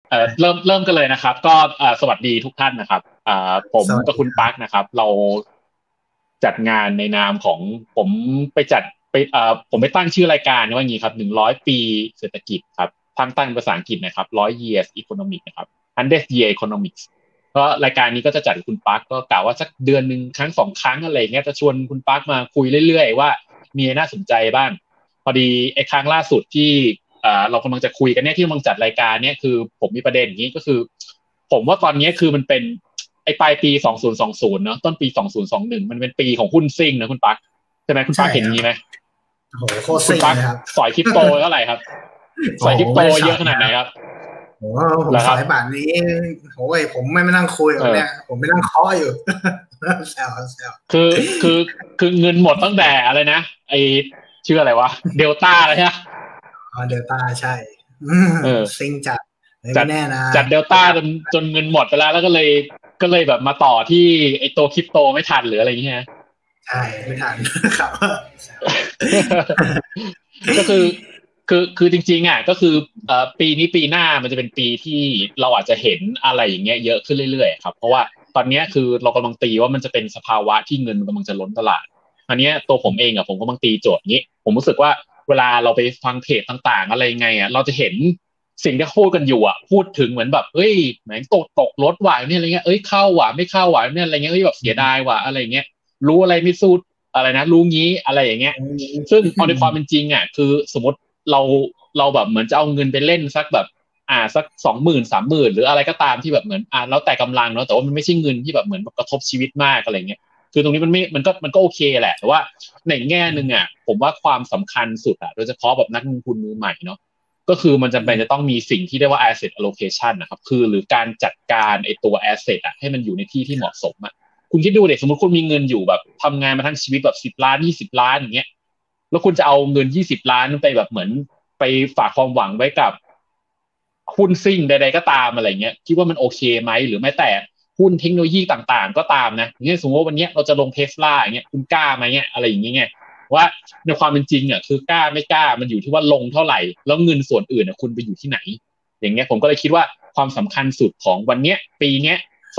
เริ่มกันเลยนะครับก็สวัสดีทุกท่านนะครับผมสวัสกับคุณดีครับปักนะครับเราจัดงานในนามของผมไปจัดไปผมไปตั้งชื่อรายการว่าอย่างนี้ครับ100 ปีเศรษฐกิจครับตั้งเป็นภาษาอังกฤษนะครับ100 years economic นะครับ100 year economics ก็รายการนี้ก็จะจัดกับคุณปักก็กล่าวว่าสักเดือนหนึ่งครั้ง2 ครั้งอะไรเงี้ยจะชวนคุณปักมาคุยเรื่อยๆว่ามีน่าสนใจบ้างพอดีไอ้ครั้งล่าสุดที่เรากำลังจะคุยกันเนี่ยที่กำลังจัดรายการเนี่ยคือผมมีประเด็นอย่างนี้ก็คือผมว่าตอนนี้คือมันเป็นไอ้ปลายปี2020เนาะต้นปี2021มันเป็นปีของหุ้นซิ่งนะคุณปักใช่ไหมคุณปัใช่ครับกเห็นงี้ไหมโอ้โหโคตรคุณปักซิ่งเลยครับสอยคริปโตเท่าไหร่ครับสโอ้โหอยคริปโตไม่ได้สเยอะขนาดอยครับไหนครับโอ้โหผมสอเหรอครับยป่านนี้โอ้ยผมไม่มานั่งคุยกับเนี่ยเออผมไม่นั่งเคาะอยู่แซวแซวคือคือคือเงินหมดตั้งแต่อะไรนะไอชื่ออะไรวะเดลต้าเลยใช่ไหมอ๋อเดลต้าใช่เออซิ่งจัดจัดไม่แน่นะจัดเดลต้าจนเงินหมดไปแล้วก็เลยแบบมาต่อที่ไอตัวคริปโตไม่ทันหรืออะไรอย่างเงี้ยใช่ไม่ทันครับแซวก็คือจริงๆอ่ะก็คือปีนี้ปีหน้ามันจะเป็นปีที่เราอาจจะเห็นอะไรอย่างเงี้ยเยอะขึ้นเรื่อยๆครับเพราะว่าตอนนี้คือเรากำลังตีว่ามันจะเป็นสภาวะที่เงินมันกำลังจะล้นตลาดอันนี้ตัวผมเองอ่ะผมกำลังตีโจทย์นี้ผมรู้สึกว่าเวลาเราไปฟังเพจต่างๆอะไรไงอ่ะเราจะเห็นสิ่งที่พูดกันอยู่อ่ะพูดถึงเหมือนแบบเอ้ยแหมตกรถว่ะเนี่ยอะไรเงี้ยเอ้ยเข้าว่ะไม่เข้าว่ะเนี่ยอะไรเงี้ยเอ้ยแบบเสียดายว่ะอะไรเงี้ยรู้อะไรไม่สู้อะไรนะรู้งี้อะไรอย่างเงี้ย ซึ่งเอาในความเป็นจริงอ่ะคือสมมติเราเราแบบเหมือนจะเอาเงินไปเล่นสักแบบสัก20,000 30,000หรืออะไรก็ตามที่แบบเหมือนแล้วแต่กำลังเนาะแต่ว่ามันไม่ใช่เงินที่แบบเหมือนกระทบชีวิตมากอะไรเงี้ยคือตรงนี้มันไม่มันก็โอเคแหละแต่ว่าในแง่หนึ่งอ่ะผมว่าความสำคัญสุดอ่ะโดยเฉพาะแบบนักลงทุนมือใหม่เนาะก็คือมันจำเป็นจะต้องมีสิ่งที่เรียกว่า asset allocation นะครับคือหรือการจัดการไอ้ตัว asset อ่ะให้มันอยู่ในที่ที่เหมาะสมอ่ะ คุณคิดดูเด็กสมมติคุณมีเงินอยู่แบบทำงานมาทั้งชีวิตแบบ10 ล้าน20 ล้านอย่างเงี้ยแล้วคุณจะเอาเงิน20 ล้านไปแบบเหมือนไปฝากความหวังไว้กับหุ้นซิ่งใดๆก็ตามอะไรเงี้ยคิดว่ามันโอเคไหมหรือแม้แต่หุ้นเทคโนโลยีต่างๆก็ตามนะอย่างเงี้ยสมมติว่าวันนี้เราจะลงเทสลาอย่างเงี้ยคุณกล้าไหมเนี่ยอะไรอย่างเงี้ยว่าในความเป็นจริงอ่ะคือกล้าไม่กล้ามันอยู่ที่ว่าลงเท่าไหร่แล้วเงินส่วนอื่นอ่ะคุณไปอยู่ที่ไหนอย่างเงี้ยผมก็เลยคิดว่าความสำคัญสุดของวันเนี้ยปีเนี้ย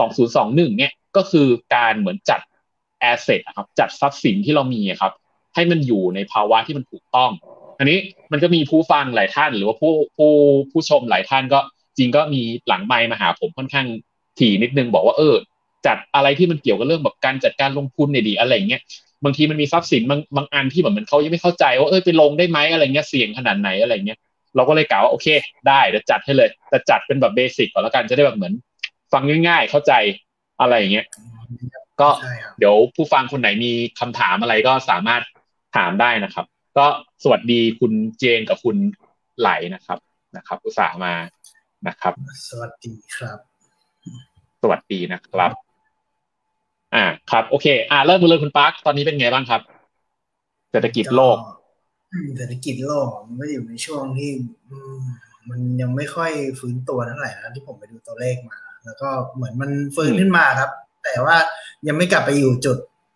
2021เนี่ยก็คือการเหมือนจัดแอสเซทครับจัดทรัพย์สินที่เรามีครับให้มันอยู่ในภาวะที่มันถูกต้องอันนี้มันก็มีผู้ฟังหลายท่านหรือว่าผู้ชมหลายท่านก็จริงก็มีหลังไมค์มาหาผมค่อนข้างถี่นิดนึงบอกว่าจัดอะไรที่มันเกี่ยวกับเรื่องแบบการจัดการลงทุนเนี่ยดีอะไรเงี้ยบางทีมันมีทรัพย์สินบางอันที่แบบมันเขายังไม่เข้าใจว่าไปลงได้ไหมอะไรเงี้ยเสี่ยงขนาดไหนอะไรเงี้ยเราก็เลยกล่าวว่าโอเคได้เดี๋ยวจัดให้เลยแต่จัดเป็นแบบเบสิกก่อนแล้วกันจะได้แบบเหมือนฟังง่ายๆเข้าใจอะไรอย่างเงี้ยก็ใช่ครับเดี๋ยวผู้ฟังคนไหนมีคำถามอะไรก็สามารถถามได้นะครับก็สวัสดีคุณเจนกับคุณไหลนะครับอุตส่าห์มานะครับสวัสดีครับสวัสดีนะครับครับโอเคเริ่มกันเลยคุณปาร์คตอนนี้เป็นไงบ้างครับเศรษฐกิจก็โลกเศรษฐกิจโลกมันก็อยู่ในช่วงที่อืมมันยังไม่ค่อยฟื้นตัวเท่าไหร่นะที่ผมไปดูตัวเลขมาแล้วก็เหมือนมันฟื้นอืมขึ้นมาครับแต่ว่ายังไม่กลับไปอยู่จุด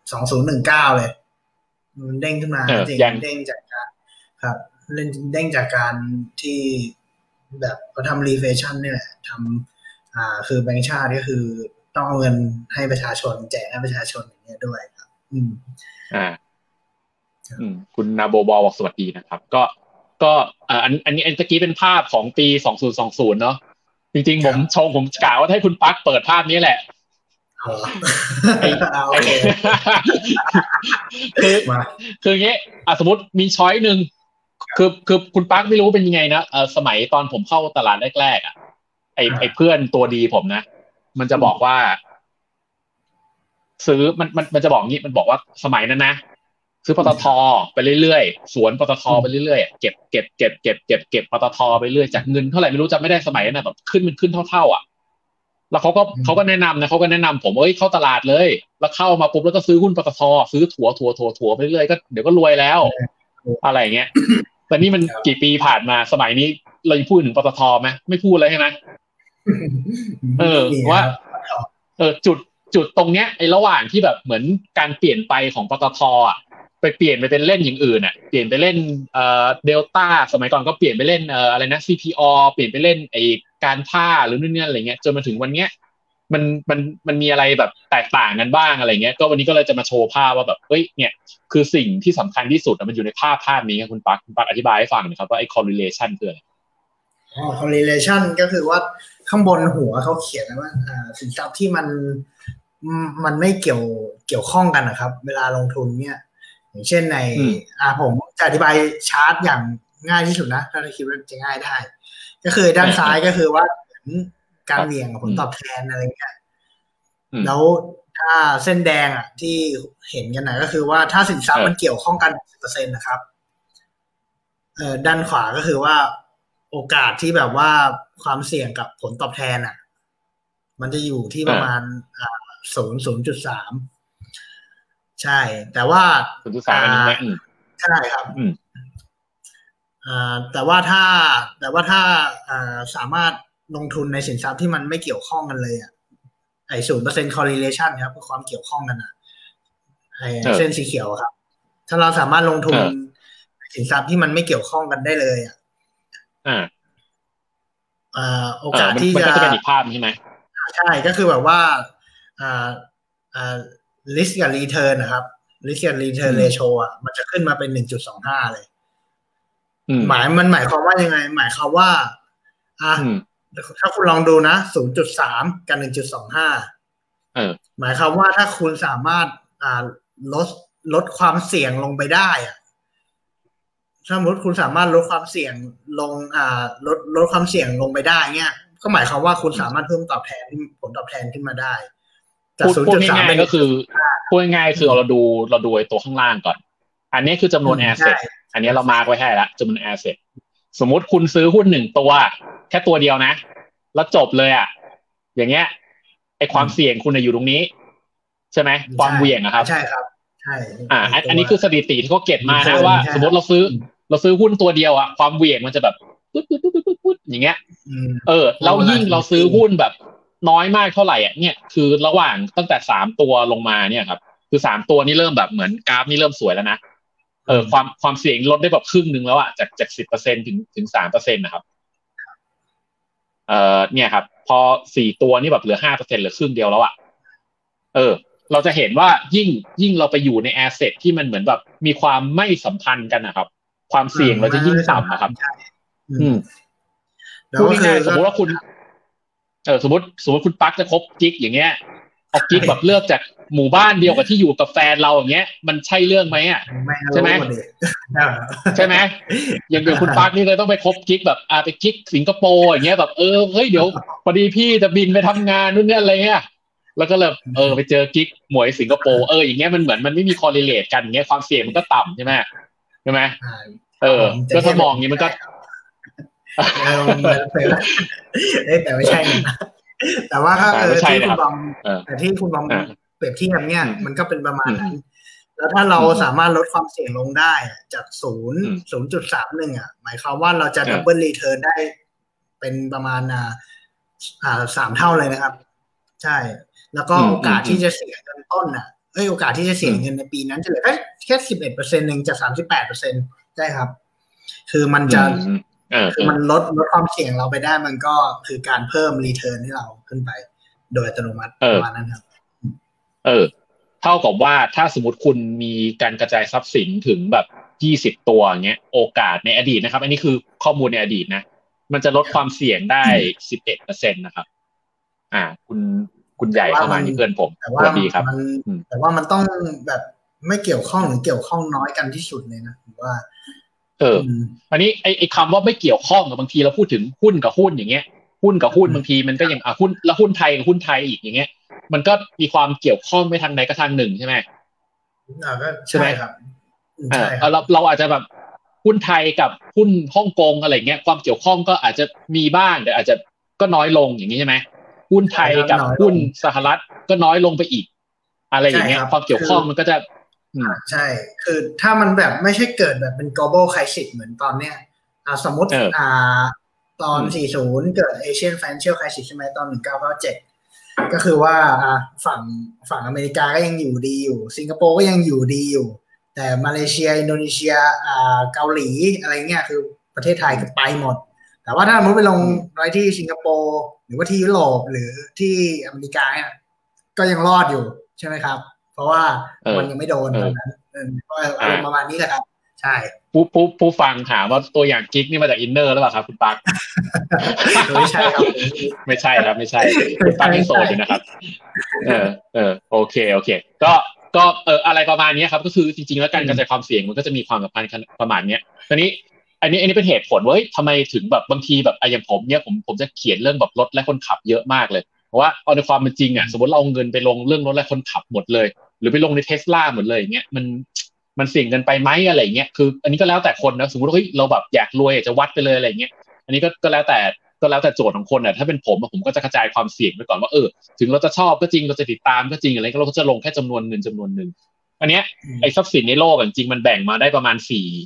2019เลยมันเด้งขึ้นมาจริงยังเด้งจากการครับเล่นเด้งจากการที่แบบเขาทำรีเฟชชั่นนี่แหละทำคือแบงก์ชาติก็คือต้องเอาเงินให้ประชาชนแจกให้ประชาชนอย่างเงี้ยด้วยครับอ่า คุณนาโบบอลบอกสวัสดีนะครับก็อันนี้ตะกี้เป็นภาพของปี2020เนาะจริงๆครับผมกล่าวว่าให้คุณปักเปิดภาพนี้แหละเอาเหรอไอโอไอเคคือมาคืออย่างเงี้ยสมมติมีช้อยหนึ่งคือคุณปักไม่รู้เป็นยังไงนะสมัยตอนผมเข้าตลาดแรกๆไอเพื่อนตัวดีผมนะมันจะบอกว่า ซื้อมันจะบอกงี้มันบอกว่าสมัยนั้นนะซื้อปตทไปเรื่อยๆสวนปตทไปเรื่อยๆเก็บปตทไปเรื่อยจากเงินเท่าไหร่ไม่รู้จำไม่ได้สมัยนั้นนะแบบขึ้นเท่าอ่ะแล้วเขาก็แนะนำนะเขาก็แนะนำผมเข้าตลาดเลยแล้วเข้ามาปุ๊บแล้วก็ซื้อหุ้นปตทซื้อถั่วไปเรื่อยก็เดี๋ยวก็รวยแล้วอะไรอย่างเงี้ยแต่นี่มันกี่ปีผ่านมาสมัยนี้เราจะพูดถึงปตทไหมไม่พูดเลยใช่ไหมไม่มีว่าครับจุดตรงเนี้ยไอ้ระหว่างที่แบบเหมือนการเปลี่ยนไปของปตทไปเปลี่ยนไปเป็นเล่นอย่างอื่นเปลี่ยนไปเล่นเดลต้าสมัยก่อนก็เปลี่ยนไปเล่นอะไรนะ CPO เปลี่ยนไปเล่นไอ้การท่าหรือนู่นนี่อะไรเงี้ยจนมาถึงวันเนี้ยมันมีอะไรแบบแตกต่างกันบ้างอะไรเงี้ยก็วันนี้ก็เลยจะมาโชว์ภาพว่าแบบเอ้ยเนี่ยคือสิ่งที่สำคัญที่สุดมันอยู่ในภาพนี้ครับคุณปักอธิบายให้ฟังหน่อยครับว่าไอ้ correlation คืออะไร correlation ก็คือว่าข้างบนหัวเขาเขียนว่าสินทรัพย์ที่มันไม่เกี่ยวข้องกันนะครับเวลาลงทุนเนี่ยอย่างเช่นในผมจะอธิบายชาร์ตอย่างง่ายที่สุดนะถ้าเราคิดว่าจะง่ายได้ก็คือด้านซ้ายก็คือว่าการเหวี่ยงกับผลตอบแทนอะไรเงี้ยแล้วถ้าเส้นแดงอ่ะที่เห็นกันนะก็คือว่าถ้าสินทรัพย์มันเกี่ยวข้องกัน 10% นะครับด้านขวาก็คือว่าโอกาสที่แบบว่าความเสี่ยงกับผลตอบแทนอ่ะมันจะอยู่ที่ประมาณ0.3ใช่แต่ว่า 0.3อันนี้แม่ใช่ครับแต่ว่าถ้าสามารถลงทุนในสินทรัพย์ที่มันไม่เกี่ยวข้องกันเลยอ่ะไอ้ 0% correlation ครับคือความเกี่ยวข้องกันอ่ะไอ้เส้นสีเขียวครับถ้าเราสามารถลงทุนสินทรัพย์ที่มันไม่เกี่ยวข้องกันได้เลยอ่ะโอกาสที่จะเป็นอีกภาพใช่ไหมใช่ก็คือแบบว่าrisk กับ return นะครับ risk กับ return ratio อ่ะมันจะขึ้นมาเป็น 1.25 เลยหมายความว่ายังไงหมายความว่าถ้าคุณลองดูนะ 0.3 กับ 1.25 หมายความว่าถ้าคุณสามารถลดความเสี่ยงลงไปได้อ่ะสมมติคุณสามารถลดความเสี่ยงลงลดความเสี่ยงลงไปได้เนี่ยก็หมายความว่าคุณสามารถเพิ่มผลตอบแทนขึ้นมาได้จาก 0.3 ก็คือพูดง่ายๆคือเราดูไอ้ตัวข้างล่างก่อนอันนี้คือจำนวน asset อันนี้เรามาร์กไว้ให้แล้วจำนวน asset สมมติคุณซื้อหุ้น1ตัวแค่ตัวเดียวนะแล้วจบเลยอ่ะอย่างเงี้ยไอ้ความเสี่ยงคุณอยู่ตรงนี้ใช่ไหมความเหวี่ยงครับใช่ครับใช่อันนี้คือสถิติที่เขาเก็บมานะว่าสมมติเราซื้อหุ้นตัวเดียวอ่ะความเหวี่ยงมันจะแบบปุ๊ดอย่างเงี้ยแล้วยิ่งเราซื้อหุ้นแบบน้อยมากเท่าไหร่อ่ะเนี่ยคือระหว่างตั้งแต่3ตัวลงมาเนี่ยครับคือ3ตัวนี่เริ่มแบบเหมือนกราฟนี่เริ่มสวยแล้วนะความเสี่ยงลดได้แบบครึ่งนึงแล้วอ่ะจาก 10% ถึง 3% นะครับเนี่ยครับพอ4ตัวนี่แบบเหลือ 5% เหลือครึ่งเดียวแล้วอ่ะเราจะเห็นว่ายิ่งเราไปอยู่ในแอสเซทที่มันเหมือนแบบมีความไม่สัมพันธ์กันนะครับความเสี่ยงเราจะยิ่งต่ำนะครับพูดง่ายๆสมมติว่าคุณสมมติคุณปักจะคบกิ๊กอย่างเงี้ยเอากิ๊กแบบเลือกจากหมู่บ้านเดียวกับที่อยู่กับแฟนเราอย่างเงี้ยมันใช่เรื่องไหมอ่ะใช่ไหมใช่ไหมอย่างคุณปักนี่เลยต้องไปคบกิ๊กแบบไปกิ๊กสิงคโปร์อย่างเงี้ยแบบเฮ้ยเดี๋ยวพอดีพี่จะบินไปทำงานนู่นนี่อะไรเงี้ยแล้วก็เลยไปเจอกิ๊กหมวยสิงคโปร์อย่างเงี้ยมันเหมือนมันไม่มีคอร์เรเลทกันอย่างเงี้ยความเสี่ยงมันก็ต่ำใช่ไหมก็ถ้ามองอย่างงี้มันก็แต่ไม่ใช่แต่ว่าถ้าที่คุณบอมแต่ที่คุณบอมเปรียบเทียบเนี่ยมันก็เป็นประมาณนั้นแล้วถ้าเราสามารถลดความเสี่ยงลงได้จาก0.31หมายความว่าเราจะดับเบิลรีเทิร์นได้เป็นประมาณ3 เท่าเลยนะครับใช่แล้วก็โอกาสที่จะเสียเงินต้นโอกาสที่จะเสียเงินในปีนั้นจะเหลือแค่ 11% นึงจาก 38% ใช่ครับคือมันจะคือมันลดความเสี่ยงเราไปได้มันก็คือการเพิ่มรีเทิร์นให้เราขึ้นไปโดยอัตโนมัติประมาณนั้นครับเท่ากับว่าถ้าสมมติคุณมีการกระจายทรัพย์สินถึงแบบ20ตัวอย่างเงี้ยโอกาสในอดีตนะครับอันนี้คือข้อมูลในอดีตนะมันจะลดความเสี่ยงได้ 11% นะครับคุณใหญ่เข้ามานี่เพื่อนผมสวัสดีครับแต่ว่ามันต้องแบบไม่เกี่ยวข้องหรือเกี่ยวข้องน้อยกันที่สุดเลยนะผมว่าอันนี้ไอ้คำว่าไม่เกี่ยวข้องกับบางทีเราพูดถึงหุ้นกับหุ้นอย่างเงี้ยหุ้นกับหุ้นบางทีมันก็ยังหุ้นแล้วหุ้นไทยกับหุ้นไทยอีกอย่างเงี้ยมันก็มีความเกี่ยวข้องไม่ทางใดก็ทางหนึ่งใช่ไหมใช่ไหมครับเราอาจจะแบบหุ้นไทยกับหุ้นฮ่องกงอะไรเงี้ยความเกี่ยวข้องก็อาจจะมีบ้างแต่อาจจะก็น้อยลงอย่างนี้ใช่ไหมหุ้นไทยกับหุ้นสหรัฐก็น้อยลงไปอีกอะไรอย่างเงี้ยความเกี่ยวข้องมันก็จะใช่คือถ้ามันแบบไม่ใช่เกิดแบบเป็น global crisis เหมือนตอนเนี้ยสมมติตอน40เกิด Asian Financial Crisis ใช่ไหมตอน1997ก็คือว่าฝั่งอเมริกาก็ยังอยู่ดีอยู่สิงคโปร์ก็ยังอยู่ดีอยู่แต่มาเลเซียอินโดนีเซียเกาหลีอะไรเงี้ยคือประเทศไทยก็ไปหมดแต่ว่าถ้าสมมติไปลงไว้ที่สิงคโปร์หรือว่าที่ยุโรปหรือที่อเมริกาเนี่ยก็ยังรอดอยู่ใช่ไหมครับเพราะว่ามันยังไม่โดนตอนนั้นก็อารมณ์ประมาณนี้แหละครับใช่ผู้ฟังถามว่าตัวอย่างกิ๊กนี่มาจากอินเนอร์หรือเปล่าครับคุณปักไม่ใช่ครับไม่ใช่ครับไม่ใช่คุณปักยังโสดอยู่นะครับโอเคก็อะไรประมาณนี้ครับก็คือจริงๆแล้วการกระจายความเสี่ยงมันก็จะมีความสัมพันธ์ประมาณนี้ทีนี้อันนี้เป็นเหตุผลว่าทำไมถึงแบบบางทีแบบอย่างผมเนี่ยผมจะเขียนเรื่องแบบรถและคนขับเยอะมากเลยเพราะว่าเอาในความเป็นจริงสมมติเราเอาเงินไปลงเรื่องรถและคนขับหมดเลยหรือไปลงในเทสลาหมดเลยอย่างเงี้ยมันเสี่ยงกันไปไหมอะไรเงี้ยคืออันนี้ก็แล้วแต่คนนะสมมติว่าเฮ้ยเราแบบอยากรวยอยากจะวัดไปเลยอะไรเงี้ยอันนี้ก็แล้วแต่โจทย์ของคนถ้าเป็นผมก็จะกระจายความเสี่ยงไปก่อนว่าถึงเราจะชอบก็จริงเราจะติดตามก็จริงอะไรก็เราก็จะลงแค่จำนวนเงินจำนวนหนึ่งอันเนี้ยไอ้ทรัพย์สินในโลกจริงมันแบ่งมาได้ประมาณ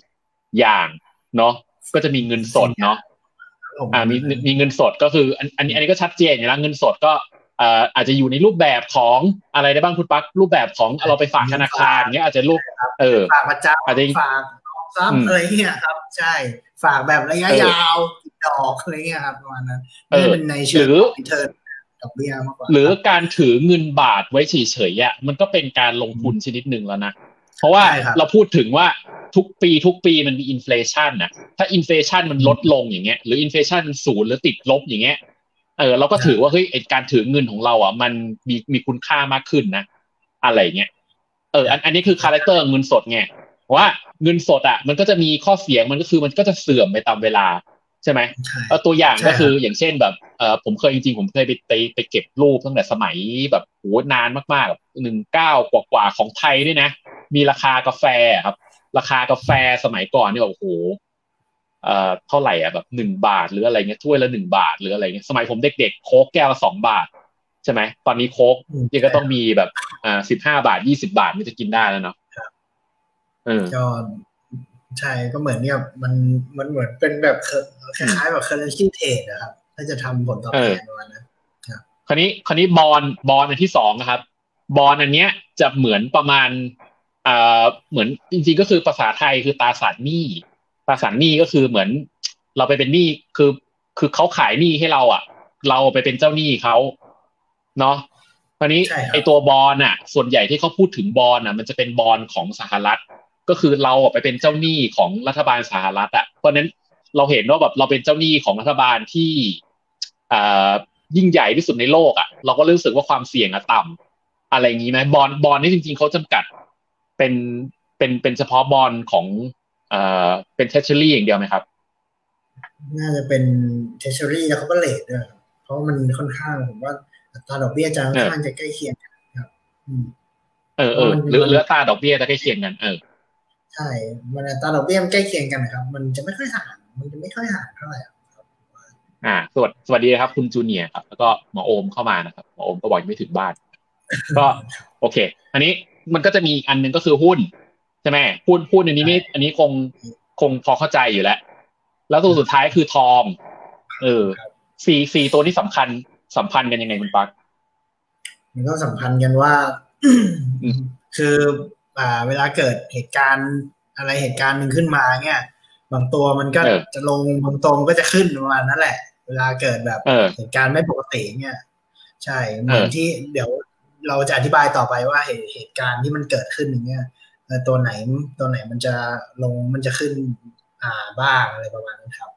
4อย่างเนาะก็จะมีเงินสดเนาะมีเงินสดก็คืออันนี้ก็ชัดเจนอยู่แล้วเงินสดก็อาจจะอยู่ในรูปแบบของอะไรได้บ้างคุณปั๊กรูปแบบของเราไปฝากธนาคารเงี้ยอาจจะรูปฝากประจำอาจจะฝากซับอะไรเงี้ยครับใช่ฝากแบบระยะยาวดอกอะไรเงี้ยครับประมาณนั้นไม่เป็นในเชิงรีเทิร์นดอกเบี้ยมากกว่าหรือการถือเงินบาทไว้เฉยๆมันก็เป็นการลงทุนชนิดหนึ่งแล้วนะเพราะว่าเราพูดถึงว่าทุกปีมันมีอินเฟลชันนะถ้าอินเฟลชันมันลดลงอย่างเงี้ยหรืออินเฟลชันมันศูนย์หรือติดลบอย่างเงี้ยเราก็ถือว่าเฮ้ยการถือเงินของเรามันมีคุณค่ามากขึ้นนะอะไรเงี้ยอันนี้คือคาแรคเตอร์เงินสดไงว่าเงินสดมันก็จะมีข้อเสียมันก็คือมันก็จะเสื่อมไปตามเวลาใช่ไหมตัวอย่างก็คืออย่างเช่นแบบผมเคยจริงๆผมเคยไปเก็บรูปตั้งแต่สมัยแบบโหนานมากๆแบบ19กว่าของไทยด้วยนะมีราคากาแฟครับราคากาแฟสมัยก่อนนี่แบบโอ้โหเท่าไหร่แบบ1 บาทหรืออะไรเงี้ยถ้วยละ1 บาทหรืออะไรเงี้ยสมัยผมเด็กๆโค้กแก้วละ2 บาทใช่ไหมตอนนี้โค้กยังก็ต้องมีแบบ15 บาท20 บาทมันจะกินได้แล้วเนาะก็ใช่ก็เหมือนเนี่ยมันเหมือนเป็นแบบคล้ายๆแบบ currency trade นะครับถ้าจะทำผลตอบแทนประมาณนั้นคราวนี้บอลอันที่2นะครับบอลอันเนี้ยจะเหมือนประมาณเหมือนจริงๆก็คือภาษาไทยคือตราสารหนี้ตราสารหนี้ก็คือเหมือนเราไปเป็นหนี้คือเขาขายหนี้ให้เราเราไปเป็นเจ้าหนี้เขาเนาะคราวนี้ไอตัวบอลส่วนใหญ่ที่เขาพูดถึงบอลมันจะเป็นบอลของสหรัฐก็คือเราไปเป็นเจ้าหนี้ของรัฐบาลสหรัฐเพราะนั้นเราเห็นว่าแบบเราเป็นเจ้าหนี้ของรัฐบาลที่ยิ่งใหญ่ที่สุดในโลกเราก็รู้สึกว่าความเสี่ยงต่ำอะไรอย่างนี้ไหมบอลนี่จริงๆเขาจำกัดเป็นเฉพาะบอลของเป็นเทรเชอรี่อย่างเดียวไหมครับน่าจะเป็นเทรเชอรี่แล้วเขาก็เรทด้วยเพราะมันค่อนข้างผมว่าอัตราดอกเบี้ยจะค่อนข้างจะใกล้เคียงกันครับหรืออัตราดอกเบี้ยจะใกล้เคียงกันใช่มันอัตราดอกเบี้ยมันใกล้เคียงกันนะครับมันจะไม่ค่อยห่างเท่าไหร่สวัสดีครับคุณจูเนียร์ครับแล้วก็หมอโอมเข้ามานะครับหมอโอมก็บอกไม่ถึงบ้านก็โอเคอันนี้มันก็จะมีอันนึงก็คือหุ้นใช่ไหมหุ้นอันนี้คงพอเข้าใจอยู่แล้วตัวสุดท้ายคือทองสี่ตัวนี้สำคัญกันยังไงคุณปั๊กมันก็สัมพันธ์กันว่าคือเวลาเกิดเหตุการณ์อะไรเหตุการณ์หนึ่งขึ้นมาเนี่ยบางตัวมันก็จะลงบางตัวมันก็จะขึ้นประมาณนั้นแหละเวลาเกิดแบบเหตุการณ์ไม่ปกติเนี่ยใช่เหมือนที่เดี๋ยวเราจะอธิบายต่อไปว่าเหตุการณ์ที่มันเกิดขึ้นอย่างเงี้ยตัวไหนมันจะลงมันจะขึ้นบ้างอะไรประมาณนั้นครับ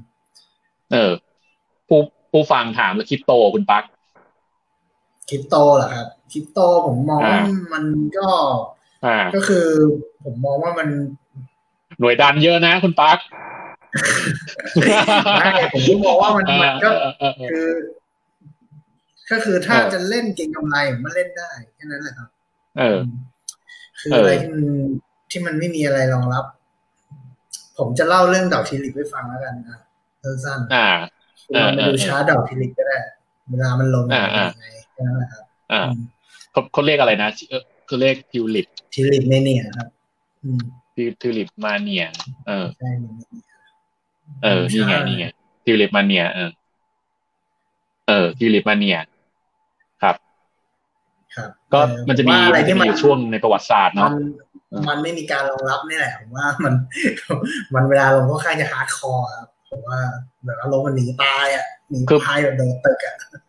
ผู้ฟังถามแล้วคริปโตคุณปั๊กคริปโตเหรอครับคริปโตผมมองมันก็คือผมมองว่ามันหน่วยดันเยอะนะคุณปั๊กไม่ผมมองว่ามันก็คือถ้าจะเล่นเก็งกำไรมันเล่นได้แค่นั้นแหละครับคืออะไรที่มันไม่มีอะไรรองรับผมจะเล่าเรื่องดอกทิลิกให้ฟังแล้วกันนะสั้นๆเราไปดูชาร์ตดอกทิลิกก็ได้เวลามันลงยังไงแค่นั้นแหละครับเขาเรียกอะไรนะเขาเรียกทิวลิปเมเนียครับทิวลิปมาเนียใช่นี่ไงทิวลิปมาเนียทิวลิปมาเนียครับก็มันจะมีช่วงในประวัติศาสตร์เนาะมันไม่มีการรองรับนี่แหละผมว่ามันเวลาลงก็ค่อนข้างจะฮาร์ดคอร์ครับผมว่าแบบอารมณ์มันหนีตายหนีตายแบบโดดตึก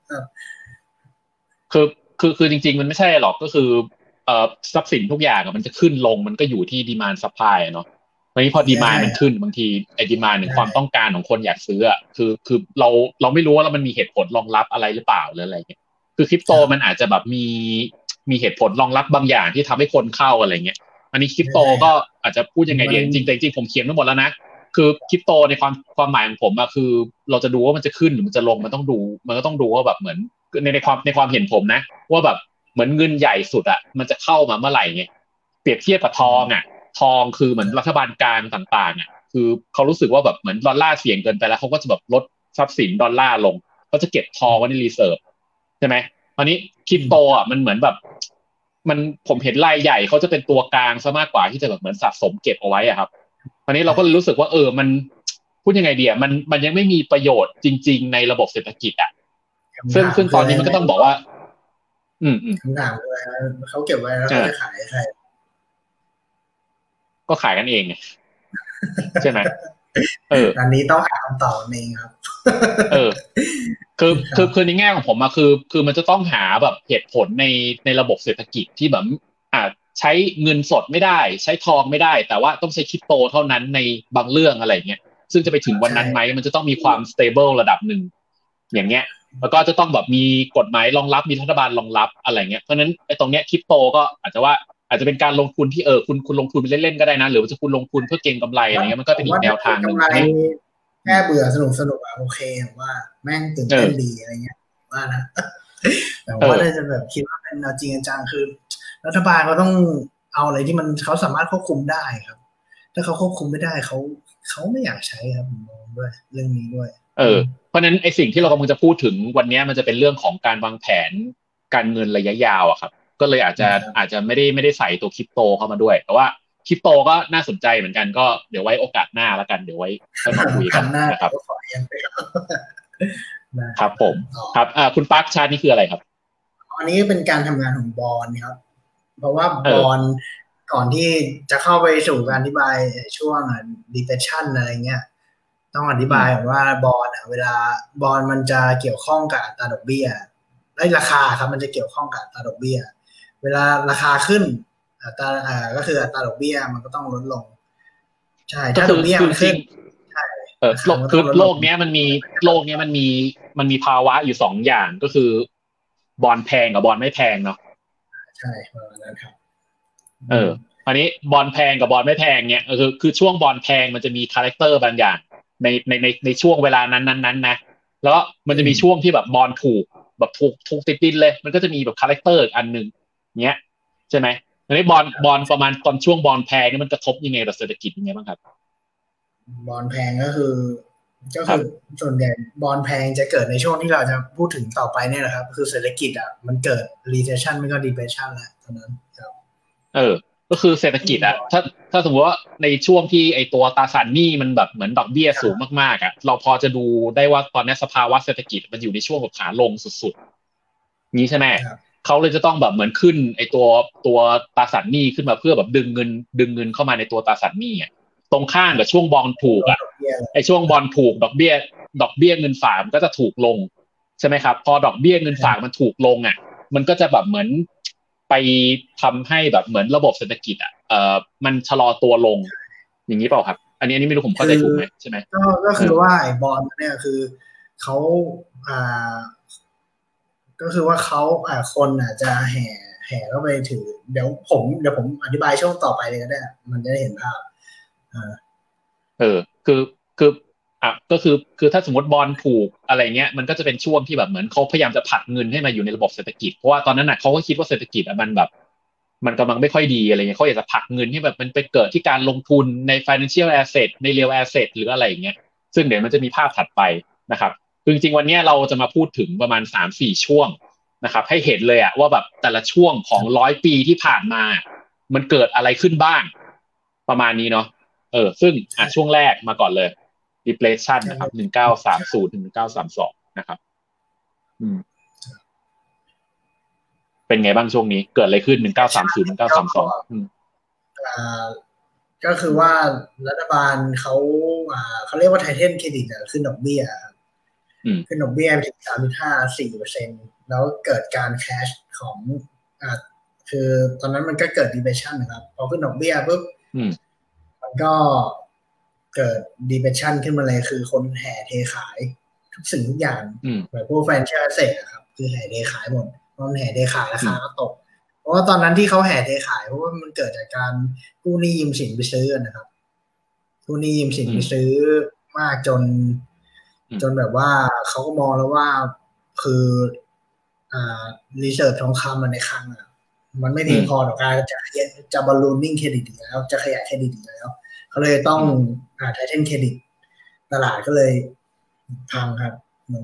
คือคือจริงๆมันไม่ใช่หรอกก็คือทรัพย์สินทุกอย่างมันจะขึ้นลงมันก็อยู่ที่ดีมานด์ซัพพลายเนาะวันนี้พอดีมานด์มันขึ้นบางทีไอ้ดีมานด์ถึงความต้องการของคนอยากซื้อคือเราไม่รู้ว่ามันมีเหตุผลรองรับอะไรหรือเปล่าหรืออะไรเงี้ยคือคริปโตมันอาจจะแบบมีเหตุผลรองรับบางอย่างที่ทำให้คนเข้าอะไรเงี้ยอันนี้คริปโตก็อาจจะพูดยังไงดีจริงแต่จริงผมเขียนไว้หมดแล้วนะคือคริปโตในความหมายของผมคือเราจะดูว่ามันจะขึ้นหรือมันจะลงมันก็ต้องดูว่าแบบเหมือนในความเห็นผมนะว่าแบบเหมือนเงินใหญ่สุดมันจะเข้ามาเมื่อไหร่ไงเปรียบเทียบกับทองทองคือเหมือนรัฐบาลกลางต่างๆคือเขารู้สึกว่าแบบเหมือนดอลลาร์เสี่ยงเกินไปแล้วเขาก็จะแบบลดทรัพย์สินดอลลาร์ลงเขาจะเก็บทองไว้ในรีเซิร์ฟใช่ไหมตอนนี้คริปโตมันเหมือนแบบมันผมเห็นรายใหญ่เขาจะเป็นตัวกลางซะมากกว่าที่จะแบบเหมือนสะสมเก็บเอาไว้ครับตอนนี้เราก็รู้สึกว่ามันพูดยังไงดีมันยังไม่มีประโยชน์จริงๆในระบบเศรษฐกิจซึ่งตอนนี้มันก็ต้องบอกว่าคำถามเลยเขาเก็บไว้แล้วเขาจะขายใครก็ขายกันเองใช่ไหมอันนี้ต้องหาคำตอบเองครับคือในแง่ของผมคือมันจะต้องหาแบบเหตุผลในระบบเศรษฐกิจที่แบบใช้เงินสดไม่ได้ใช้ทองไม่ได้แต่ว่าต้องใช้คริปโตเท่านั้นในบางเรื่องอะไรเงี้ยซึ่งจะไปถึงวันนั้นไหมมันจะต้องมีความ stable ระดับหนึ่งอย่างเงี้ยแล้วก็จะต้องแบบมีกฎหมายรองรับมีรัฐบาลรองรับอะไรเงี้ยเพราะนั้นไอ้ตรงเนี้ยคริปโตก็อาจจะเป็นการลงทุนที่คุณลงทุนไปเล่นๆก็ได้นะหรือว่าจะคุณลงทุนเพื่อเก็งกำไรอะไรเงี้ยมันก็เป็นอีกแนวทางนึงแค่เบื่อสนุกโอเคว่าแม่งตื่นเต้นดีอะไรเงี้ยว่านะแต่ว่าได้จะแบบคิดว่าเป็นจริงจังคือรัฐบาลเขาต้องเอาอะไรที่มันเขาสามารถควบคุมได้ครับถ้าเขาควบคุมไม่ได้เขาไม่อยากใช้ครับผมมองด้วยเรื่องนี้ด้วยเพราะนั้นไอ้สิ่งที่เรากำลังจะพูดถึงวันนี้มันจะเป็นเรื่องของการวางแผนการเงินระยะยาวครับก็เลยอาจจะไม่ได้ใส่ตัวคริปโตเข้ามาด้วยแต่ว่าคริปโตก็น่าสนใจเหมือนกันก็เดี๋ยวไว้โอกาสหน้าแล้วกันเดี๋ยวไว้ค่อยมาคุยกันนะครับครับผมครับคุณปั๊กชาตินี่คืออะไรครับอันนี้เป็นการทำงานของบอลครับเพราะว่าบอลก่อนที่จะเข้าไปสู่การอธิบายช่วง depression อะไรเงี้ยต้องอธิบายว่าบอลเวลาบอลมันจะเกี่ยวข้องกับอัตราดอกเบี้ยราคาครับมันจะเกี่ยวข้องกับอัตราดอกเบี้ยเวลาราคาขึ้นอัตราก็คืออัตราดอกเบี้ยมันก็ต้องลดลงใช่ถ้าดอกเบี้ยมันขึ้นใช่คือโลกนี้มันมีภาวะอยู่2อย่างก็คือบอลแพงกับบอลไม่แพงเนาะใช่ประมาณนั้นครับอันนี้บอลแพงกับบอลไม่แพงเนี่ยคือช่วงบอลแพงมันจะมีคาแรคเตอร์บางอย่างในช่วงเวลานั้นนะแล้วมันจะมีช่วงที่แบบบอลถูกแบบถูกติดดินเลยมันก็จะมีแบบคาแรคเตอร์อันนึงเนี้ยใช่ไหมอันนี้บอลประมาณตอนช่วงบอลแพงนี่มันกระทบยังไงต่อเศรษฐกิจยังไงบ้างครับบอลแพงก็คือส่วนใหญ่บอลแพงจะเกิดในช่วงที่เราจะพูดถึงต่อไปเนี่ยแหละครับคือเศรษฐกิจมันเกิด recession ไม่ก็ depression แล้วตอนนั้นครับก็คือเศรษฐกิจถ้าสมมติว่าในช่วงที่ไอตัวตราสารหนี้มันแบบเหมือนดอกเบี้ยสูงมากๆเราพอจะดูได้ว่าตอนนี้สภาวะเศรษฐกิจมันอยู่ในช่วงแบบขาลงสุดๆนี้ใช่ไหมเขาเลยจะต้องแบบเหมือนขึ้นไอตัวตราสารหนี้ขึ้นมาเพื่อแบบดึงเงินเข้ามาในตัวตราสารหนี้ตรงข้ามกับช่วงบอลถูกไอช่วงบอลถูกดอกเบี้ยเงินฝากมันก็จะถูกลงใช่ไหมครับพอดอกเบี้ยเงินฝากมันถูกลงมันก็จะแบบเหมือนไปทำให้แบบเหมือนระบบเศรษฐกิจมันชะลอตัวลงอย่างนี้เปล่าครับอันนี้ไม่รู้ผมเข้าใจถูกไหมใช่ไหมก็คือว่าไอ้บอลเนี่ยคือเขาก็คือว่าเขาคนจะแห่เข้าไปถือเดี๋ยวผมอธิบายช่วงต่อไปเลยก็ได้มันจะได้เห็นภาพคือก็คือถ้าสมมติบอลถูกอะไรเงี้ยมันก็จะเป็นช่วงที่แบบเหมือนเขาพยายามจะผลักเงินให้มาอยู่ในระบบเศรษฐกิจเพราะว่าตอนนั้นเขาก็คิดว่าเศรษฐกิจมันแบบมันกำลังไม่ค่อยดีอะไรเงี้ยเขาอยากจะผลักเงินให้แบบมันไปเกิดที่การลงทุนใน financial asset ใน real asset หรืออะไรอย่างเงี้ยซึ่งเดี๋ยวมันจะมีภาพถัดไปนะครับคือจริงๆวันนี้เราจะมาพูดถึงประมาณ 3-4 ช่วงนะครับให้เห็นเลยว่าแบบแต่ละช่วงของ100 ปีที่ผ่านมามันเกิดอะไรขึ้นบ้างประมาณนี้เนาะซึ่งช่วงแรกมาก่อนเลย depression นะครับ1930ถึง1932นะครับเป็นไงบ้างช่วงนี้เกิดอะไรขึ้น1930 1932 ก็คือว่ารัฐบาลเขาเรียกว่าไทเทนเครดิตขึ้นดอกเบี้ยขึ้นดอกเบี้ยไปถึง3.54%แล้วเกิดการแคชของคือตอนนั้นมันก็เกิด depression นะครับพอขึ้นดอกเบี้ยปุ๊บมันก็เกิด depression ขึ้นมาเลยคือคนแห่เทขายทุกสิ่งทุกอย่างแบบพวกแฟรนไชส์ครับคือแห่เทขายหมดมันแห่เทขายราคาก็ตกเพราะว่าตอนนั้นที่เขาแห่เทขายเพราะว่ามันเกิดจากการกู้หนี้ยืมสินไปซื้อนะครับกู้หนี้ยืมสินไปซื้อมากจนแบบว่าเขาก็มองแล้วว่าคือรีเสิร์ชทองคำในคลังมันไม่เพียงพอต่อการจะบอลลูนนิ่งเครดิตอีกแล้วจะขยายเครดิตอีกแล้วเขาเลยต้องไทเทนเครดิตตลาดก็เลยพังครับลง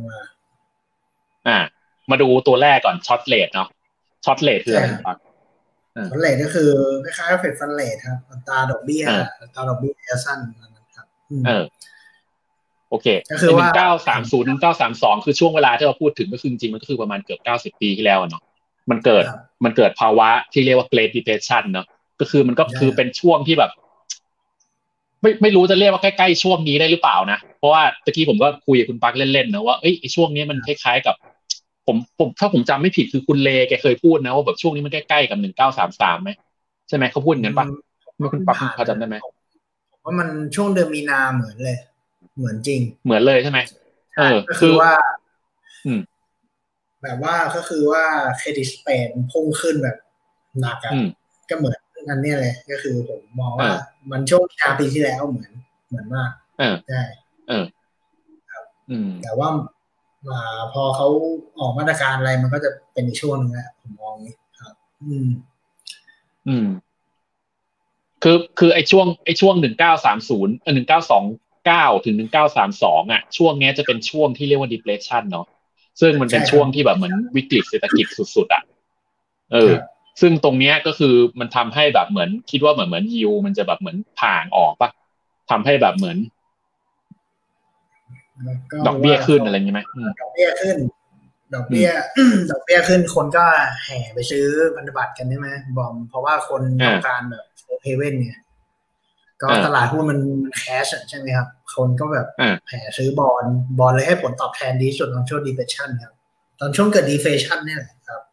มาดูตัวแรกก่อนช็อตเรทเนาะช็อตเรทคืออะไรครับช็อตเรทก็คือคล้ายๆเฟดฟันเรทครับอัตราดอกเบี้ยระยะสั้นนะครับโอเคก็คือว่า1930 1932คือช่วงเวลาที่เราพูดถึงก็คือจริงๆมันก็คือประมาณเกือบ90 ปีที่แล้วเนาะมันเกิดภาวะที่เรียกว่า Great Depression เนาะก็คือมันก็คือเป็นช่วงที่แบบไม่รู้จะเรียกว่าใกล้ๆช่วงนี้ได้หรือเปล่านะเพราะว่าตะกี้ผมก็คุยกับคุณปักเล่นๆนะว่าไอ้ช่วงนี้มันคล้ายๆกับผมถ้าผมจำไม่ผิดคือคุณเลแกเคยพูดนะว่าแบบช่วงนี้มันใกล้ๆกับ1933ไหมใช่ไหมเขาพูดอย่างนั้นปะไม่คุณปักพอจำได้ไหมผมว่ามันช่วงเดือนมีนาเหมือนเลยเหมือนจริงเหมือนเลยใช่ไหมก็คือว่าแบบว่าก็คือว่าเครดิตสเปนพุ่งขึ้นแบบหนักก็เหมือนอันนี้เลยก็คือผมมองว่ามันช่วงมีนาปีที่แล้วเหมือนมากใช่ครับแต่ว่าพอเขาออกมาตรการอะไรมันก็จะเป็นอีกช่วงนึงแหละผมมองนี้ครับคือไอ้ช่วง19301929ถึง1932ช่วงนี้จะเป็นช่วงที่เรียกว่า depression เนาะซึ่งมันเป็นช่วงที่แบบเหมือนวิกฤตเศรษฐกิจสุดๆซึ่งตรงเนี้ยก็คือมันทำให้แบบเหมือนคิดว่าเหมือนยิวมันจะแบบเหมือนผ่างออกปะทำให้แบบเหมือนดอกเบี้ยขึ้นอะไรอย่างนี้ไหมดอกเบี้ยขึ้นดอกเบี้ยขึ้นคนก็แห่ไปซื้อพันธบัตรกันใช่ไหมบอมเพราะว่าคนต้องการแบบเฮเว่นเนี่ยก็ตลาดหุ้นมันแคชใช่ไหมครับคนก็แบบแห่ซื้อบอลเลยให้ผลตอบแทนดีสุดตอนช่วง depression ครับตอนช่วงเกิด deflation นี่แหละครับ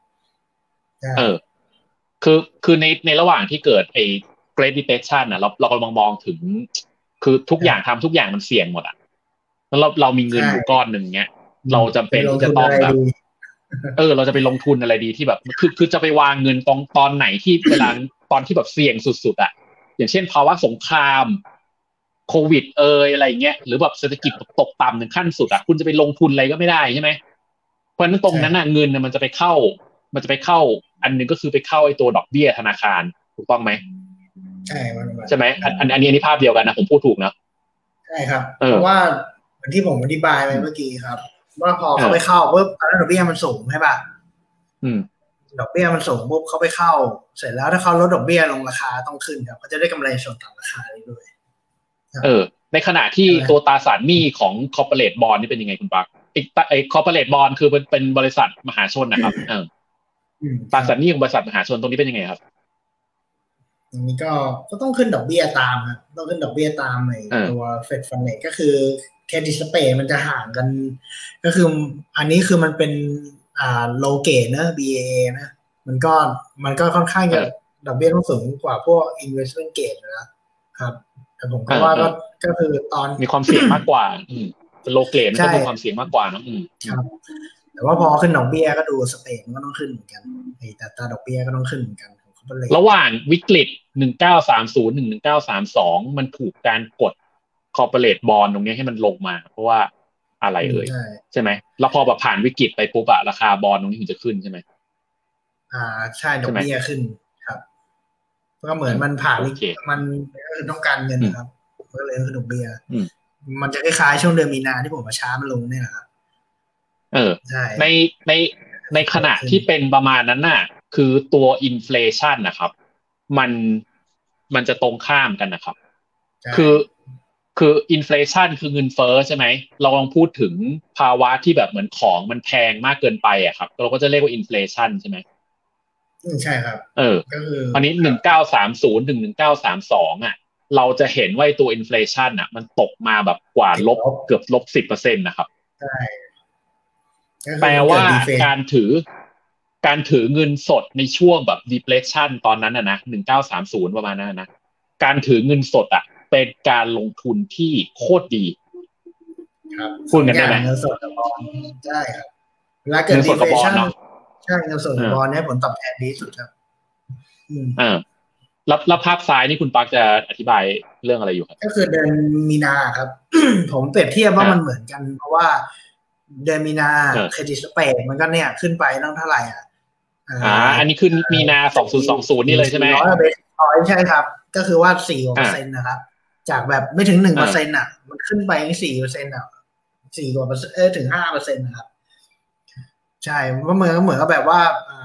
คือในระหว่างที่เกิดไอ้ Great Depression เรากำลังมองถึงคือทุกอย่างทุกอย่างมันเสี่ยงหมดแล้วเรามีเงินอยู่ก้อนหนึ่งเงี้ยเราจำเป็นที่จะต้องแบบเราจะไปลงทุนอะไรดีที่แบบคือจะไปวางเงินตอนไหนที่เวลาตอนที่แบบเสี่ยงสุดๆอย่างเช่นภาวะสงครามโควิดอะไรเงี้ยหรือแบบเศรษฐกิจตกต่ำถึงขั้นสุดคุณจะไปลงทุนอะไรก็ไม่ได้ใช่ไหมเพราะฉะนั้นตรงนั้นเงินมันจะไปเข้าอันนึงก็คือไปเข้าไอ้ตัวดอกเบี้ยธนาคารถูกต้องไหมใช่ไหมอันนี้ภาพเดียวกันนะผมพูดถูกนะใช่ครับเพราะว่าเหมือนที่ผมอธิบายไปเมื่อกี้ครับว่าพอเขาไปเข้าปุ๊บตอนนั้นดอกเบี้ยมันสูงใช่ป่ะดอกเบี้ยมันสูงปุ๊บเขาไปเข้าเสร็จแล้วถ้าเขาลดดอกเบี้ยลงราคาต้องขึ้นครับเขาจะได้กำไรส่วนต่างราคาได้ด้วยในขณะที่ตัวตราสารหนี้ของ corporate bond นี่เป็นยังไงคุณปักไอ้ corporate bond คือเป็นบริษัทมหาชนนะครับตราสารหนี้ของบริษัทมหาชนตรงนี้เป็นยังไงครับตรงนี้ก็ต้องขึ้นดอกเบี้ยตามครับต้องขึ้นดอกเบี้ยตามในตัวเฟดฟันเรทก็คือเครดิตสเปรดมันจะห่างกันก็คืออันนี้คือมันเป็นโลเกตนะ BAA นะมันก็ค่อนข้างจะดอกเบี้ยต้องสูงกว่าพวก investment grade นะครับแต่ผมก็ว่าก็คือตอนมีความเสี่ยงมากกว่าโลเกตมันก็มีความเสี่ยงมากกว่านะครับแต่ว่าพอขึ้นดอกเบี้ยก็ดูสเปรดมันก็ต้องขึ้นเหมือนกันแต่ตราดอกเบี้ยก็ต้องขึ้นเหมือนกันระหว่างวิกฤต1930 1932มันถูกการกด corporate bond ตรงนี้ให้มันลงมาเพราะว่าอะไรใช่ไหมแล้วพอแบบผ่านวิกฤตไปปุ๊บราคาบอลตรงนี้ถึงจะขึ้นใช่ไหมใช่ดอกเบี้ยขึ้นครับก็เหมือนมันผ่านวิกฤตมันต้องการเงินนะครับก็เลยขึ้นดอกเบี้ยมันจะคล้ายๆช่วงเดือนมีนาที่ผมมาช้ามันลงเนี่ยนะครับใช่ในขณะที่เป็นประมาณนั้นน่ะคือตัวอินฟลชันนะครับมันจะตรงข้ามกันนะครับคืออินฟลชันคือเงินเฟ้อใช่ไหมเราลองพูดถึงภาวะที่แบบเหมือนของมันแพงมากเกินไปครับเราก็จะเรียกว่าอินฟลชันใช่ไหมใช่ครับก็คืออันนี้1930 ถึง 1932 เราจะเห็นว่าตัวอินฟลชันอ่ะมันตกมาแบบกว่าลบเกือบลบ10%นะครับใช่แปลว่าการถือการถือเงินสดในช่วงแบบ depression ตอนนั้นนะ1930ประมาณนั้นนะการถือเงินสดอ่ะเป็นการลงทุนที่โคตรดีครับพูดกันได้ไหมเงินสดกับบอลใช่ครับเวลาเกิด deflation ใช่เงินสดกับบอลให้ผลตอบแทนดีสุดครับแล้วภาพซ้ายนี่คุณปักจะอธิบายเรื่องอะไรอยู่ครับก็คือเดือนมีนาครับ ผมเปรียบเทียบว่ามันเหมือนกันเพราะว่าเดือนมีนาเครดิตสเปรดมันก็เนี่ยขึ้นไปตั้งเท่าไหร่อันนี้ขึ้นมีนา2020นี่เลยใช่ไหมใช่ครับก็คือว่า4%นะครับจากแบบไม่ถึง1%อ่ะมันขึ้นไป4%อ่ะ4กว่าเปอร์เซ็นต์ถึง5%นะครับใช่เพราะเหมือนกับแบบว่า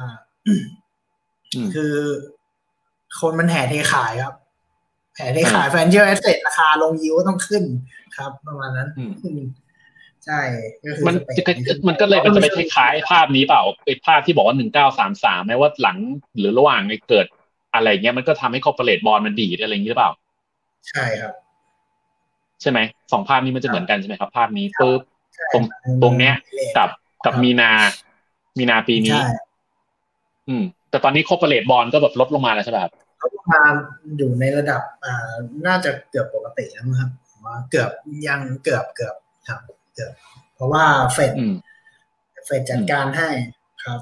คือคนมันแห่เทขายครับแห่เทขาย financial asset ราคาลงยิวก็ต้องขึ้นครับประมาณนั้นใช่ก็คือมันก็เลยมันจะไปคล้ายๆภาพนี้เปล่าไอ้ภาพที่บอกว่า1933แม้ว่าหลังหรือระหว่างเกิดอะไรเงี้ยมันก็ทำให้ corporate bond มันดีดอะไรอย่างนี้หรือเปล่าใช่ครับใช่ไหมสองภาพนี้มันจะเหมือนกันใช่ไหมครับภาพนี้ปุ๊บตรงเนี้ยกับมีนาปีนี้แต่ตอนนี้ corporate bond ก็แบบลดลงมาแล้วใช่ไหมครับลดลงมาอยู่ในระดับน่าจะเกือบปกติแล้วครับว่าเกือบยังเกือบครับเกือบเพราะว่าเฟดจัดการให้ครับ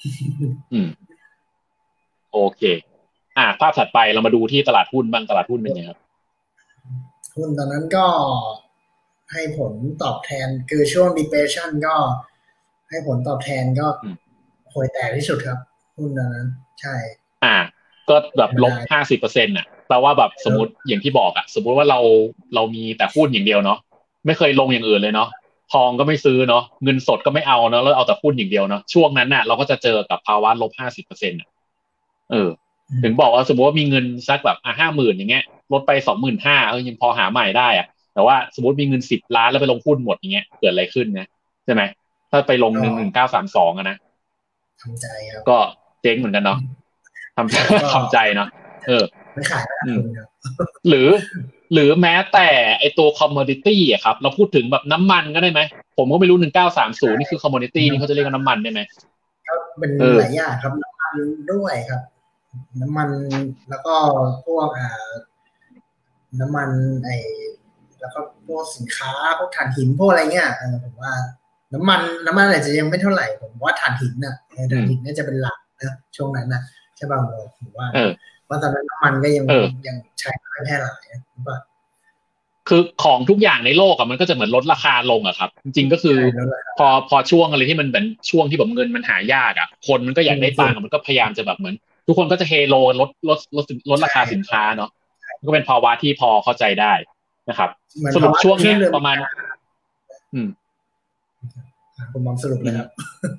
โอเคภาพถัดไปเรามาดูที่ตลาดหุ้นบ้างตลาดหุ้นเป็นไงครับหุ้นตอนนั้นก็ให้ผลตอบแทนคือช่วง depression ก็ให้ผลตอบแทนก็ห่วยแตกที่สุดครับหุ้นตอนนั้นใช่ก็แบบลบ50%น่ะแปลว่าแบบสมมติอย่างที่บอกสมมติว่าเรามีแต่หุ้นอย่างเดียวเนาะไม่เคยลงอย่างอื่นเลยเนาะทองก็ไม่ซื้อเนาะเงินสดก็ไม่เอาเนาะแล้วเอาแต่หุ้นอย่างเดียวเนาะช่วงนั้นน่ะเราก็จะเจอกับภาวะลบ50%ถึงบอกว่าสมมติว่ามีเงินสักแบบ50,000อย่างเงี้ยลดไป25,000ยังพอหาใหม่ได้แต่ว่าสมมติมีเงิน10 ล้านแล้วไปลงหุ้นหมดอย่างเงี้ยเกิดอะไรขึ้นนะใช่ไหมถ้าไปลง1932นะทำใจครับก็เจ๊งเหมือนกันเนาะทำใจเนาะไม่ขายไม่ขาดทุนครับหรือแม้แต่ไอตัวคอมมอดิตี้ครับเราพูดถึงแบบน้ำมันก็ได้ไหมผมก็ไม่รู้1930นี่คือคอมมอดิตี้นี่เขาจะเรียกว่าน้ำมันได้ไหมครับเป็นหลายอย่างครับน้ำมันด้วยครับน้ำมันแล้วก็พวกน้ำมันแล้วก็พวกสินค้าพวกถ่านหินพวกอะไรเงี้ยผมว่าน้ำมันอาจจะยังไม่เท่าไหร่ผมว่าถ่านหินน่ะถ่านหินน่าจะเป็นหลักนะช่วงนั้นนะใช่ป่ะผมว่าตอนนั้นน้ำมันก็ยังใช้ไม่แพร่หลายหรือเปล่าคือของทุกอย่างในโลกมันก็จะเหมือนลดราคาลงครับจริงๆก็คือพอช่วงอะไรที่มันเป็นช่วงที่แบบเงินมันหายากคนมันก็อยากได้ตังค์มันก็พยายามจะแบบเหมือนทุกคนก็จะเฮโลลดราคาสินค้าเนาะก็เป็นภาวะที่พอเข้าใจได้นะครับสรุปช่วงนี้ประมาณผมมองสรุปเลยครับ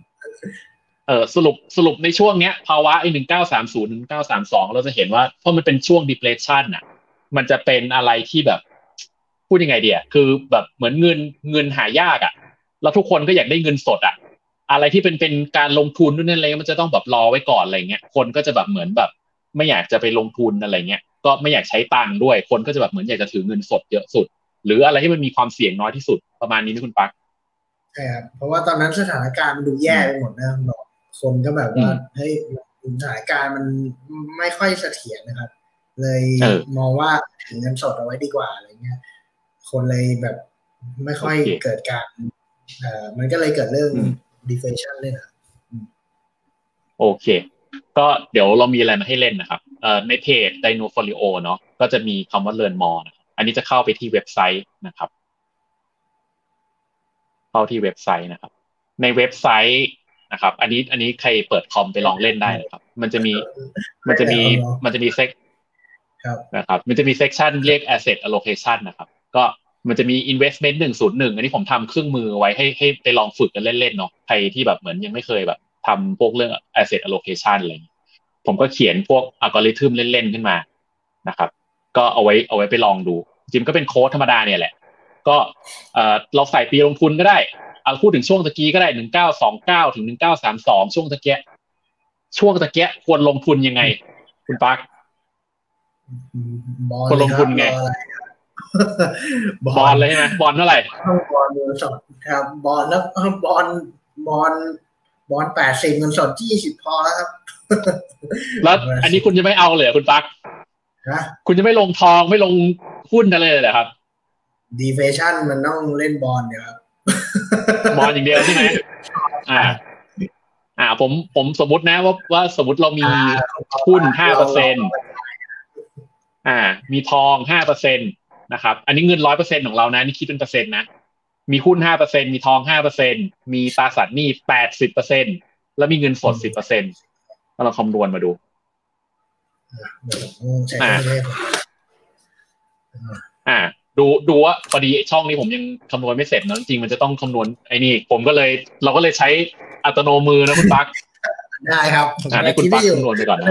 สรุปในช่วงเนี้ยภาวะ1930 1932เราจะเห็นว่าเพราะมันเป็นช่วง depression มันจะเป็นอะไรที่แบบพูดยังไงดีคือแบบเหมือนเงินหายากแล้วทุกคนก็อยากได้เงินสดอะไรที่เป็นการลงทุนนู่นนั่นอะไรมันจะต้องแบบรอไว้ก่อนอะไรเงี้ยคนก็จะแบบเหมือนแบบไม่อยากจะไปลงทุนอะไรเงี้ยก็ไม่อยากใช้ตังค์ด้วยคนก็จะแบบเหมือนอยากจะถือเงินสดเยอะสุดหรืออะไรที่มันมีความเสี่ยงน้อยที่สุดประมาณนี้นี่คุณปักใช่ครับเพราะว่าตอนนั้นสถานการณ์มันดูแย่ไปหมดนะบอกคนก็แบบว่าเฮ้ยสถานการณ์มันไม่ค่อยเสถียรนะครับเลยมองว่าถือเงินสดเอาไว้ดีกว่าอะไรเงี้ยคนเลยแบบไม่ค่อยเกิดการมันก็เลยเกิดเรื่อง deflation เลยนะโอเคก็เดี๋ยวเรามีอะไรมาให้เล่นนะครับในเพจ Dinofolio เนาะก็จะมีคำว่า learn more นะครับอันนี้จะเข้าไปที่เว็บไซต์นะครับเข้าที่เว็บไซต์นะครับในเว็บไซต์นะครับอันนี้ใครเปิดคอมไปลองเล่นได้นะครับมันจะมีเซกนะครับมันจะมีเซกชันเรียก asset allocation นะครับก็มันจะมี investment 101อันนี้ผมทำเครื่องมือไว้ให้ไปลองฝึกกันเล่นๆเนาะใครที่แบบเหมือนยังไม่เคยแบบทำพวกเรื่อง asset allocation อะไรผมก็เขียนพวกอัลกอริทึมเล่นๆขึ้นมานะครับก็เอาไว้ไปลองดูจริงก็เป็นโค้ดธรรมดาเนี่ยแหละก็เราใส่ปีลงทุนก็ได้เอาพูดถึงช่วงตะกี้ก็ได้1929ถึง1932ช่วงตะเกียควรลงทุนยังไงคุณปักบอลคนลงทุนไงบอลเลยใช่ไหมบอลเท่าไหร่ต้องบอลเงินสดครับบอลแล้วบอลบอล80เงินสด20พอแล้วครับแล้วอันนี้คุณจะไม่เอาเลยคุณปักคุณจะไม่ลงทองไม่ลงหุ้นอะไรเลยเหรอครับดีเฟชั่นมันต้องเล่นบอลเนี่ยครับบอลอย่างเดียวใช่ไหมผมสมมตินะว่าสมมติเรามีหุ้น5%มีทอง5%นะครับอันนี้เงิน 100% ของเรานะนี่คิดเป็นเปอร์เซ็นต์นะมีหุ้น5%มีทอง5%มีตราสารหนี้80%แล้วมีเงินสด10%เราคำนวณมาดูดูว่าพอดีช่องนี้ผมยังคำนวณไม่เสร็จนะจริงมันจะต้องคำนวณไอ้นี่เราก็เลยใช้อัตโนมือนะคุณปักได้ครับให้คุณปักคำนวณไปก่อนนะ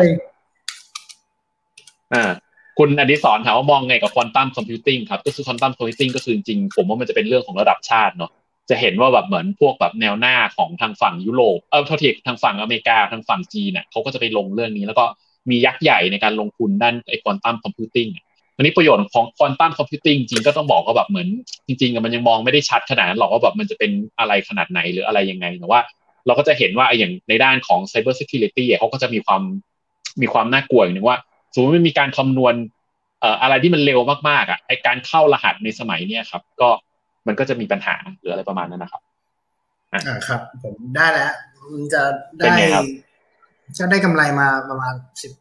คุณอดิศรถามว่ามองไงกับควอนตัมคอมพิวติ้งครับก็คือควอนตัมคอมพิวติ้งก็คือจริงผมว่ามันจะเป็นเรื่องของระดับชาติเนาะจะเห็นว่าแบบเหมือนพวกแบบแนวหน้าของทางฝั่งยุโรปเท่าที่ทางฝั่งอเมริกาทางฝั่งจีนเนี่ยเขาก็จะไปลงเรื่องนี้แล้วก็มียักษ์ใหญ่ในการลงทุนด้านไอ้ควอนตัมคอมพิวติ้งอันนี้ประโยชน์ของควอนตัมคอมพิวติ้งจริงก็ต้องบอกว่าแบบเหมือนจริงๆมันยังมองไม่ได้ชัดขนาดนั้นหรอกว่าแบบมันจะเป็นอะไรขนาดไหนหรืออะไรยังไงแต่ว่าเราก็จะเห็นว่าอย่างในด้านของ Cyber Security เขาก็จะมีความน่ากลัวอย่างนึงว่าสมมติมันมีการคำนวณอะไรที่มันเร็วมากๆไอการเข้ารหัสในสมัยเนี้ยครับก็มันก็จะมีปัญหาหรืออะไรประมาณนั้นนะครับครับผมได้แล้วจะได้กำไรมาประมาณ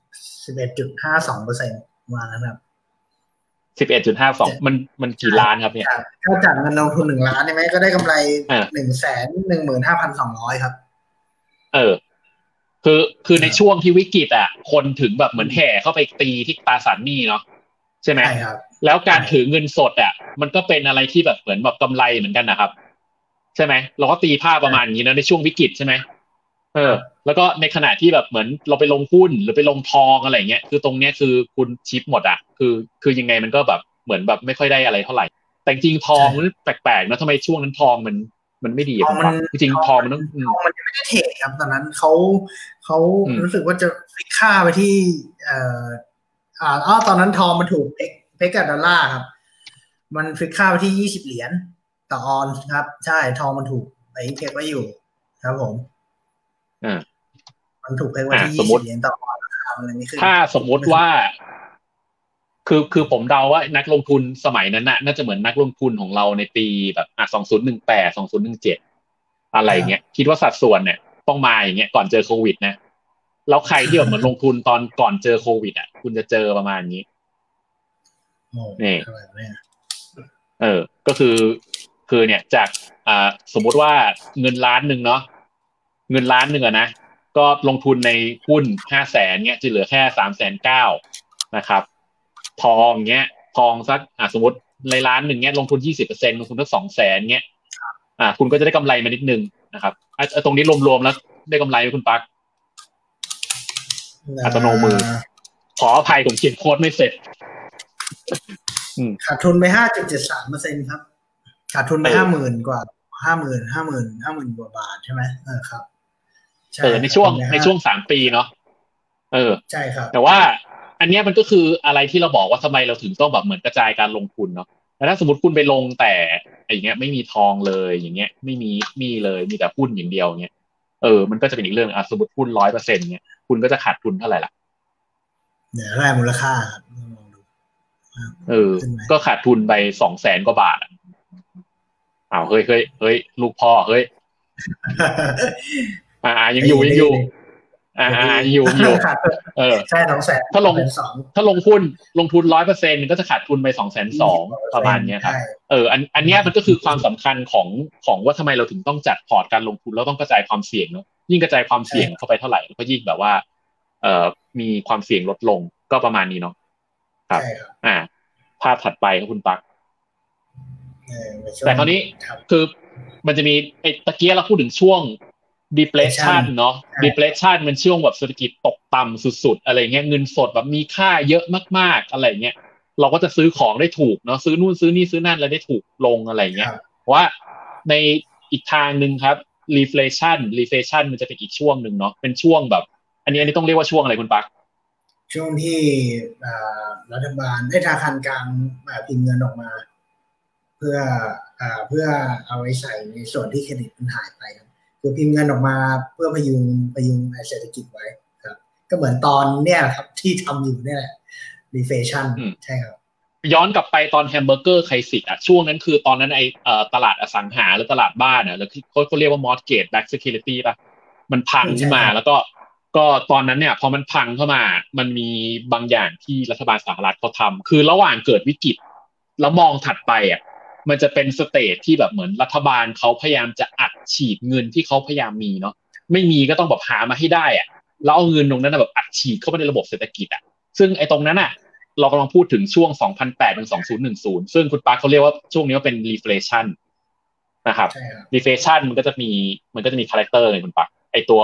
11.52%มาแล้วครับ 11.52มันกี่ล้านครับเนี่ยถ้าจัดเงินลงทุน1 ล้านใช่ไหมก็ได้กำไร115,200ครับคือในช่วงที่วิกฤตคนถึงแบบเหมือนแห่เข้าไปตีที่ตราสารหนี้เนาะใช่ไหมแล้วการถือเงินสดมันก็เป็นอะไรที่แบบเหมือนแบบกำไรเหมือนกันนะครับใช่ไหมเราก็ตีภาพประมาณนี้นะในช่วงวิกฤตใช่ไหมแล้วก็ในขณะที่แบบเหมือนเราไปลงหุ้นหรือไปลงทองอะไรเงี้ยคือตรงเนี้ยคือคุณชิปหมดคือยังไงมันก็แบบเหมือนแบบไม่ค่อยได้อะไรเท่าไหร่แต่จริงทองมันแปลกๆนะทำไมช่วงนั้นทองมันไม่ดีจริงทองมันต้องมันยังไม่ได้เทรดครับตอนนั้นเขารู้สึกว่าจะฟิกค่าไปที่ตอนนั้นทองมันถูกเพกกับดอลลาร์ครับมันฟิกค่าไปที่$20ต่อออนซ์ครับใช่ทองมันถูกไปเพกไว้อยู่ครับผมมันถูกเพกไว้ที่$20ต่อออนซ์อะไรนี่คือถ้าสมมติว่าคือผมเดาว่านักลงทุนสมัยนั้นน่าจะเหมือนนักลงทุนของเราในปีแบบ2018 2017อะไรเงี้ยคิดว่าสัดส่วนเนี่ยต้องมาอย่างเงี้ยก่อนเจอโควิดนะแล้วใครที่แบบเหมือนลงทุนตอนก่อนเจอโควิดคุณจะเจอประมาณนี้นี่ก็คือเนี่ยจากสมมุติว่าเงินล้านหนึ่งเนาะเงินล้านหนึ่งนะก็ลงทุนในหุ้น500,000เนี่ยจะเหลือแค่390,000นะครับทองเงี้ยทองสักสมมติในล้านหนึ่งเงี้ยลงทุน 20% ลงทุนสัก200,000เงี้ยคุณก็จะได้กำไรมานิดนึงนะครับตรงนี้รวมๆแล้วได้กำไรไหมคุณปักอัตโนมือขออภัยผมเขียนโค้ดไม่เสร็จขาดทุนไป 5.73% ครับขาดทุนไป50,000 กว่า50,000 กว่าบาทใช่ไหมครับในช่วง3 ปีเนาะใช่ครับแต่ว่าอันนี้มันก็คืออะไรที่เราบอกว่าทำไมเราถึงต้องแบบเหมือนกระจายการลงทุนเนาะแต่ถ้าสมมติคุณไปลงแต่อย่างเงี้ยไม่มีทองเลยอย่างเงี้ยไม่มีเลยมีแต่หุ้นอย่างเดียวเงี้ยมันก็จะเป็นอีกเรื่องสมมติหุ้น 100% เงี้ยคุณก็จะขาดทุนเท่าไหร่ล่ะเนี่ยแรกมูลค่าครับก็ขาดทุนไป200,000 กว่าบาทเฮ้ยลูกพ่อเฮ้ยยังอยู่อยู่ใช่200,000 ถ้าลงหุ้นลงทุน 100% ก็จะขาดทุนไป220,000 ประมาณเนี้ยครับอันเนี้ยมันก็คือความสำคัญของว่าทำไมเราถึงต้องจัดพอร์ตการลงทุนแล้วต้องกระจายความเสี่ยงเนาะยิ่งกระจายความเสี่ยงเข้าไปเท่าไหร่ก็ยิ่งแบบว่ามีความเสี่ยงลดลงก็ประมาณนี้เนาะครับภาพถัดไปครับคุณปักแต่คราวนี้คือมันจะมีไอ้ตะเกียเราพูดถึงช่วง depression เนาะ depression มันช่วงแบบเศรษฐกิจตกต่ำสุดๆอะไรเงี้ยเงินสดแบบมีค่าเยอะมากๆอะไรเงี้ยเราก็จะซื้อของได้ถูกเนาะซื้อนู่นซื้อนี่ซื้อนั่นแล้วได้ถูกลงอะไรเงี้ยเพราะว่าในอีกทางนึงครับ reflation มันจะเป็นอีกช่วงนึงเนาะเป็นช่วงแบบอันนี้ต้องเรียกว่าช่วงอะไรคุณปักช่วงที่รัฐบาลธนาคารกลางพิมพ์เงินออกมาเพื่อเพื่อเอาไว้ใส่ในส่วนที่เครดิตมันหายไปครับคือพิมพ์เงินออกมาเพื่อพยุงเศรษฐกิจไว้ครับก็เหมือนตอนเนี้ยครับที่ทำอยู่เนี่ยแหละreflation ใช่ครับย้อนกลับไปตอนแฮมเบอร์เกอร์ไคสิกอ่ะช่วงนั้นคือตอนนั้นไอตลาดอสังหาหรือตลาดบ้านอ่ะแล้วเขาเรียกว่า mortgage backed security ป่ะมันพังขึ้นมาแล้วก็ตอนนั้นเนี่ยพอมันพังเข้ามามันมีบางอย่างที่รัฐบาลสหรัฐเขาทำคือระหว่างเกิดวิกฤตแล้วมองถัดไปอ่ะมันจะเป็นสเตจที่แบบเหมือนรัฐบาลเขาพยายามจะอัดฉีดเงินที่เขาพยายามมีเนาะไม่มีก็ต้องแบบหามาให้ได้อ่ะแล้วเอาเงินตรงนั้นแบบอัดฉีดเข้าไปในระบบเศรษฐกิจอ่ะซึ่งไอ้ตรงนั้นอ่ะเรากำลังพูดถึงช่วง2008ถึง2010ซึ่งคุณปาร์คเขาเรียกว่าช่วงนี้ว่าเป็น reflation นะครับ reflation มันก็จะมีคาแรคเตอร์เลยคุณปาร์คไอ้ตัว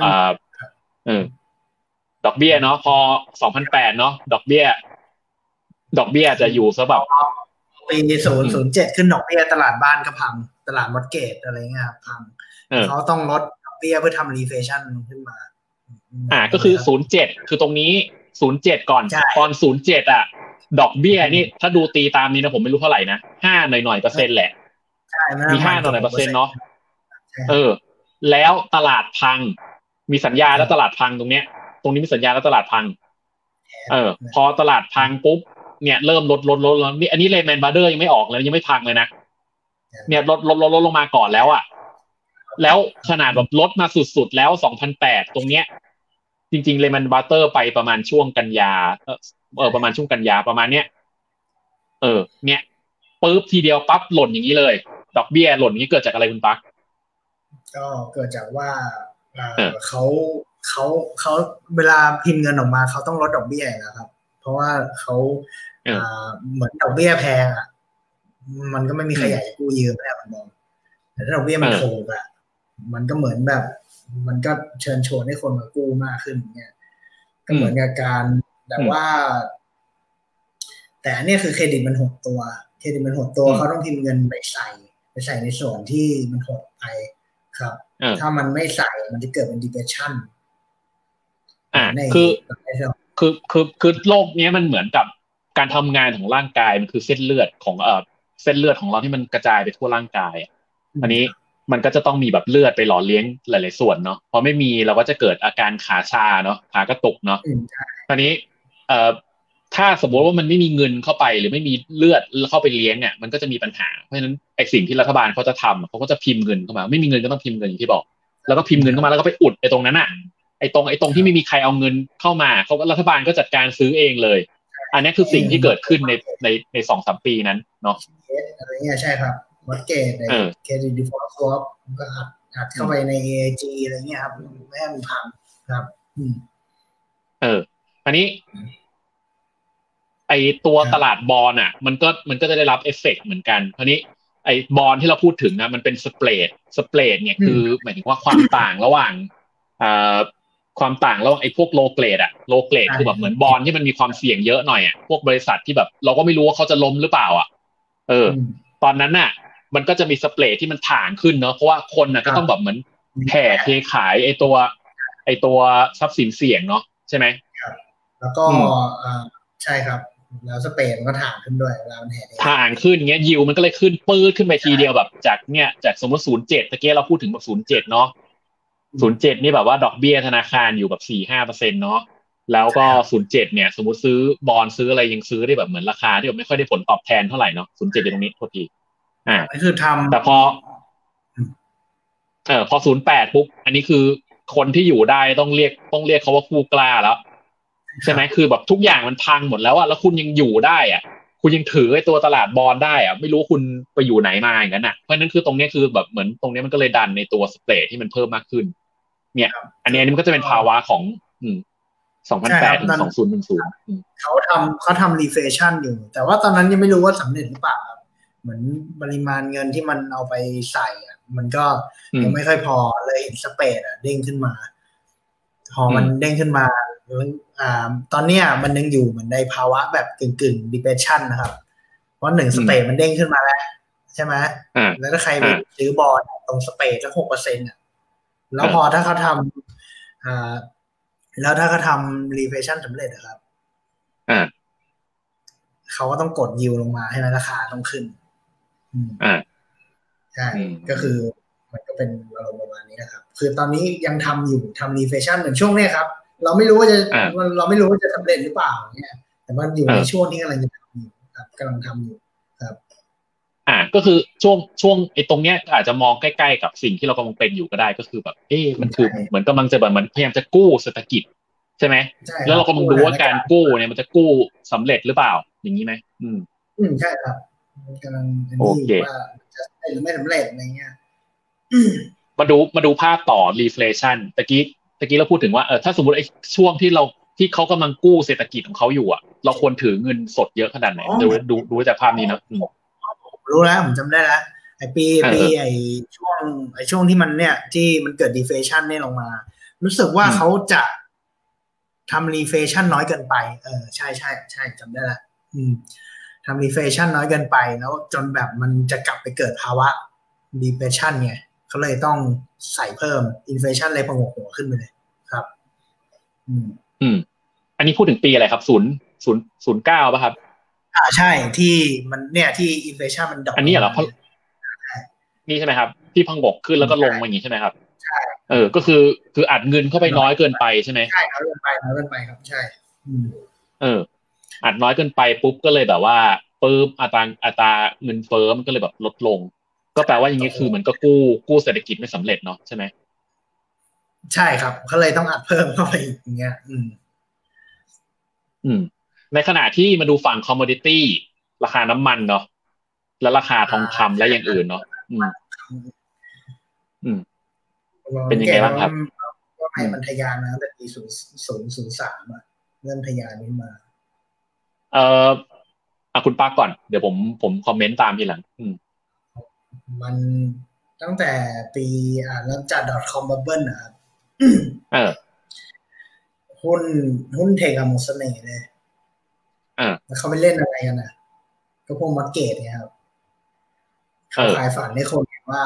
ดอกเบี้ยเนาะพอ2008เนาะดอกเบี้ยจะอยู่ซะแบบปี2007ขึ้นดอกเบี้ยตลาดบ้านก็พังตลาดมอร์เกจอะไรเงี้ยพังเขาต้องลดดอกเบี้ยเพื่อทำ reflation ขึ้นมาก็คือ07คือตรงนี้07ก่อนตอน07อ่ะดอกเบี้ยนี่ถ้าดูตีตามนี้นะผมไม่รู้เท่าไหร่นะ5หน่อยๆ%แหละใช่มี5หน่อยๆ%เนาะแล้วตลาดพังมีสัญญาแล้วตลาดพังตรงนี้มีสัญญาแล้วตลาดพังพอตลาดพังปุ๊บเนี่ยเริ่มลดนี่อันนี้เลแมนบราเดอร์ยังไม่ออกเลยยังไม่พังเลยนะเนี่ยลดลงมาก่อนแล้วอ่ะแล้วขนาดแบบลดมาสุดๆแล้ว2008ตรงเนี้ยจริงๆเลแมนบราเดอร์ไปประมาณช่วงกันยาประมาณช่วงกันยาประมาณเนี้ยเนี่ยปึ๊บทีเดียวปั๊บหล่นอย่างนี้เลยดอกเบี้ยหล่นอย่างนี้เกิดจากอะไรคุณปั๊กก็เกิดจากว่าเขาเวลาพิมพ์เงินออกมาเขาต้องลดดอกเบี้ยนะครับเพราะว่าเขาเหมือนดอกเบี้ยแพงอ่ะมันก็ไม่มีใครอยากจะกู้ยืมแล้วมันมองแต่ถ้าดอกเบี้ยมันถูกอ่ะมันก็เหมือนแบบมันก็เชิญชวนให้คนมากู้มากขึ้นเนี่ยก็เหมือนกับการแต่ว่าแต่เนี่ยคือเครดิตมันหดตัวเขาต้องพิมพ์เงินไปใส่ในส่วนที่มันหดไปครับถ้ามันไม่ใส่มันจะเกิดเป็น depression คือโรคนี้มันเหมือนกับการทำงานของร่างกายมันคือเส้นเลือดของเราที่มันกระจายไปทั่วร่างกายอันนี้มันก็จะต้องมีแบบเลือดไปหล่อเลี้ยงหลายๆส่วนเนาะพอไม่มีเราก็จะเกิดอาการขาชาเนาะขากระตุกเนาะตอนนี้ถ้าสมมติว่ามันไม่มีเงินเข้าไปหรือไม่มีเลือดเข้าไปเลี้ยงเนี่ยมันก็จะมีปัญหาเพราะฉะนั้นไอ้สิ่งที่รัฐบาลเขาจะทำเขาก็จะพิมพ์เงินเข้ามาไม่มีเงินก็ต้องพิมพ์เงินอย่างที่บอกแล้วก็พิมพ์เงินเข้ามาแล้วก็ไปอุดไอ้ตรงนั้นไอ้ตรงที่ไม่มีใครเอาเงินเข้ามาเขาก็รัฐบาลก็จัดการซื้อเองเลยอันนี้คือสิ่งที่เกิดขึ้นใน 2-3 ปีนั้นเนาะอะไรเงี้ยใช่ครับมอร์เกจเครดิตดิฟอลต์สวอปก็อัดเข้าไปใน AIG อะไรเงี้ยครับไม่ให้มันพังครับอันนี้ไอตัวตลาดบอลมันก็จะได้รับเอฟเฟกต์เหมือนกันคราวนี้ไอบอลที่เราพูดถึงมันเป็นสเปรดเนี่ยคือหมายถึงว่าความต่างระหว่างไอ้พวกโลเกรดโลเกรดคือแบบเหมือนบอลที่มันมีความเสี่ยงเยอะหน่อยพวกบริษัทที่แบบเราก็ไม่รู้ว่าเขาจะล้มหรือเปล่าตอนนั้นมันก็จะมีสเปรดที่มันถ่างขึ้นเนาะเพราะว่าคนก็ต้องแบบเหมือนแผ่เทขายไอ้ตัวทรัพย์สินเสี่ยงเนาะใช่ไหมแล้วก็ใช่ครับแล้วสเปรดมันก็ถ่างขึ้นด้วยแล้วมันแห่ถ่างขึ้นเงี้ยยิวมันก็เลยขึ้นปื้ดขึ้นไปทีเดียวแบบจากสมมติ07ตะเกียเราพูดถึงแบบ07เนาะ07นี่แบบว่าดอกเบี้ยธนาคารอยู่แบบ 4-5% เนาะแล้วก็07เนี่ยสมมุติซื้อบอนด์ซื้ออะไรยังซื้อได้แบบเหมือนราคาที่แบบไม่ค่อยได้ผลตอบแทนเท่าไหร่เนาะ07อยู่ตรงนี้โทษทีคือทำแต่พอ08ปุ๊บอันนี้คือคนที่อยู่ได้ต้องเรียกเขาว่าผู้กล้าแล้วใช่ไหมคือแบบทุกอย่างมันพังหมดแล้วแล้วคุณยังอยู่ได้คุณยังถือไอ้ตัวตลาดบอลได้ไม่รู้คุณไปอยู่ไหนมาอย่างนั้นเพราะนั้นคือตรงนี้คือแบบเหมือนตรงนี้มันก็เลยดันในตัวสเปรดที่มันเพิ่มมากขึ้นเนี่ยอันนี้มันก็จะเป็นภาวะของ2008ถึง2010 เขาทำ reflation อยู่แต่ว่าตอนนั้นยังไม่รู้ว่าสำเร็จหรือเปล่าเหมือนปริมาณเงินที่มันเอาไปใส่มันก็ยังไม่ค่อยพอเลยสเปรดเด้งขึ้นมาพอมันเด้งขึ้นมาตอนเนี้ยมันยังอยู่เหมือนในภาวะแบบกึ่ง depression นะครับเพราะ1สเปรดมันเด้งขึ้นมาแล้วใช่ไหมแล้วถ้าใครไปซื้อบอลตรงสเปรดสัก 6% แล้วพอถ้าเขาทำแล้วถ้าเขาทำ reflation สำเร็จนะครับอ่าเขาก็ต้องกดยิวลงมาให้ราคาต้องขึ้นอ่าใช่ก็คือมันก็เป็นอารมณ์ประมาณนี้นะครับคือตอนนี้ยังทำอยู่ทำ reflation เหมือนช่วงนี้ครับเราไม่รู้ว่าจะสำเร็จหรือเปล่าเนี่ยแต่มันอยู่ในช่วงที่กำลังจะทำอยู่ครับกำลังทำอยู่ครับก็คือช่วงไอ้ตรงเนี้ยอาจจะมองใกล้ๆกับสิ่งที่เรากำลังเป็นอยู่ก็ได้ก็คือแบบมันคือเหมือนกำลังจะแบบเหมือนพยายามจะกู้เศรษฐกิจใช่ไหมแล้วเรากำลังดูว่าการกู้เนี่ยมันจะกู้สำเร็จหรือเปล่าอย่างนี้ไหมใช่ครับกำลังโอเคว่าจะสำเร็จหรือไม่สำเร็จอะไรเงี้ยมาดูภาพต่อ reflation ตะกี้เราพูดถึงว่าถ้าสมมติไอ้ช่วงที่เขากำลังกู้เศรษฐกิจของเขาอยู่อ่ะเราควรถือเงินสดเยอะขนาดไหนดูจากภาพนี้นะรู้แล้วผมจำได้แล้วไอ้ปีช่วงที่มันเนี่ยที่มันเกิด deflation เนี่ยลงมารู้สึกว่าเขาจะทำ reflation น้อยเกินไปใช่ใช่ใช่จำได้แล้วทำ reflation น้อยเกินไปแล้วจนแบบมันจะกลับไปเกิดภาวะ depression ไงเขาเลยต้องใส่เพิ่ม inflation เลยพงกหัวขึ้นไปเลยครับอันนี้พูดถึงปีอะไรครับ09ป่ะครับใช่ที่มันเนี่ยที่ inflation มันดรอปอันนี้เหรอเพราะนี่ใช่ไหมครับที่พังบกขึ้นแล้วก็ลงมาอย่างนี้ใช่ไหมครับใช่ก็คืออัดเงินเข้าไปน้อยเกินไปใช่ไหมใช่น้อยเกินไปครับใช่อัดน้อยเกินไปปุ๊บก็เลยแบบว่าปุ๊บอัตราเงินเฟ้อมันก็เลยแบบลดลงก็แปลว่าอย่างนี้คือมันก็กู้เศรษฐกิจไม่สำเร็จเนาะใช่ไหมใช่ครับเขาเลยต้องอัดเพิ่มเข้าไปอย่างเงี้ยในขณะที่มาดูฝั่งคอมมอดิตี้ราคาน้ำมันเนาะและราคาทองคำและอย่างอื่นเนาะเป็นยังไงบ้างครับก็ให้มันทะยานนะแต่ปี2003อ่ะเริ่มทะยานนี้มาคุณปาก่อนเดี๋ยวผมคอมเมนต์ตามทีหลังมันตั้งแต่ปีเริ่มจาก .com bubble นะครับหุ้นเทคหมดเสน่ห์เลยแล้วเขาไปเล่นอะไรกันนะก็พวกมาร์เก็ตเนี่ยครับเขาขายฝันให้คนเห็นว่า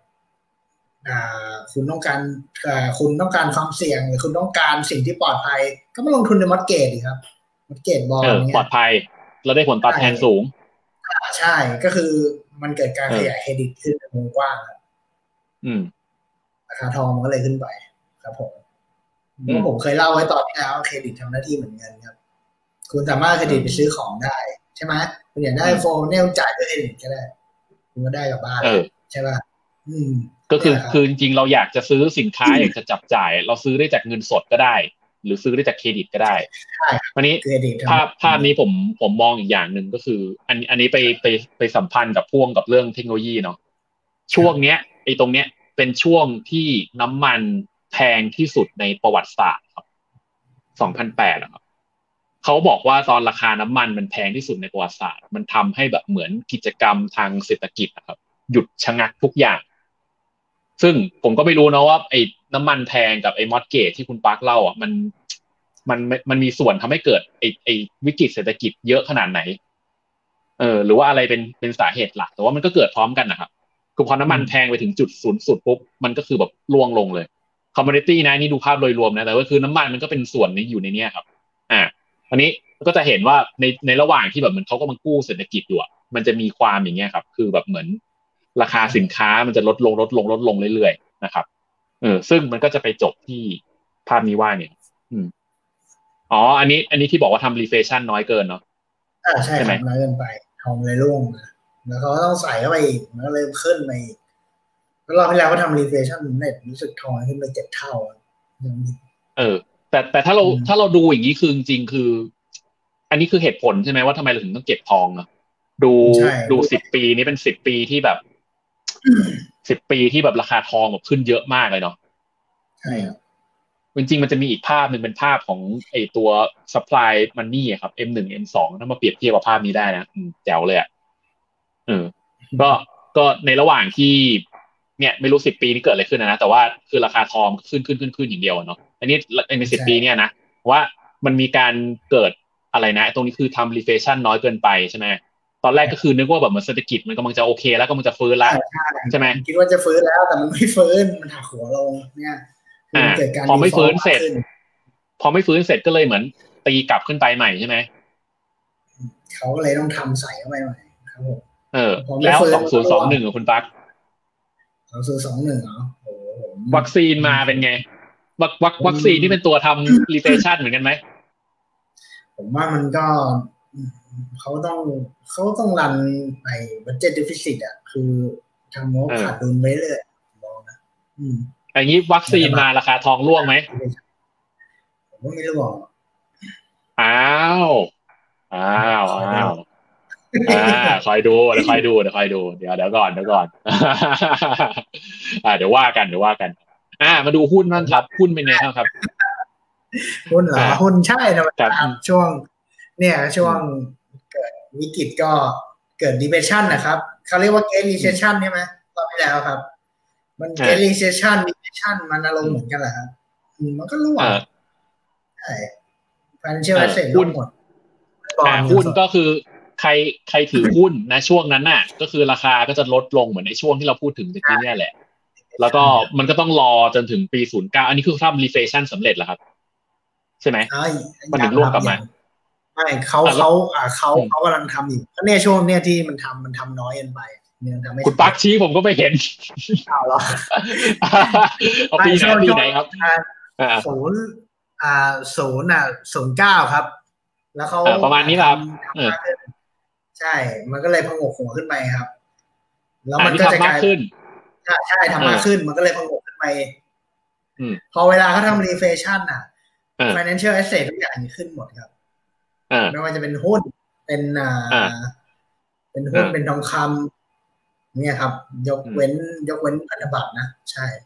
คุณต้องการความเสี่ยงหรือคุณต้องการสิ่งที่ปลอดภัยก็มาลงทุนในมาร์เก็ตดีครับมาร์เก็ตบอลปลอดภัยแล้วได้ผลตอบแทนสูงใช่ก็คือมันเกิดการขยายเครดิตขึ้นในวงกว้างครับราคาทองมันก็เลยขึ้นไปครับผมผมเคยเล่าไว้ตอนที่แล้วเครดิตทำหน้าที่เหมือนเงินครับคุณสามารถเครดิตไปซื้อของได้ใช่ไหมคุณอยากได้โฟนเนี่ยจ่ายด้วยเครดิตก็ได้คุณก็ได้กับบ้านใช่ป่ะก็คือจริงๆเราอยากจะซื้อสินค้าอยากจะจับจ่ายเราซื้อได้จากเงินสดก็ได้หรือซื้อได้จากเครดิตก็ได้วันนี้ภาพนี้ผมมองอีกอย่างหนึ่งก็คืออันนี้ไปสัมพันธ์กับพ่วงกับเรื่องเทคโนโลยีเนาะช่วงเนี้ยไอ้ตรงเนี้ยเป็นช่วงที่น้ำมันแพงที่สุดในประวัติศาสตร์ครับ2008ครับเขาบอกว่าตอนราคาน้ำมันมันแพงที่สุดในประวัติศาสตร์มันทำให้แบบเหมือนกิจกรรมทางเศรษฐกิจนะครับหยุดชะงักทุกอย่างซึ่งผมก็ไม่รู้นะว่าไอ้น้ำมันแพงกับไอ้มอร์เกจที่คุณปาร์คเล่าอ่ะมันมีส่วนทำให้เกิดไอ้วิกฤตเศรษฐกิจเยอะขนาดไหนหรือว่าอะไรเป็นสาเหตุหลักแต่ว่ามันก็เกิดพร้อมกันนะครับคือพอน้ำมันแพงไปถึงจุดศูนย์สุดปุ๊บมันก็คือแบบล่วงลงเลยคอมมูนิตี้นะนี่ดูภาพโดยรวมนะแต่ว่าคือน้ำมันมันก็เป็นส่วนนี้อยู่ในนี้ครับอันนี้ก็จะเห็นว่าในระหว่างที่แบบเหมือนเขาก็มากู้เศรษฐกิจอยู่มันจะมีความอย่างเงี้ยครับคือแบบเหมือนราคาสินค้ามันจะลดลงเรื่อยๆนะครับซึ่งมันก็จะไปจบที่ภาพนี้ว่าเนี่ยอันนี้ที่บอกว่าทำรีเฟชั่นน้อยเกินเนาะใช่ไหมน้อยเกินไปทองเลยร่วงแล้วเขาต้องใส่เข้าไปอีกมันก็เลยขึ้นไปแล้วเราที่แล้วก็ทำรีเฟชั่นเน็ตรู้สึกทองขึ้นไป7 เท่าแต่ถ้าเราดูอย่างนี้คือจริงๆคืออันนี้คือเหตุผลใช่ไหมว่าทำไมเราถึงต้องเก็บทองอะดู10 ปีนี้เป็น10 ปีที่แบบ10 ปีที่แบบราคาทองแบบขึ้นเยอะมากเลยเนาะใช่ครับจริงๆมันจะมีอีกภาพหนึ่งเป็นภาพของไอตัว supply money ครับ M1 M2 ถ้ามาเปรียบเทียบกับภาพนี้ได้นะแจ๋วเลยก็ในระหว่างที่เนี่ยไม่รู้10 ปีนี้เกิดอะไรขึ้นนะแต่ว่าคือราคาทองขึ้นอย่างเดียวเนาะอันนี้ใน10 ปีเนี่ยนะว่ามันมีการเกิดอะไรนะตรงนี้คือทำ reflation น้อยเกินไปใช่ไหมตอนแรกก็คือนึกว่าแบบเหมือนเศรษฐกิจมันกำลังจะโอเคแล้วก็มันจะฟื้นแล้วใช่ไหมคิดว่าจะฟื้นแล้วแต่มันไม่ฟื้นมันหักหัวลงเนี่ยพอไม่ฟื้นเสร็จพอไม่ฟื้นเสร็จก็เลยเหมือนตีกลับขึ้นไปใหม่ใช่ไหมเขาก็เลยต้องทำใส่เข้าไปใหม่ครับผมแล้ว2021ของคุณตั๊ก 2021เหรอโอ้โหวัคซีนมาเป็นไงวัคซีนนี่เป็นตัวทำรีเฟชชั่นเหมือนกันไหมผมว่ามันก็เขาต้องรันไปบัดเจ็ตเดฟิซิตอ่ะคือทำงบขาดดุลไปเรื่อยมองนะอย่างนี้วัคซีนมาราคาทองร่วงไหมผมว่าไม่ร่วงอ้าวคอยดูเดี๋ยวก่อนเดี๋ยวว่ากันมาดูหุ้นนั่นครับหุ้นเป็นไงครับหุ้นเหรอหุ้นใช่นะครับช่วงเกิดวิกฤตก็เกิด depression นะครับเขาเรียกว่า Great Recession ใช่ไหมรอบที่แล้วครับมัน Great Recession depression มันอารมณ์เหมือนกันแหละครับมันก็ร่วงใช่ financial asset ร่วงหมดหุ้นก็คือใครถือหุ้นนะช่วงนั้นน่ะก็คือราคาก็จะลดลงเหมือนในช่วงที่เราพูดถึงเมื่อกี้เนี่ยแหละแล้วก็มันก็ต้องรอจนถึงปี09อันนี้คือทำ reflation สำเร็จแล้วครับใช่ไหมมันถึงร่วงกลับมาไม่เขากำลังทำอยู่ก็เนี่ยช่วงเนี่ยที่มันทำน้อยเกินไปคุณปักชี้ผมก็ไม่เห็นเอาหรอเอาปีไหนครับ 09ครับแล้วเขาประมาณนี้ครับใช่มันก็เลยพงกหัวขึ้นไปครับแล้วมันก็จะกลายขึ้นใช่ทำมากขึ้นมันก็เลยพงกขึ้นไปพอเวลาเขาทำ reflation financial asset ทุกอย่างขึ้นหมดครับไม่ว่าจะเป็นหุ้นเป็นหุ้นเป็นทองคำเนี่ยครับยกเว้นพันธบัตรนะใช่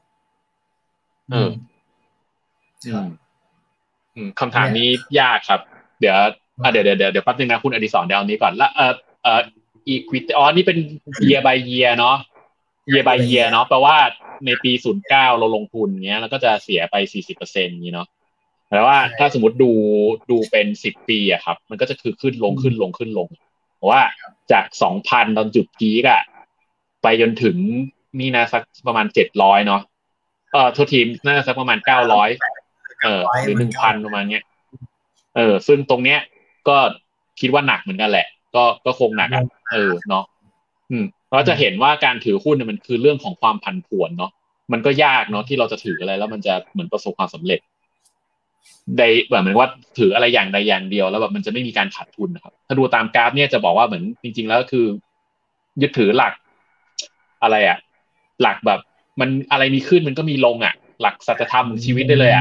คำถามนี้ยากครับเดี๋ยวแป๊บนึงนะคุณอดิศรเดี๋ยวเอานี้ก่อนแล้วequity นี่เป็น year by year เนาะ year by year เนาะแปลว่าในปี09เราลงทุนเงี้ยแล้วก็จะเสียไป 40% นี้เนาะแปลว่าถ้าสมมติดูเป็น10 ปีอะครับมันก็จะคือขึ้นลงเพราะว่าจาก 2,000 ตอนจุดพีคอะไปจนถึงนี่นะสักประมาณ700เนาะโทษทีน่าจะสักประมาณ900หรือ 1,000 ประมาณเนี้ยซึ่งตรงเนี้ยก็คิดว่าหนักเหมือนกันแหละก็คงหนักอ่ะเนาะเราจะเห็นว่าการถือหุ้นเนี่ยมันคือเรื่องของความผันผวนเนาะมันก็ยากเนาะที่เราจะถืออะไรแล้วมันจะเหมือนประสบความสำเร็จแบบเหมือนว่าถืออะไรอย่างใดอย่างเดียวแล้วแบบมันจะไม่มีการขาดทุนนะครับถ้าดูตามกราฟเนี่ยจะบอกว่าเหมือนจริงๆแล้วคือยึดถือหลักอะไรอ่ะหลักแบบมันอะไรมีขึ้นมันก็มีลงอ่ะหลักสัจธรรมของชีวิตได้เลยอ่ะ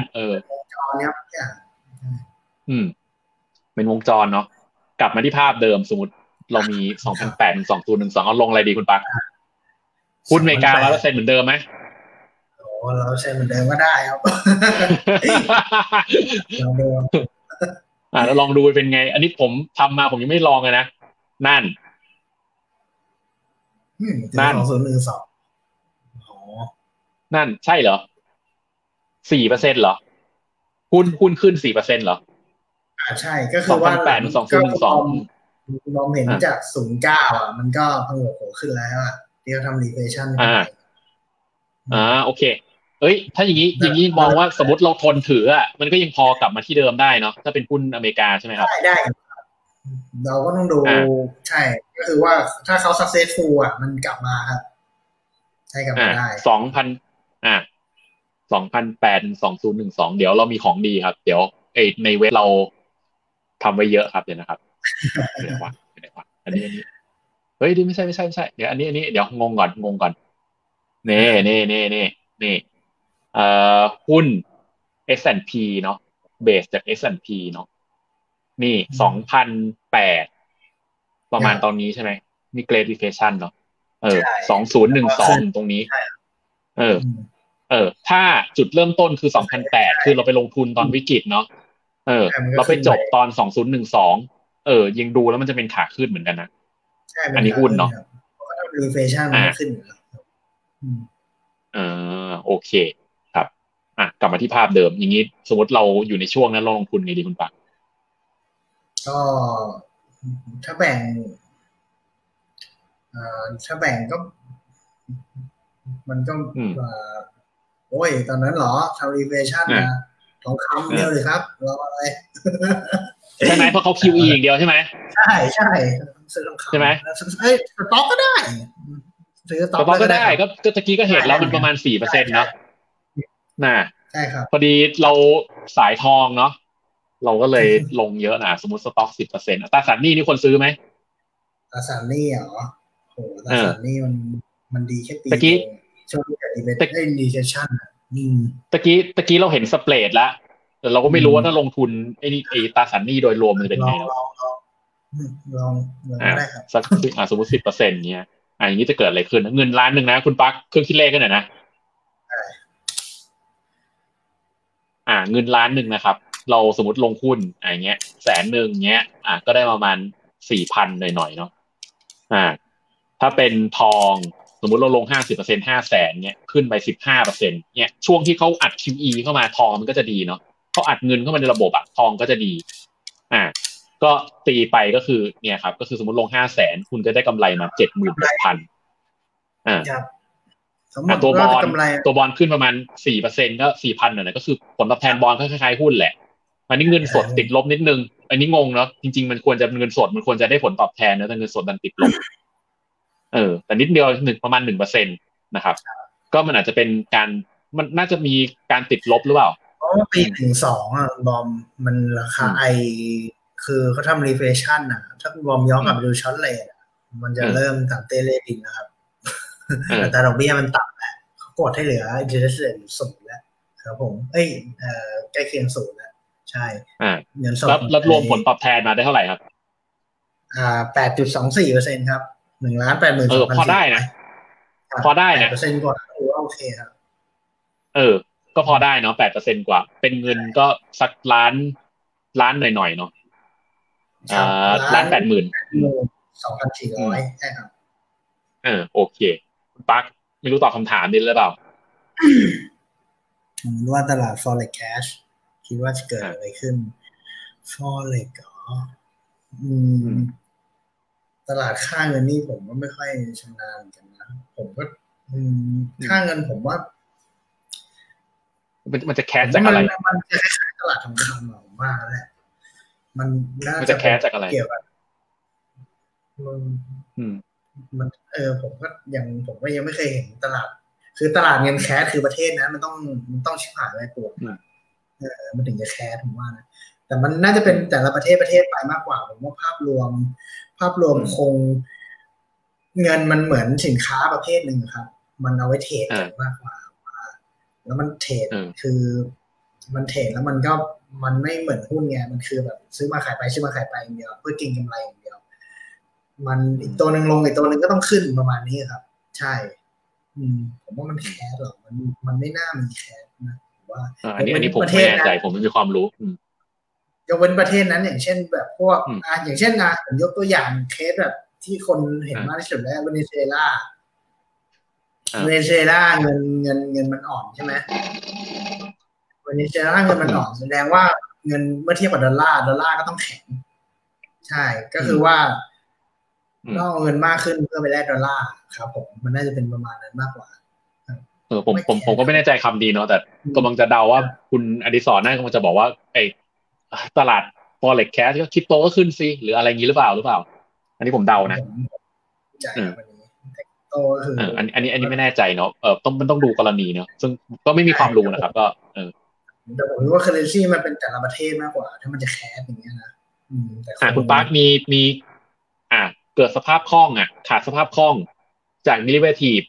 เป็นวงจรเนาะกลับมาที่ภาพเดิมสมมติเรามี2008ถึง2012เอาลงอะไรดีคุณปักหุ้นอเมริกา 100% เหมือนเดิมไหมโอ้100%เหมือนเดิมก็ได้ครับลองดูแล้วลองดูเป็นไงอันนี้ผมทำมาผมยังไม่ลองเลยนะนั่น 2012 นั่นใช่เหรอ 4% เหรอหุ้นขึ้น 4% เหรอใช่ก็คือว่า 2008ถึง2012 มองเห็นจาก09มันก็พงกหัวขึ้นแล้วที่เขาทำ reflation โอเคถ้าอย่างนี้มองว่าสมมติเราทนถือมันก็ยังพอกลับมาที่เดิมได้เนาะถ้าเป็นหุ้นอเมริกาใช่ไหมครับได้เราก็ต้องดูใช่ก็คือว่าถ้าเขา successful มันกลับมาครับใช่กลับมาได้ 2008ถึง2012เดี๋ยวเรามีของดีครับเดี๋ยวในเว็บเราทำไว้เยอะครับเดี๋ยวนะครับเดี๋ยวว่าอันนี้เฮ้ยไม่ใช่เดี๋ยวอันนี้เดี๋ยวงงก่อนนี่หุ้น S&P เนาะเบสจาก S&P เนาะนี่2008ประมาณตอนนี้ใช่ไหมมี Great Recession เนาะ2012ตรงนี้ถ้าจุดเริ่มต้นคือ2008คือเราไปลงทุนตอนวิกฤตเนาะเราไปจบตอน2012ยังดูแล้วมันจะเป็นขาขึ้นเหมือนกันนะอันนี้หุ้นเนาะ Recession มันขึ้นโอเคครับกลับมาที่ภาพเดิมอย่างนี้สมมติเราอยู่ในช่วงนั้นเราลงทุนไงดีคุณปักก็ถ้าแบ่งก็มันก็โอ้ยตอนนั้นเหรอทำ reflation นะทองคำเดียวเลยครับรออะไรใช่ไหมเพราะเขา QE อย่างเดียวใช่ไหมใช่ใช่ซื้อทองคำใช่ไหมสต็อกก็ได้ซื้อสต็อกก็ก็ได้ได้ครับก็ตะกี้ก็เห็นแล้วมันประมาณใช่ 4% ใช่เนาะน่ะใช่ครับพอดีเราสายทองเนาะเราก็เลยลงเยอะนะสมมติสต็อก10%ตราสารหนี้นี่คนซื้อไหมตราสารหนี้เหรอโหตราสารหเออนี้มันดีแค่ปีตะกี้เดียวช่วงที่เกิดตะรีเซชชั่นตะกี้เราเห็นสเปรดแล้วแต่เราก็อืไม่รู้ว่าถ้าลมงทุนไอ้ตราสารหนี้โดยรวมมันจะเป็นลองไงเนาะลองอ่าก็ได้ครับสักสมมติ10%เนี้ยอย่างนี้จะเกิดอะไรขึ้นเงิน1 ล้านนะคุณปักเครื่องคิดเลขกันหน่อยนะ เงิน1 ล้านนะครับเราสมมติลงหุ้นอย่างเงี้ย100,000เงี้ยก็ได้ประมาณ4,000หน่อยๆเนาะอ่าถ้าเป็นทองสมมุติเราลง50% 500,000เงี้ยขึ้นไป15%เนี่ยช่วงที่เขาอัด QE เข้ามาทองมันก็จะดีเนาะเขาอัดเงินเข้ามาในระบบทองก็จะดีอ่าก็ตีไปก็คือเนี่ยครับก็คือสมมติลง500,000คุณก็ได้กำไรมา76,000อ่าครับทั้งหมดตัวบอลก็กำไรขึ้นประมาณ4%ก็4,000หน่อยก็คือผลตอบแทนบอลก็คล้ายๆหุ้นแหละอันนี้เงินสดติดลบนิดนึงอันนี้งงเนาะจริงๆมันควรจะเงินสดมันควรจะได้ผลตอบแทนนะแต่เงินสดมันติดลบแต่นิดเดียวประมาณ1%นะครับก็มันอาจจะเป็นการมันน่าจะมีการติดลบหรือเปล่าเพราะว่าปี 12บอมมันราคาคือเขาทำรีเฟชชั่นถ้าคุณบอมย้อนกลับไปดูช็อตเลทมันจะเริ่มต่ำเต้เล่ดินนะครับแต่ดอกเบี้ยมันต่ำแล้วเขากดให้เหลือ interest rate 0แล้วครับผมใกล้เคียง0แล้วใช่เงินสดแล้วรวมผลตอบแทนมาได้เท่าไหร่ครับ 8.24%ครับ1,82,400 พอได้นะพอได้นะ 8%กว่าถือว่าโอเคครับก็พอได้เนาะ8%กว่าเป็นเงินก็สักล้านหน่อยๆเนาะครับล้าน80,000 2,400ใช่ครับโอเคคุณปักไม่รู้ตอบคำถามนี้หรือเปล่าว่าตลาด forex cash คิดว่าจะเกิดอะไรขึ้น forex ตลาดค่าเงินนี่ผมก็ไม่ค่อยชำนาญกันนะผมก็ค่าเงินผมว่ามันจะแคสจากอะไรมันจะคล้ายๆตลาดทองคำผมว่าแหละมันน่าจะแคสจากอะไรเกี่ยวกับมันผมก็ยังไม่เคยเห็นตลาดคือตลาดเงินแคสคือประเทศนะมันต้องชิบหายไปปวดมันถึงจะแคสผมว่านะแต่มันน่าจะเป็นแต่ละประเทศไปมากกว่าผมว่าภาพรวมคงเงินมันเหมือนสินค้าประเภทหนึ่งครับมันเอาไว้เทรดกันมากกว่าแล้วมันเทรดคือมันเทรดแล้วมันไม่เหมือนหุ้นไงมันคือแบบซื้อมาขายไปอย่างเดียวเพื่อเก็งกำไรอย่างเดียวมันอีกตัวหนึ่งลงอีกตัวหนึ่งก็ต้องขึ้นประมาณนี้ครับใช่ผมว่ามันแคสหรอกมันไม่น่ามีแคสนะว่าอันนี้ผมไม่แน่ใจผมไม่มีความรู้ยกเว้นประเทศนั้นอย่างเช่นแบบพวกอย่างเช่นผมยกตัวอย่างเคสแบบที่คนเห็นมากที่สุดแล้วเวเนซุเอลาเงินมันอ่อนใช่ไหมเวเนซุเอลาเงินมันอ่อนแสดงว่าเงินเมื่อเทียบกับดอลลาร์ก็ต้องแข็งใช่ก็คือว่าต้องเอาเงินมากขึ้นเพื่อไปแลกดอลลาร์ครับผมมันน่าจะเป็นประมาณนั้นมากกว่าผมก็ไม่แน่ใจคำดีเนาะแต่กำลังจะเดาว่าคุณอดิศรน่ากำลังจะบอกว่าไอ้ตลาด forex cash ก็คริปโตก็ขึ้นสิหรืออะไรอย่างนี้หรือเปล่าอันนี้ผมเดานะอันนี้ไม่แน่ใจเนาะมันต้องดูกรณีเนาะซึ่งก็ไม่มีความรู้นะครับก็แต่ผมรู้ว่า currency มันเป็นแต่ละประเทศมากกว่าถ้ามันจะแคสอย่างเงี้ยนะแต่คุณปาร์คมีเกิดสภาพคล่องขาดสภาพคล่องจาก derivative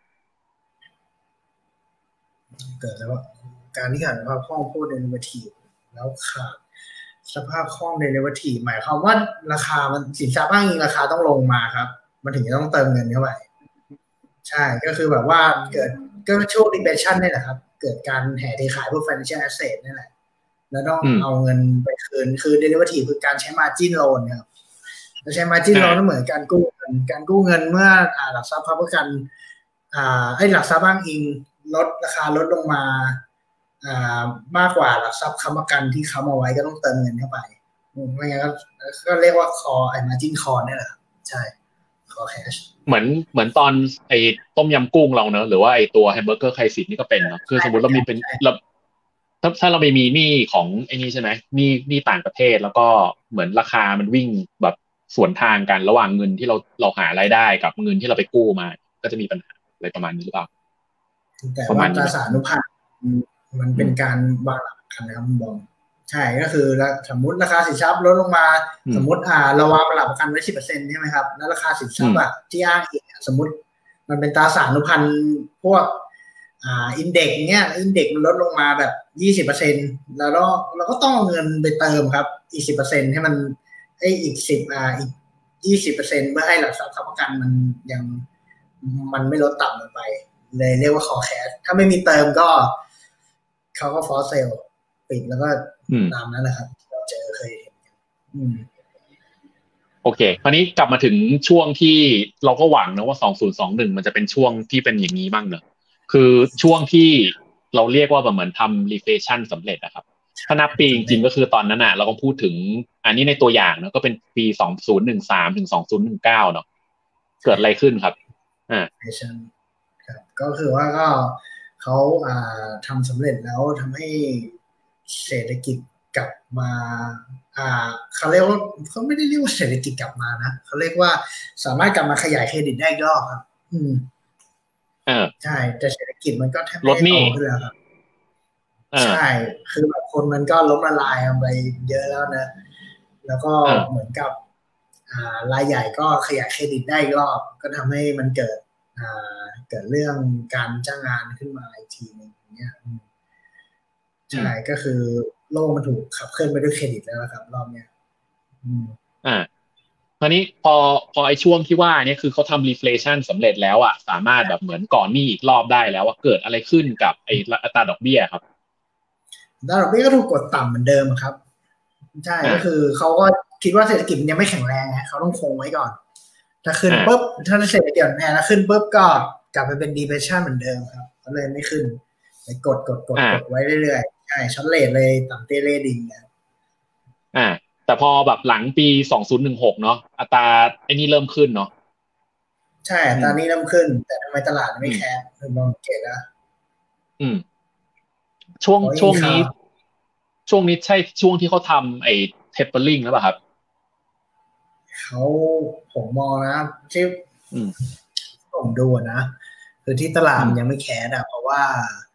เกิดแล้วการที่ขาดสภาพคล่องพวก derivative แล้วขาดสภาพคล่อง derivative หมายความว่าราคามันสินทรัพย์อ้างอิงราคาต้องลงมาครับมันถึงจะต้องเติมเงินเข้าไปใช่ก็คือแบบว่าเกิดก็ช่วง recession นี่แหละครับเกิดการแห่เทขายพวก financial asset นี่แหละแล้วต้องเอาเงินไปคืนคือ derivative คือการใช้ margin loan ครับใช้ margin loan เหมือนการกู้เงินเมื่อหลักทรัพย์ค้ำประกันหลักทรัพย์อ้างอิงราคาลดลงมามากกว่าหลักทรัพย์ค้ำประกันที่ค้ำเอาไว้ก็ต้องเติมเงินเข้าไปไม่งั้นก็เรียกว่า call margin call นี่แหละใช่ call cash เหมือนตอนไอ้ต้มยำกุ้งเราเนอะหรือว่าไอ้ตัวแฮมเบอร์เกอร์ไคซิสนี่ก็เป็นเนาะคือสมมติเรามีเป็นถ้าเราไปมีหนี้ของไอ้นี่ใช่ไหมหนี้ต่างประเทศแล้วก็เหมือนราคามันวิ่งแบบสวนทางกันระหว่างเงินที่เราหารายได้กับเงินที่เราไปกู้มาก็จะมีปัญหาอะไรประมาณนี้หรือเปล่าแต่ว่าประมาณนี้ไหมตราสารอนุพันธ์มันอืมเป็นการวางหลักกันนะครับคุณบอมใช่ก็คือสมมติราคาสินทรัพย์ลดลงมาอืมสมมติเราวางหลักประกันไว้10%ใช่ไหมครับแล้วราคาสินทรัพย์ที่อ้างอิงสมมติมันเป็นตราสารอนุพันธ์พวกอินเด็กซ์เนี้ยอินเด็กซ์มันลดลงมาแบบ20%แล้วเราก็ต้องเอาเงินไปเติมครับอีก10%ให้มันอีกอีก20%เพื่อให้หลักทรัพย์ค้ำประกันยังมันไม่ลดต่ำลงไปเลยเรียกว่า forecast ถ้าไม่มีเติมก็เขาก็ force sale ปิดแล้วก็ตามนั้นแหละครับเราเคยเห็นโอเคคราวนี้กลับมาถึงช่วงที่เราก็หวังนะว่า2021มันจะเป็นช่วงที่เป็นอย่างนี้บ้างเนอะคือช่วงที่เราเรียกว่าแบบเหมือนทำ reflation สำเร็จนะครับถ้านับปีจริงๆก็คือตอนนั้นเราก็พูดถึงอันนี้ในตัวอย่างเนอะก็เป็นปี2013ถึง2019เนาะเกิดอะไรขึ้นครับครับก็คือว่าก็เขาทำสำเร็จแล้วทำให้เศรษฐกิจกลับมาเขาเรียกว่าเขาไม่ได้เรียกว่าเศรษฐกิจกลับมานะเขาเรียกว่าสามารถกลับมาขยายเครดิตได้อีกรอบครับใช่แต่เศรษฐกิจมันก็แทบไม่ได้โตขึ้นแล้วครับใช่คือแบบคนมันก็ล้มละลายไปเยอะแล้วนะแล้วก็เหมือนกับรายใหญ่ก็ขยายเครดิตได้อีกรอบก็ทำให้มันเกิดเรื่องการจ้างงานขึ้นมาอีกทีนึงอย่างเงี้ยใช่ก็คือโลกมันถูกขับเคลื่อนไปด้วยเครดิตแล้วครับรอบเนี้ยคราวนี้พอไอ้ช่วงที่ว่านี่คือเขาทำ reflation สำเร็จแล้วสามารถแบบเหมือนก่อนหนี้อีกรอบได้แล้วเกิดอะไรขึ้นกับไอ้อัตราดอกเบี้ยครับดอกเบี้ยก็ถูกกดต่ำเหมือนเดิมครับใช่ก็คือเขาก็คิดว่าเศรษฐกิจมันยังไม่แข็งแรงไงเขาต้องคงไว้ก่อนถ้าขึ้นปุ๊บถ้าเศรษฐกิจแพ้แล้วขึ้นปุ๊บก็กลับไปเป็น depression เหมือนเดิมครับก็เลยไม่ขึ้นไปกดไว้เรื่อยๆใช่ช็อตเลทเลยต่ำเต้เล่ดิงนะแต่พอแบบหลังปี2016เนาะอัตราไอ้นี่เริ่มขึ้นเนาะใช่ตอนนี้เริ่มขึ้นแต่ทำไมตลาดไม่แคร์คุณมองเกตนะช่วงนี้ใช่ช่วงที่เขาทำไอ้ tapering หรือเปล่าครับเขาผมมองนะที่ผมดูนะคือที่ตลาดยังไม่แคร์เพราะว่า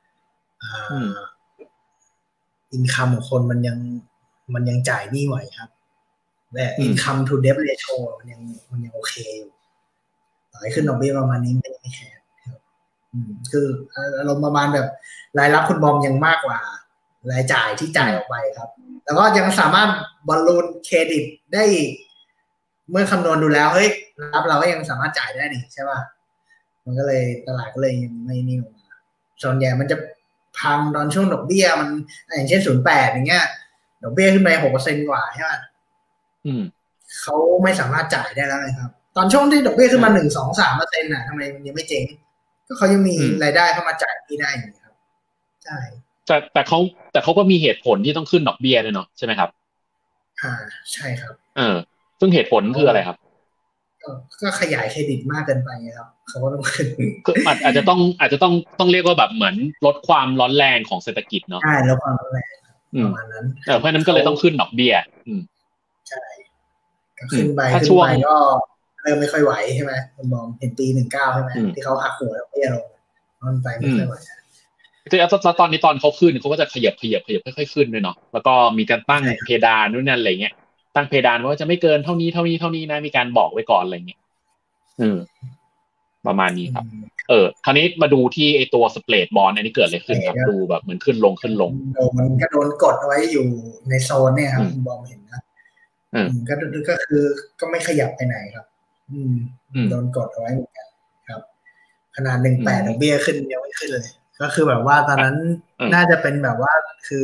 อินคัมของคนมันยังจ่ายหนี้ไหวครับแต่อินคัมทูเดฟเรโชมันยังโอเคอยู่ต่อให้ขึ้นดอกเบี้ยประมาณนี้ไม่แคร์คืออารมณ์ประมาณแบบรายรับคุณบอมยังมากกว่ารายจ่ายที่จ่ายออกไปครับแล้วก็ยังสามารถบอลลูนเครดิตได้เมื่อคำนวณดูแล้วเฮ้ยรับเราก็ยังสามารถจ่ายได้นี่ใช่ป่ะมันก็เลยตลาดก็เลยยังไม่นิ่งมาส่วนใหญ่มันจะพังตอนช่วงดอกเบี้ยมันอย่างเช่น08อย่างเงี้ยดอกเบี้ยขึ้นไป6%กว่าใช่ป่ะเขาไม่สามารถจ่ายได้แล้วนะครับตอนช่วงที่ดอกเบี้ยขึ้นมา1-2-3%น่ะทำไมมันยังไม่เจ๊งก็เขายังมีรายได้เข้ามาจ่ายที่ได้อยู่ครับใช่แต่เขาก็มีเหตุผลที่ต้องขึ้นดอกเบี้ยด้วยเนาะใช่ไหมครับใช่ครับซึ่งเหตุผลคืออะไรครับก็ขยายเครดิตมากเกินไปครับเขาก็ต้องขึ้นคืออาจจะต้องเรียกว่าแบบเหมือนลดความร้อนแรงของเศรษฐกิจเนาะใช่ลดความร้อนแรงประมาณนั้นเพราะนั้นก็เลยต้องขึ้นดอกเบี้ยใช่ก็ขึ้นไปก็เริ่มไม่ค่อยไหวใช่ไหมคุณมองเห็นปี19ใช่ไหมที่เขาหักหัวดอกเบี้ยลงมันไปไม่ค่อยไหวแล้วตอนนี้ตอนเขาขึ้นเขาก็จะขยับค่อยๆขึ้นด้วยเนาะแล้วก็มีการตั้งเพดานนู่นนั่นอะไรเงี้ยตั้งเพดานว่าจะไม่เกินเท่านี้นะมีการบอกไว้ก่อนอะไรเงี้ยประมาณนี้ครับคราวนี้มาดูที่ไอตัวสเปรดบอลอันนี้เกิดอะไรขึ้นครับดูแบบเหมือนขึ้นลงมันก็โดนกดเอาไว้อยู่ในโซนเนี่ยครับคุณบอมเห็นนะก็คือก็ไม่ขยับไปไหนครับโดนกดเอาไว้เหมือนกันครับขนาด18ดอกเบี้ยขึ้นยังไม่ขึ้นเลยก็คือแบบว่าตอนนั้นน่าจะเป็นแบบว่าคือ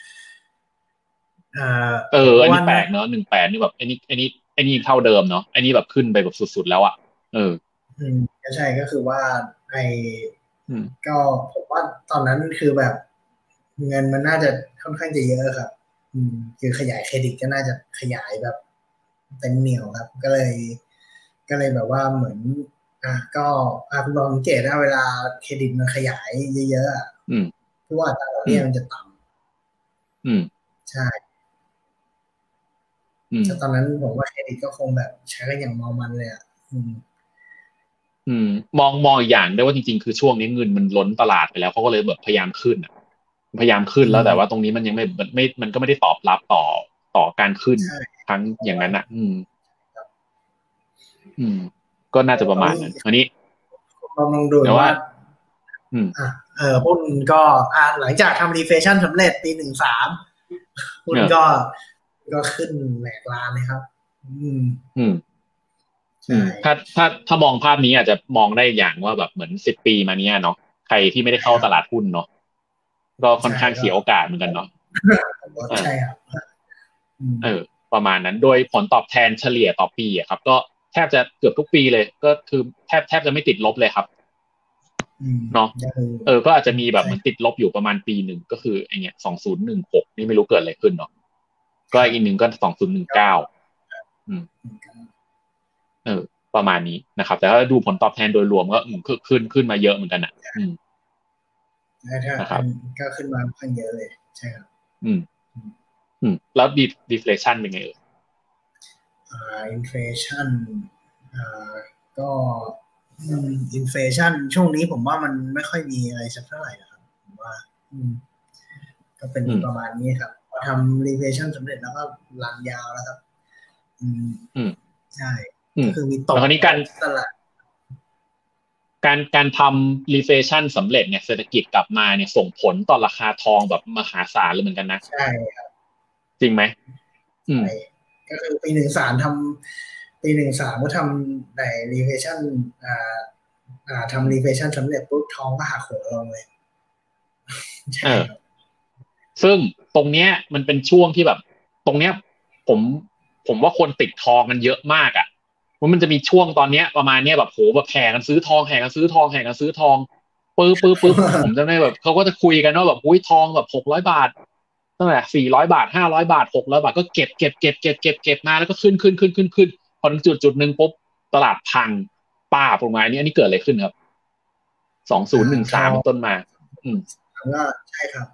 อันนี้แปลกเนาะ18นี่แบบอันนี้เท่าเดิมเนาะอันนี้แบบขึ้นไปแบบสุดๆแล้วก็ใช่ก็คือว่าก็ผมว่าตอนนั้นคือแบบเงินมันน่าจะค่อนข้างจะเยอะครับคือขยายเครดิตก็น่าจะขยายแบบเต็มเหนียวครับ ก็เลยแบบว่าเหมือนก็คุณลองสังเกตนะเวลาเครดิตมันขยายเยอะๆเพราะว่าอัตราดอกเบี้ยมันจะต่อืมใช่แต่ตอนนั้นผมว่าเครดิตก็คงแบบใช้กันอย่างเมามันเลยอ่ะมองอีกอย่างได้ว่าจริงๆคือช่วงนี้เงินมันล้นตลาดไปแล้วเขาก็เลยแบบพยายามขึ้นอ่ะพยายามขึ้นแล้วแต่ว่าตรงนี้มันยังมันก็ไม่ได้ตอบรับต่อการขึ้นใช่ทั้งอย่างนั้นอ่ะอืมก็น่าจะประมาณนั้นอันนี้ลองดูแต่ว่าว่าอืมหุ้นก็หลังจากทำรีเฟชชั่นสำเร็จปี 13หุ้นก็ขึ้นแหลกลานเลยครับอืมใช่ถ้ามองภาพนี้อาจจะมองได้อย่างว่าแบบเหมือน10 ปีมาเนี้ยเนาะใครที่ไม่ได้เข้าตลาดหุ้นเนาะก็ค่อนใช่ก็ข้างเสียโอกาสเหมือนกันเนาะใช่ครับเออประมาณนั้นโดยผลตอบแทนเฉลี่ยต่อปีอะครับก็แทบจะเกือบทุกปีเลยก็คือแทบจะไม่ติดลบเลยครับเนาะก็อาจจะมีแบบมันติดลบอยู่ประมาณปีหนึ่งก็คือไอเนี้ย2016นี่ไม่รู้เกิดอะไรขึ้นเนาะก็อีกหนึ่งก็2019อืมเออประมาณนี้นะครับแต่ถ้าดูผลตอบแทนโดยรวมก็ขึ้นมาเยอะเหมือนกันอ่ะถ้านะครับก็ขึ้นมาค่อนเยอะเลยใช่ครับอืมแล้วdeflation เป็นไงเอ่ยอินฟลชันก็อินฟลชันช่วงนี้ผมว่ามันไม่ค่อยมีอะไรสักเท่าไหร่นะครับผมว่าก็เป็นประมาณนี้ครับพอทำรีเฟชชั่นสำเร็จแล้วก็รันยาวแล้วครับใช่ก็คือมีตกแล้วคราวนี้ตลาดการทำ reflation สำเร็จเนี่ยเศรษฐกิจกลับมาเนี่ยส่งผลต่อราคาทองแบบมหาศาลเลยเหมือนกันนะใช่ครับจริงไหมใช่ก็คือปี 13ก็ทำในรีเฟชชั่นทำรีเฟชชั่นสำเร็จปุ๊บทองก็หักหัวลงเลยใช่ครับซึ่งตรงเนี้ยมันเป็นช่วงที่แบบตรงเนี้ยผมผมว่าคนติดทองกันเยอะมากอ่ะว่ามันจะมีช่วงตอนเนี้ยประมาณเนี้ยแบบโหแบบแห่กันซื้อทองแห่กันซื้อทองแห่กันซื้อทองปึ๊บผมจำได้แบบเขาก็จะคุยกันว่าแบบอุ้ยทองแบบ600 บาทตั้งแต่400 บาท500 บาท600 บาทก็เก็บมาแล้วก็ขึ้นพอถึงจุดหนึ่งปุ๊บตลาดพังป้าบลงมาอันนี้เกิดอะไรขึ้นครับ2013 ทองเป็นต้นมาอืมก็ใช่ครับ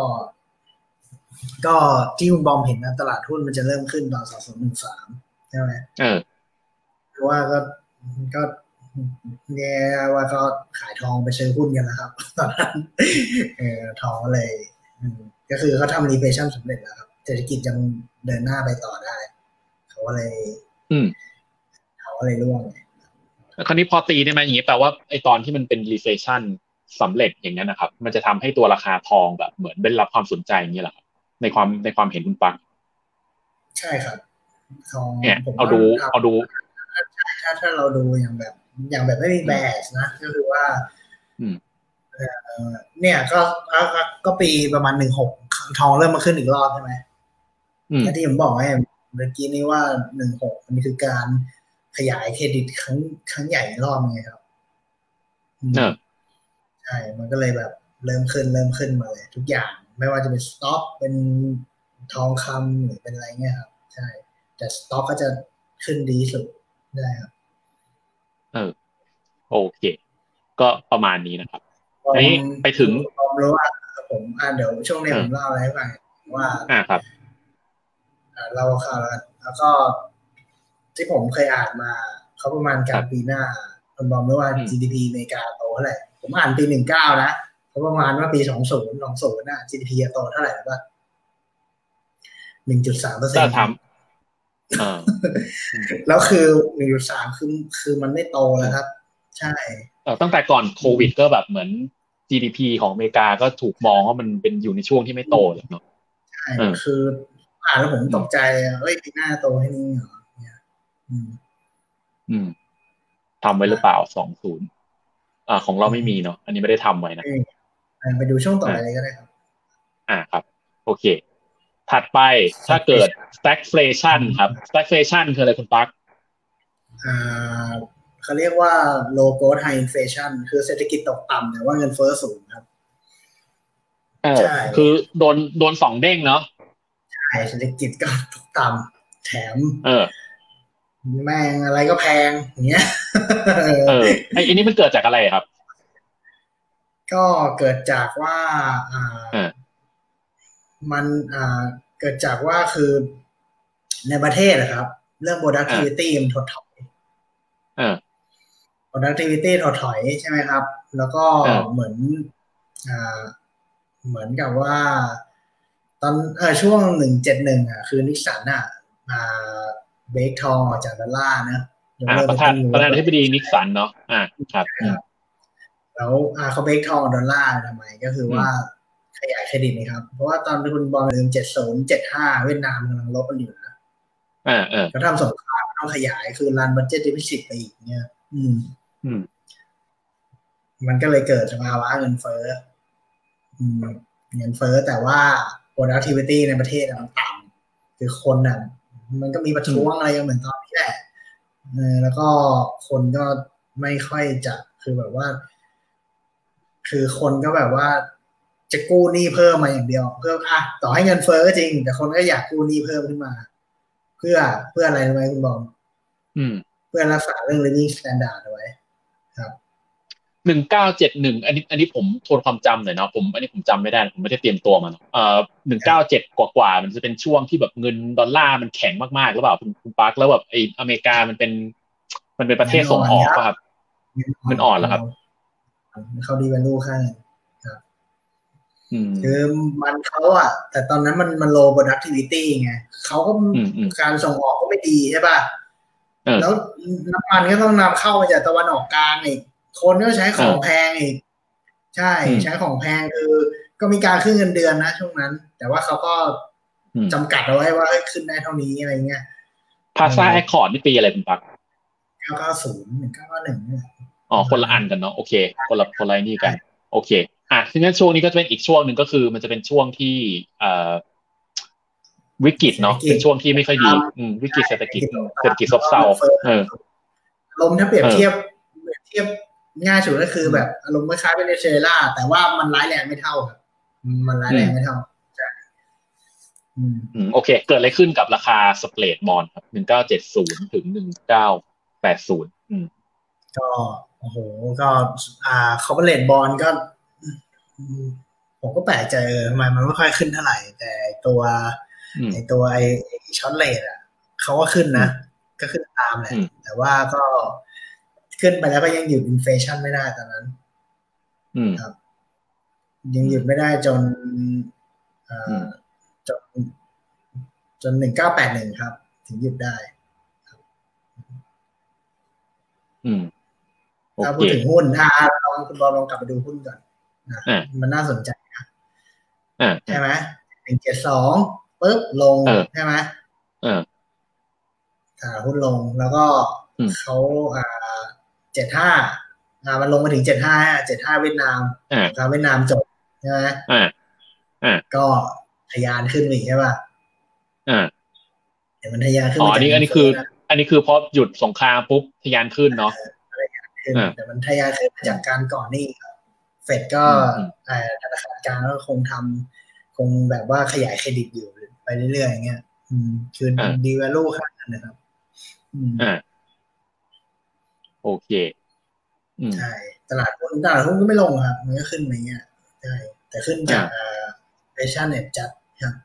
ก็ที่คุณบอมเห็นนะตลาดหุ้นมันจะเริ่มขึ้นตอน2013ใช่ไหมเพราะว่าก็เนี่ยว่าก็ขายทองไปซื้อหุ้นกันแล้วครับตอนนั้นทองเลยก็คือเขาทำรีเพชชั่นสำเร็จแล้วครับเศรษฐกิจยังเดินหน้าไปต่อได้เขาก็เลยอืมเขาก็เลยร่วงคราวนี้พอตีได้ไหมอย่างนี้แปลว่าไอตอนที่มันเป็น recession สำเร็จอย่างนั้นนะครับมันจะทำให้ตัวราคาทองแบบเหมือนได้รับความสนใจอย่างนี้เหรอครับในความเห็นคุณปังใช่ครับทองเนี่ยผมว่าเอาดูถ้าเราดูอย่างแบบไม่มีแบสนะก็คือว่าอืมเนี่ยก็ปีประมาณ16ทองเริ่มมาขึ้นอีกรอบใช่ไหมและที่ผมบอกไว้เมื่อกี้นี้ว่า16มันคือการขยายเครดิตครั้งใหญ่รอบนึงครับใช่มันก็เลยแบบเริ่มขึ้นมาเลยทุกอย่างไม่ว่าจะเป็นสต็อกเป็นทองคำหรือเป็นอะไรเงี้ยครับใช่แต่สต็อกก็จะขึ้นดีสุดได้ครับเออโอเคก็ประมาณนี้นะครับผมอันนี้ไปถึงผมรู้ว่าผมเดี๋ยวช่วงนี้ผมเล่าอะไรให้ฟังว่าครับเราข่าวแล้วก็ที่ผมเคยอ่านมาเขาประมาณกลางปีหน้าผมบอกเลยว่า GDP อเมริกาโตเท่าไหร่ผมอ่านปี 19นะเขาประมาณว่าปี 20น่ะ GDP จะโตเท่าไหร่ป่ะ1.3% ก็ทำแล้วคือ1.3คือมันไม่โตแล้วครับใช่ตั้งแต่ก่อนโควิดก็แบบเหมือน GDP ของอเมริกาก็ถูกมองว่ามันเป็นอยู่ในช่วงที่ไม่โตเลยเนาะใช่คืออ่านแล้วผมตกใจเฮ้ยปีหน้าโตให้นี่เหรอเนี่ยอืมทำไว้หรือเปล่า20ของเราไม่มีเนาะอันนี้ไม่ได้ทำไว้นะไปดูช่วงต่อไปเลยก็ได้ครับครับโอเคถัดไปถ้าเกิด stagflation ครับ stagflation คืออะไรคุณปั๊กเขาเรียกว่า low growth high inflation คือเศรษฐกิจตกต่ำแต่ว่าเงินเฟ้อสูงครับใช่คือโดน2 เด้งเนาะใช่เศรษฐกิจก็ตกต่ำแถมเออแม่งอะไรก็แพงอย่างเงี้ยไอ้นี่มันเกิดจากอะไรครับก็เกิดจากว่ามันเกิดจากว่าคือในประเทศนะครับเรื่อง productivity มันถดถอย productivity ถดถอยใช่ไหมครับแล้วก็เหมือนอ่าเหมือนกับว่าตอนช่วง171คือนิสสันเบรกทองออกจากดอลลาร์นะประธานาธิบดีนิกสันเนาะครับแล้วเขาเบรกทองดอลลาร์ทำไมก็คือว่าขยายเครดิตนะครับเพราะว่าตอนที่คุณบอลลืม70 75เวียดนามกำลังลบกันอยู่นะเขาทำสงครามต้องขยายคือรันบัดเจ็ตดิฟิซิตไปอีกเนี่ยมันก็เลยเกิดสภาวะเงินเฟ้อแต่ว่า productivity ในประเทศมันต่ำคือคนน่ะมันก็มีประท้วงอะไรเหมือนตอนนี้แหละแล้วก็คนก็ไม่ค่อยจะคือแบบว่าคือคนก็แบบว่าจะกู้หนี้เพิ่มมาอย่างเดียวเพื่อต่อให้เงินเฟ้อก็จริงแต่คนก็อยากกู้หนี้เพิ่มขึ้นมาเพื่ออะไรรู้ไหมคุณบอมเพื่อรักษาเรื่อง living standard เอาไว้ครับ 1971อันนี้ผมทวนความจำหน่อยเนาะอันนี้ผมจำไม่ได้ผมไม่ได้เตรียมตัวมา197กว่ามันจะเป็นช่วงที่แบบเงินดอลลาร์มันแข็งมากๆหรือเปล่าคุณปาร์คแล้วแบบอเมริกามันเป็นประเทศส่งออกป่ะครับมันอ่อนแล้วครับเขาดีแวลูค่าเงินครับคือมันเขาแต่ตอนนั้นมัน low productivity ไงเขาก็การส่งออกก็ไม่ดีใช่ป่ะแล้วน้ำมันก็ต้องนำเข้ามาจากตะวันออกกลางอีกคนก็ใช้ของแพงอีกใช่ใช้ของแพงคือก็มีการขึ้นเงินเดือนนะช่วงนั้นแต่ว่าเขาก็จำกัดเอาไว้ว่าขึ้นได้เท่านี้อะไรเงี้ยพาซ่าแอคคอร์ดนี่ปีอะไรคุณปัก 990 1991เนี่ยคนละอันกันเนาะโอเคคนละนี่กันโอเคทีนี้ช่วงนี้ก็จะเป็นอีกช่วงหนึ่งก็คือมันจะเป็นช่วงที่วิกฤตเนาะเป็นช่วงที่ไม่ค่อยดีวิกฤตเศรษฐกิจซบเซาลมถ้าเปรียบเทียบง่ายสุดก็คือแบบอารมณ์คล้ายๆเวเนซุเอลาแต่ว่ามันร้ายแรงไม่เท่าครับมันร้ายแรงไม่เท่าใช่โอเคเกิดอะไรขึ้นกับราคาสเปรดบอนด์ครับ1970ถึง1980 ก็โอ้โหก็คอร์ปอเรทบอนด์ก็ผมก็แปลกใจทำไมมันไม่ค่อยขึ้นเท่าไหร่แต่ตัวไอ้ช็อตเรทเขาก็ขึ้นนะก็ขึ้นตามแหละแต่ว่าก็ขึ้นไปแล้วก็ยังหยุดอินเฟลชันไม่ได้ตอนนั้นครับยังหยุดไม่ได้จน1981ครับถึงหยุดได้ถ้าพูดถึงหุ้นลองคุณบอลลองกลับไปดูหุ้นก่อนนะมันน่าสนใจนะใช่ไหม172ปุ๊บลงใช่ไหมหุ้นลงแล้วก็เขา75มันลงมาถึง75เวียดนามเวียดนามจบใช่ไหมก็ทะยานขึ้นอีกใช่ป่ะเดี๋ยวมันทะยานขึ้นอันนี้คือพอหยุดสงครามปุ๊บทะยานขึ้นเนาะแต่มันทะยานขึ้นจากการก่อนนี่เฟดก็ธนาคารกลางก็คงแบบว่าขยายเครดิตอยู่ไปเรื่อยๆอย่างเงี้ยคือดีแวลูค่าเงินนะครับโอเคใช่ตลาดหุ้นก็ไม่ลงครับมันก็ขึ้นไปเงี้ยใช่แต่ขึ้นจากเฟชั่นเน็ตจัดครับ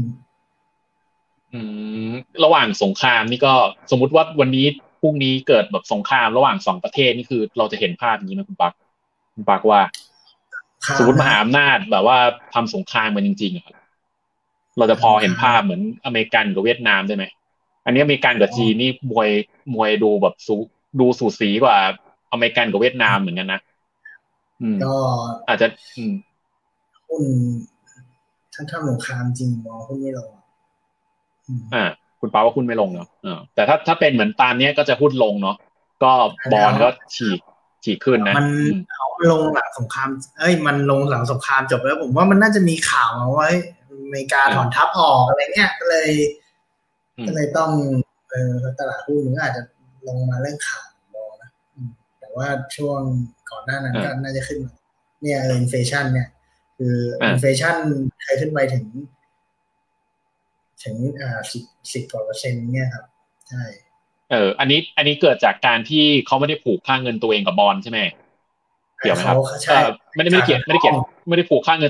ระหว่างสงครามนี่ก็สมมุติว่าวันนี้พรุ่งนี้เกิดแบบสงครามระหว่าง2ประเทศนี่คือเราจะเห็นภาพอย่างนี้ไหมคุณปักว่าสมมติมหาอำนาจแบบว่าทำสงครามกันจริงๆครับเราจะพอเห็นภาพเหมือนอเมริกันกับเวียดนามได้ไหมอันนี้อเมริกันกับจีนนี่มวยดูแบบดูสูสีกว่าอเมริกันกับเวียดนามเหมือนกันนะก็อาจจะหุ้นถ้าสงครามจริงมองหุ้นไม่ลงคุณป้าว่าหุ้นไม่ลงเนาะแต่ถ้าเป็นเหมือนตามนี้ก็จะหุ้นลงเนาะก็บอนด์ก็ฉีกขึ้นนะมันเอาลงหลังสงครามมันลงหลังสงครามจบแล้วผมว่ามันน่าจะมีข่าวมาว่าอเมริกาถอนทัพออกอะไรเงี้ยก็เลยต้องตลาดหุ้นมันอาจจะลงมาเรื่องข่าวบอนะแต่ว่าช่วงก่อนหน้านั้นก็น่าจะขึ้นมาเนี่ยอินเฟลชันเนี่ยคืออินเฟลชันใครขึ้นไปถึง10 กว่า%เนี่ยครับใช่อันนี้เกิดจากการที่เขาไม่ได้ผูกค่าเงินตัวเองกับบอนด์ใช่ไหมเกี่ยวไหมครับไม่ได้ผูกค่าเงินแต่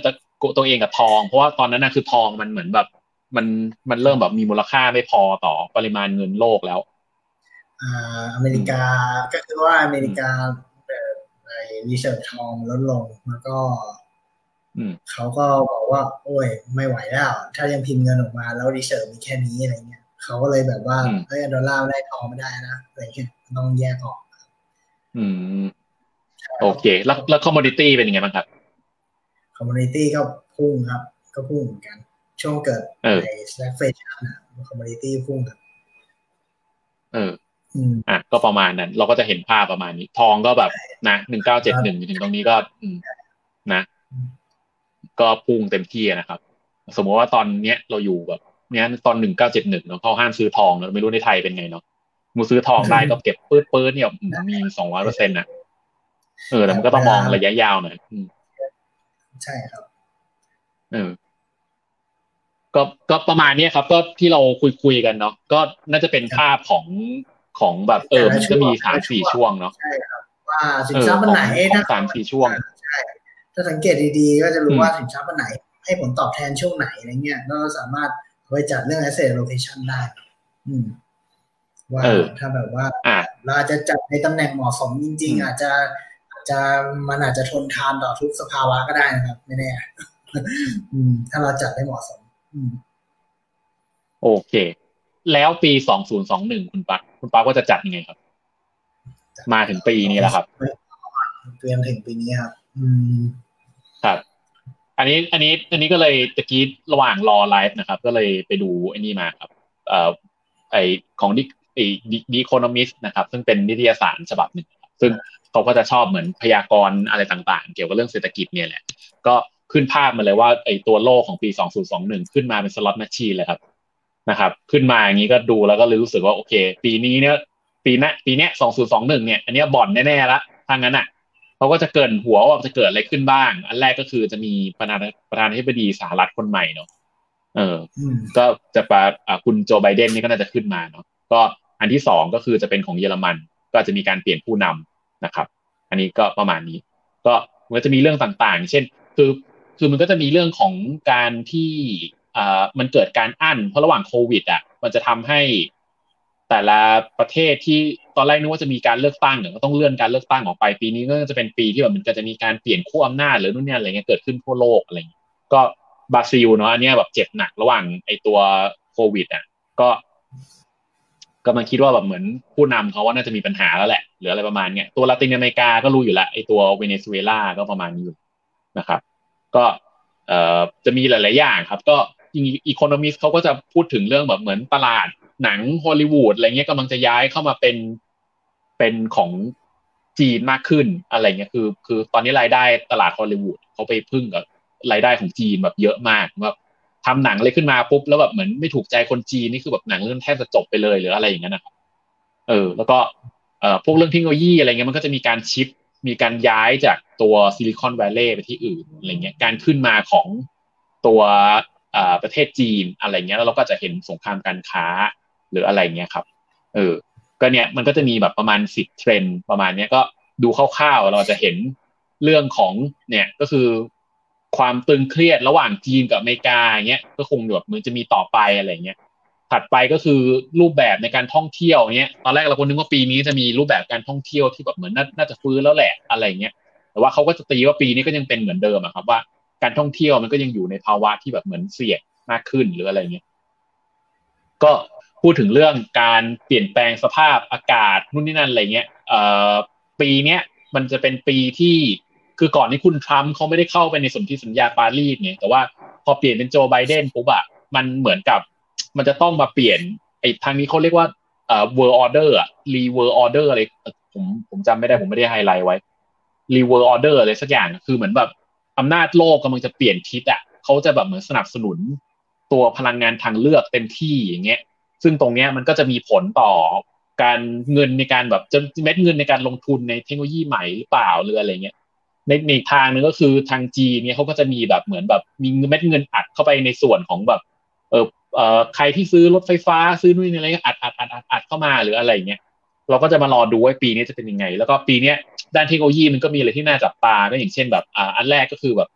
ตัวเองกับทองเพราะว่าตอนนั้นนะคือทองมันเหมือนแบบมันมันเริ่มแบบมีมูลค่าไม่พอต่อปริมาณเงินโลกแล้วอเมริกาก็คือว่าอเมริกาอืมไอ้รีเสิร์ชทองลดลงแล้วก็อืมเขาก็บอกว่าโอ้ยไม่ไหวแล้วถ้ายังพิมพ์เงินออกมาแล้วรีเสิร์ชมีแค่นี้อะไรเงี้ยเขาก็เลยแบบว่าอืมเฮ้ยดอลลาร์ไม่ได้ทองไม่ได้นะอะไรเงี้ยต้องแยกออกอืมโอเคแล้วคอมมอดิตี้เป็นยังไงบ้างครับคอมมูนิตี้ก็พุ่งครับก็พุ่งเหมือนกันช่วงเกิดเออไอ้ stagflation อ่ะคอมมูนิตี้พุ่งครับเอออืมก็ประมาณนั้นเราก็จะเห็นภาพประมาณนี้ทองก็แบบนะ1971ถึงตรงนี้ก็นะก็พุ่งเต็มที่นะครับสมมติว่าตอนเนี้ยเราอยู่แบบเนี้ยตอน1971เนาะเขาห้ามซื้อทองเนาะไม่รู้ในไทยเป็นไงเนาะมูซื้อทองได้ก็เก็บปื๊ดเนี่ยมี200%อ่ะแต่มันก็ต้องมแต่เวลาองระยะยาวหน่อยใช่ครับเออก็ประมาณเนี้ยครับก็ที่เราคุยกันเนาะก็น่าจะเป็นภาพของแบบมันก็มีแต่ละช่ 3-4 วงช่วงเนาะใช่ครับว่าสินทรัพย์ของอันไหนของถ้า 3-4 ช่วงใช่ถ้าสังเกตดีๆก็จะรู้อืมว่าสินทรัพย์อันไหนให้ผลตอบแทนช่วงไหนอะไรเงี้ยก็สามารถเอาไปจัดเรื่อง asset allocation ได้อืมว่าเออถ้าแบบว่าอ่ะเราอาจจะจัดในตำแหน่งเหมาะสมจริงอืมๆอาจจะมันอาจจะทนทานต่อทุกสภาวะก็ได้นะครับไม่แน่ถ้าเราจัดได้เหมาะสมอืมโอเคแล้วปี2021คุณปักว่าจะจัดยังไงครับมาถึงปีนี้แล้วครับเตรียมถึงปีนี้ครับครับอันนี้ก็เลยตะกี้ระหว่างรอไลฟ์นะครับก็เลยไปดูไอ้นี่มาครับเอ่อไอของดิไอดีโคโนมิสนะครับซึ่งเป็นนิตยสารฉบับหนึ่งครับซึ่งเขาก็จะชอบเหมือนพยากรณ์อะไรต่างๆเกี่ยวกับเรื่องเศรษฐกิจเนี่ยแหละก็ขึ้นภาพมาเลยว่าไอตัวโลกของปี2021ขึ้นมาเป็นสล็อตแมชชีนเลยครับนะครับขึ้นมาอย่างนี้ก็ดูแล้วก็เลยรู้สึกว่าโอเคปีนี้เนี่ยปีเนี้ย2021เนี่ยอันเนี้ยบ่อนแน่ๆละถ้างั้นอ่ะ เขาก็จะเกรินหัวว่าจะเกิดอะไรขึ้นบ้าง อันแรกก็คือจะมีประธานาธิบดีสหรัฐคนใหม่เนาะเอออืมก็จะปะคุณโจไบเดนนี่ก็น่าจะขึ้นมาเนาะก็อันที่สองก็คือจะเป็นของเยอรมันก็จะมีการเปลี่ยนผู้นำนะครับอันนี้ก็ประมาณนี้ก็มันก็จะมีเรื่องต่างๆเช่นคือคือมันก็จะมีเรื่องของการที่มันเกิดการอั้นเพราะระหว่างโควิดมันจะทำให้แต่ละประเทศที่ตอนแรกนึกว่าจะมีการเลือกตั้งเนี่ยก็ต้องเลื่อนการเลือกตั้งออกไปปีนี้ก็จะเป็นปีที่แบบมันก็จะมีการเปลี่ยนขั้วอำนาจหรือนู่นนี่อะไรเงี้ยเกิดขึ้นทั่วโลกอะไรเงี้ยก็บราซิลเนาะอันเนี้ยแบบเจ็บหนักระหว่างไอตัวโควิดก็กำลังคิดว่าแบบเหมือนผู้นำเขาว่าน่าจะมีปัญหาแล้วแหละหรืออะไรประมาณเนี้ยตัวลาตินอเมริกาก็รู้อยู่แล้วไอตัวเวเนซุเอลาก็ประมาณนี้อยู่นะครับก็จะมีหลายๆอย่างครับก็อีโคโนมิสเขาก็จะพูดถึงเรื่องแบบเหมือนตลาดหนังฮอลลีวูดอะไรเงี้ยกำลังจะย้ายเข้ามาเป็นของจีนมากขึ้นอะไรเงี้ยคือตอนนี้รายได้ตลาดฮอลลีวูดเขาไปพึ่งกับรายได้ของจีนแบบเยอะมากแบบทำหนังเลยขึ้นมาปุ๊บแล้วแบบเหมือนไม่ถูกใจคนจีนนี่คือแบบหนังเรื่องแทบจะจบไปเลยหรืออะไรอย่างเงี้ยนะครับแล้วก็พวกเรื่องเทคโนโลยีอะไรเงี้ยมันก็จะมีการชิปมีการย้ายจากตัวซิลิคอนแวลลย์ไปที่อื่นอะไรเงี้ยการขึ้นมาของตัวประเทศจีนอะไรเงี้ยแล้วเราก็จะเห็นสงครามการค้าหรืออะไรเงี้ยครับเออก็เนี่ยมันก็จะมีแบบประมาณ10 เทรนด์ประมาณเนี้ยก็ดูคร่าวๆเราจะเห็นเรื่องของเนี่ยก็คือความตึงเครียดระหว่างจีนกับอเมริกาอย่างเงี้ยก็คงแบบเหมือนจะมีต่อไปอะไรเงี้ย ถัดไปก็คือรูปแบบในการท่องเที่ยวเงี้ยตอนแรกเราคนนึกว่าปีนี้จะมีรูปแบบการท่องเที่ยวที่แบบเหมือนน่าจะฟื้นแล้วแหละอะไรเงี้ยแต่ว่าเขาก็จะตีว่าปีนี้ก็ยังเป็นเหมือนเดิมอะครับว่าการท่องเที่ยวมันก็ยังอยู่ในภาวะที่แบบเหมือนเสี่ยงมากขึ้นหรืออะไรเงี้ยก็พูดถึงเรื่องการเปลี่ยนแปลงสภาพอากาศนู่นนี่นั่นอะไรเงี้ยปีเนี้ยมันจะเป็นปีที่คือก่อนที่คุณทรัมป์เขาไม่ได้เข้าไปในสนธิสัญญาปารีสไงแต่ว่าพอเปลี่ยนเป็นโจไบเดนปุ๊บมันเหมือนกับมันจะต้องมาเปลี่ยนไอ้ทางนี้เขาเรียกว่าworld order world order อะไรผมจำไม่ได้ผมไม่ได้ไฮไลท์ไว้ world order อะไรสักอย่างคือเหมือนแบบอำนาจโลกกำลังจะเปลี่ยนทิศเขาจะแบบเหมือนสนับสนุนตัวพลังงานทางเลือกเต็มที่อย่างเงี้ยซึ่งตรงเนี้ยมันก็จะมีผลต่อการเงินในการแบบจะเม็ดเงินในการลงทุนในเทคโนโลยีใหม่หรือเปล่าหรืออะไรเงี้ยในทางนึงก็คือทางจีนเนี่ยเขาก็จะมีแบบเหมือนแบบมีเม็ดเงินอัดเข้าไปในส่วนของแบบเออใครที่ซื้อรถไฟฟ้าซื้อนู่นนี่อะไรอัดเข้ามาหรืออะไรเงี้ยเราก็จะมารอดูว่าปีนี้จะเป็นยังไงแล้วก็ปีเนี้ยด้านเทคโนโลยีมันก็มีอะไรที่น่าจับตาก็อย่างเช่นแบบอันแรกก็คือแบบ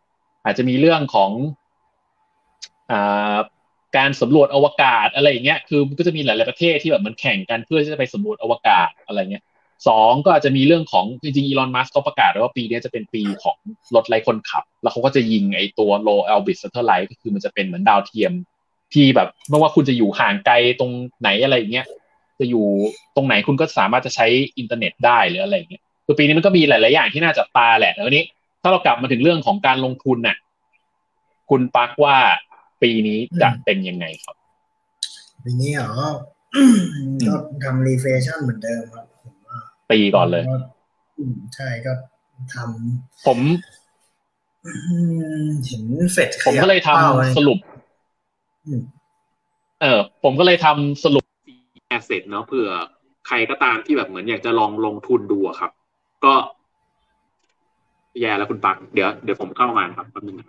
อาจจะมีเรื่องของอ่าการสำรวจอวกาศอะไรอย่างเงี้ยคือมันก็จะมีหลายๆประเทศที่แบบมันแข่งกันเพื่อที่จะไปสำรวจอวกาศอะไรเงี้ยสองก็อาจจะมีเรื่องของจริงๆอีลอนมัสก์เขาประกาศไว้ว่าปีนี้จะเป็นปีของรถไร้คนขับแล้วเขาก็จะยิงไอ้ตัว low orbit satellite ก็คือมันจะเป็นเหมือนดาวเทียมที่แบบไม่ว่าคุณจะอยู่ห่างไกลตรงไหนอะไรอย่างเงี้ยจะอยู่ตรงไหนคุณก็สามารถจะใช้อินเทอร์เน็ตได้หรืออะไรอย่างเงี้ยคือปีนี้มันก็มีหลายๆอย่างที่น่าจับตาแหละแล้วนี้ถ้าเรากลับมาถึงเรื่องของการลงทุนน่ะคุณปักว่าปีนี้จะเป็นยังไงครับปีนี้เหรอก็ทำรีเฟชชั่นเหมือนเดิมครับผมว่าปีก่อนเลยใช่ก็ทำผมเห็นเฟดผมก็เลยทำสรุปผมก็เลยทำสรุป asset เนาะเผื่อใครก็ตามที่แบบเหมือนอยากจะลองลงทุนดูครับก็แย่แล้วคุณปักเดี๋ยวผมเข้ามาครับแป๊บนึง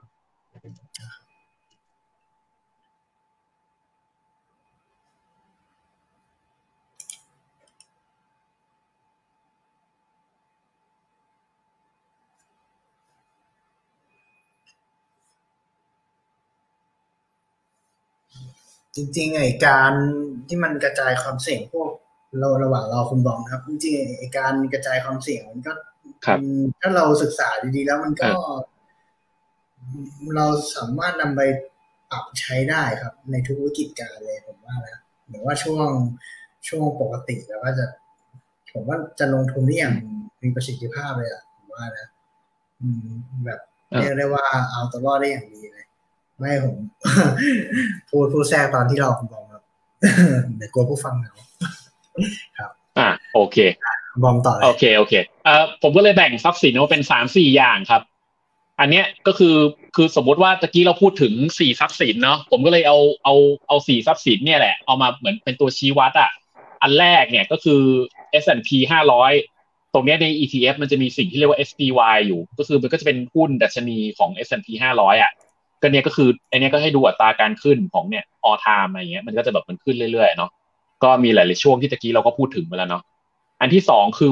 จริงๆไอ้การที่มันกระจายความเสี่ยงพวกเราระหว่างเราคุณบองครับจริงๆไอ้การกระจายความเสี่ยงมันก็ถ้าเราศึกษาดีๆแล้วมันก็เราสามารถนำไปปรับใช้ได้ครับในทุกวิกฤตการณ์เลยผมว่านะหรือว่าช่วงปกติแล้วก็ผมว่าจะลงทุนได้อย่างมีประสิทธิภาพเลยอ่ะผมว่านะแบบเรียกได้ว่าเอาตัวรอดได้อย่างดีเลยไม่ผมพูดแทรกตอนที่เราคุณบองครับเดี๋ยวกลัวผู้ฟังเหงาครับโอเคบองต่อเลยโอเคผมก็เลยแบ่งทรัพย์สินว่าเป็น3-4อย่างครับอันเนี้ยก็คือสมมติว่าตะกี้เราพูดถึง4ทรัพย์สินเนาะผมก็เลยเอา4ทรัพย์สินเนี่ยแหละเอามาเหมือนเป็นตัวชี้วัดอ่ะอันแรกเนี่ยก็คือ S&P 500ตรงเนี้ยใน ETF มันจะมีสิ่งที่เรียกว่า SPY อยู่ก็คือมันก็จะเป็นหุ้นดัชนีของ S&P 500อ่ะก็เนี่ยก็คือไอเนี้ยก็ให้ดูอัตราการขึ้นของเนี่ย all time อะไรเงี้ยมันก็จะแบบมันขึ้นเรื่อยๆเนาะก็มีหลายๆช่วงที่ตะกี้เราก็พูดถึงไปแล้วเนาะอันที่สองคือ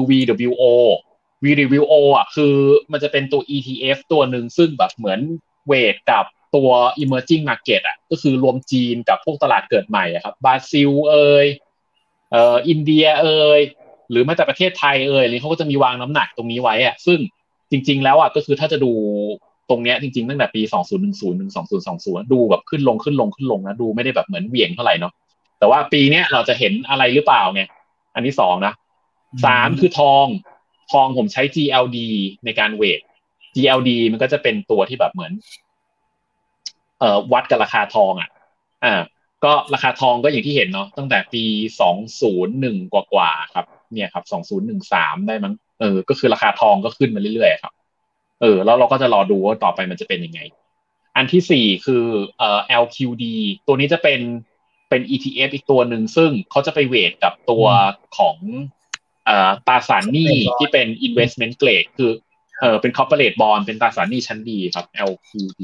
VWO อ่ะคือมันจะเป็นตัว ETF ตัวหนึ่งซึ่งแบบเหมือนเวทกับตัว emerging market อ่ะก็คือรวมจีนกับพวกตลาดเกิดใหม่อ่ะครับบราซิลอินเดียหรือแม้แต่ประเทศไทยอะไรเขาก็จะมีวางน้ำหนักตรงนี้ไว้อ่ะซึ่งจริงๆแล้วอ่ะก็คือถ้าจะดูตรงเนี้ยจริงๆตั้งแต่ปี2010ถึง2020ดูแบบขึ้นลงนะดูไม่ได้แบบเหมือนเหวี่ยงเท่าไหร่เนาะแต่ว่าปีเนี้ยเราจะเห็นอะไรหรือเปล่าไงอันที่สองนะ3คือทองผมใช้ GLD ในการเวท GLD มันก็จะเป็นตัวที่แบบเหมือนวัดกับราคาทองก็ราคาทองก็อย่างที่เห็นเนาะตั้งแต่ปี201กว่าครับเนี่ยครับ2013ได้มั้งก็คือราคาทองก็ขึ้นมาเรื่อยๆครับแล้วเราก็จะรอดูว่าต่อไปมันจะเป็นยังไงอันที่สี่คือLQD ตัวนี้จะเป็น ETF อีกตัวหนึ่งซึ่งเขาจะไปเวทกับตัวของตราสารหนี้ที่เป็น investment grade คือเป็น corporate bond เป็นตราสารหนี้ชั้นดีครับ LQD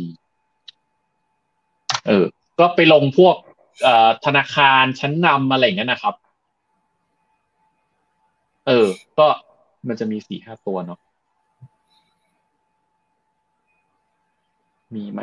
ก็ไปลงพวกธนาคารชั้นนำอะไรอย่างเงี้ยนะครับก็มันจะมี4-5ตัวเนาะมีไหม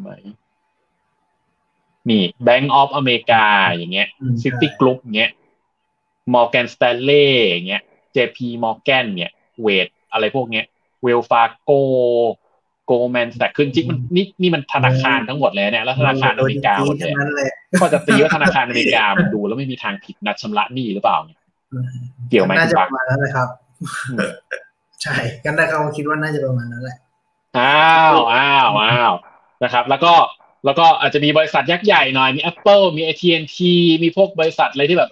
มี Bank of America อย่างเงี้ย City Group อย่างเงี้ย Morgan Stanley อย่างเงี้ย JP Morgan เนี่ยเวทอะไรพวกเนี้ย Wells Fargo Goldman Sachs คือจริงมันนี่มันธนาคารทั้งหมดเลยเนี่ยแล้วธนาคารอเมริกาหมดเลยก็จะตีว่าธนาคารอเมริกามันดูแล้วไม่มีทางผิดนัดชำระหนี้หรือเปล่าเกี่ยวไหมน่าจะประมาณนั้นเลยครับใช่กันได้เขาคิดว่าน่าจะประมาณนั้นแหละอ้าวนะครับแล้วก็อาจจะมีบริษัทยักษ์ใหญ่หน่อยมี Apple มี AT&T มีพวกบริษัทอะไรที่แบบ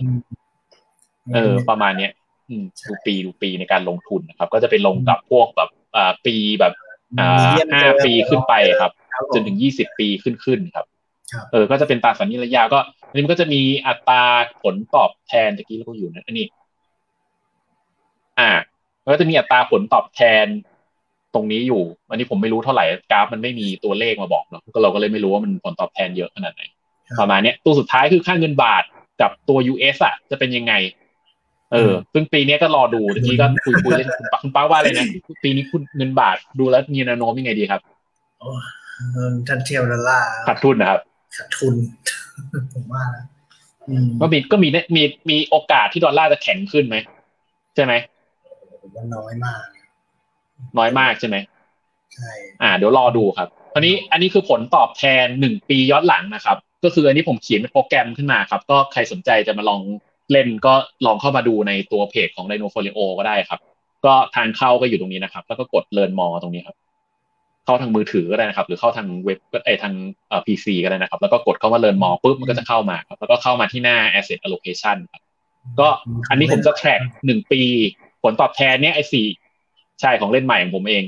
ประมาณเนี้ยดูปีในการลงทุนนะครับก็จะไปลงกับพวกแบบปีแบบ5 ปีขึ้นไปครับจนถึง20 ปีขึ้นครับก็จะเป็นตราสารหนี้ระยะก็อันนี้มันก็จะมีอัตราผลตอบแทนตะกี้เราก็อยู่นะอันนี้ก็จะมีอัตราผลตอบแทนตรงนี้อยู่อันนี้ผมไม่รู้เท่าไหร่กราฟมันไม่มีตัวเลขมาบอกเนาะก็เราก็เลยไม่รู้ว่ามันผลตอบแทนเยอะขนาดไหนประมาณนี้ตัวสุดท้ายคือค่าเงินบาทกับตัว US จะเป็นยังไงซึ่งปีนี้ก็รอดูเมื่อกี้ก็คุยเล่นคุณป้าว่าอะไรนะปีนี้คุณเงินบาทดูแล้วมีแนวโน้มยังไงดีครับถ้าเทียบดอลลาร์ขาดทุนนะครับขาดทุน ผมว่านะก็มีโอกาสที่ดอลลาร์จะแข็งขึ้นไหมใช่ไหมผมว่าน้อยมากใช่ไหมใช่เดี๋ยวรอดูครับอันนี้คือผลตอบแทน1 ปีย้อนหลังนะครับก็คืออันนี้ผมเขียนเป็นโปรแกรมขึ้นมาครับก็ใครสนใจจะมาลองเล่นก็ลองเข้ามาดูในตัวเพจของ Dinofolio ก็ได้ครับก็ทางเข้าก็อยู่ตรงนี้นะครับแล้วก็กด Learn More ตรงนี้ครับเข้าทางมือถือก็ได้นะครับหรือเข้าทางเว็บก็ทางPC ก็ได้นะครับแล้วก็กดเข้ามา Learn Moreปุ๊บมันก็จะเข้ามาครับแล้วก็เข้ามาที่หน้า Asset Allocation ครับก็อันนี้ผมจะ track 1 ปีผลตอบแทนเนี่ยใช่ของเล่นใหม่ของผมเอง